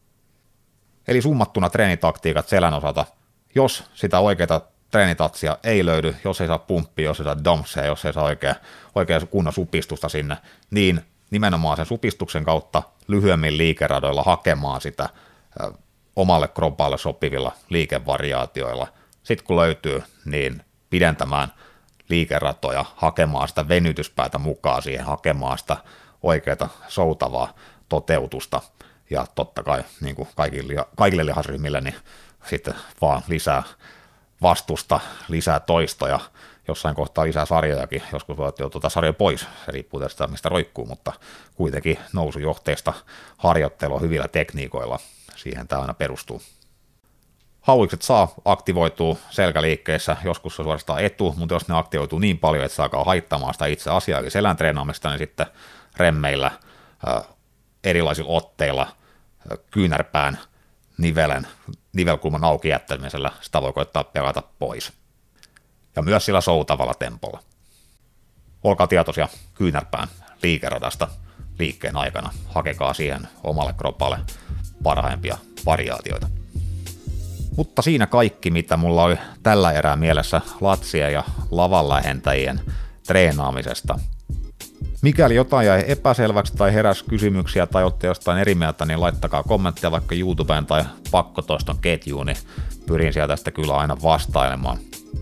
Eli summattuna treenitaktiikat selän osalta, jos sitä oikeaa treenitatsia ei löydy, jos ei saa pumppia, jos ei saa dumpsia, jos ei saa oikea, oikea kunnon supistusta sinne, niin nimenomaan sen supistuksen kautta lyhyemmin liikeradoilla hakemaan sitä ö, omalle kropalle sopivilla liikevariaatioilla. Sitten kun löytyy, niin pidentämään liikeratoja, hakemaan sitä venytyspäätä mukaan siihen, hakemaan sitä oikeaa soutavaa toteutusta, ja totta kai niin kuin kaikille, kaikille lihasryhmille, niin sitten vaan lisää vastusta, lisää toistoja, jossain kohtaa lisää sarjojakin, joskus voit joutua tuota sarjoja pois, se riippuu tästä mistä roikkuu, mutta kuitenkin nousujohteista harjoittelua hyvillä tekniikoilla, siihen tämä aina perustuu. Hauikset saa aktivoitua selkäliikkeessä, joskus se on suorastaan etu, mutta jos ne aktivoituu niin paljon, että se alkaa haittamaan sitä itse asiaa, eli selän treenaamista, niin sitten remmeillä, erilaisilla otteilla, kyynärpään, nivelen, nivelkulman auki jättämisellä sitä voi koittaa pelata pois. Ja myös sillä soutavalla tempolla. Olkaa tietoisia kyynärpään liikeradasta liikkeen aikana. Hakekaa siihen omalle kropalle parhaimpia variaatioita. Mutta siinä kaikki, mitä mulla oli tällä erää mielessä latsien ja lavan lähentäjien treenaamisesta. Mikäli jotain jäi epäselväksi tai heräsi kysymyksiä tai olette jostain eri mieltä, niin laittakaa kommentteja vaikka YouTubeen tai pakkotoiston ketjuun, niin pyrin sieltä sitä kyllä aina vastailemaan.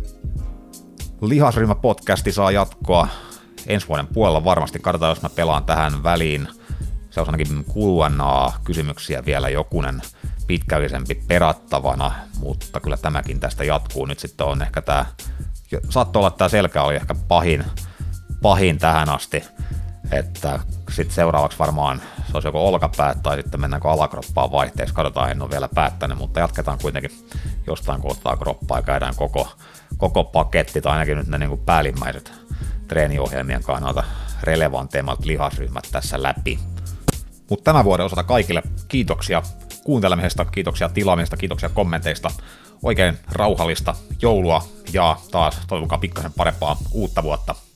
Lihasryhmä-podcasti saa jatkoa ensi vuoden puolella varmasti. Katsotaan, jos mä pelaan tähän väliin. Se on ainakin Q and A-kysymyksiä vielä jokunen pitkällisempi perattavana, mutta kyllä tämäkin tästä jatkuu. Nyt sitten on ehkä tämä, saattoi olla, että tämä selkä oli ehkä pahin, pahin tähän asti, että sitten seuraavaksi varmaan se olisi joko olkapäät tai sitten mennäänkö alakroppaan vaihteeksi, katsotaan, en ole vielä päättänyt, mutta jatketaan kuitenkin jostain kohtaa kroppaa ja käydään koko, koko paketti tai ainakin nyt ne niin kuin päällimmäiset treeniohjelmien kannalta relevanteimmat lihasryhmät tässä läpi. Mutta tämän vuoden osalta kaikille kiitoksia kuuntelemisesta, kiitoksia tilaamisesta, kiitoksia kommenteista. Oikein rauhallista joulua ja taas toivokaa pikkasen parempaa uutta vuotta.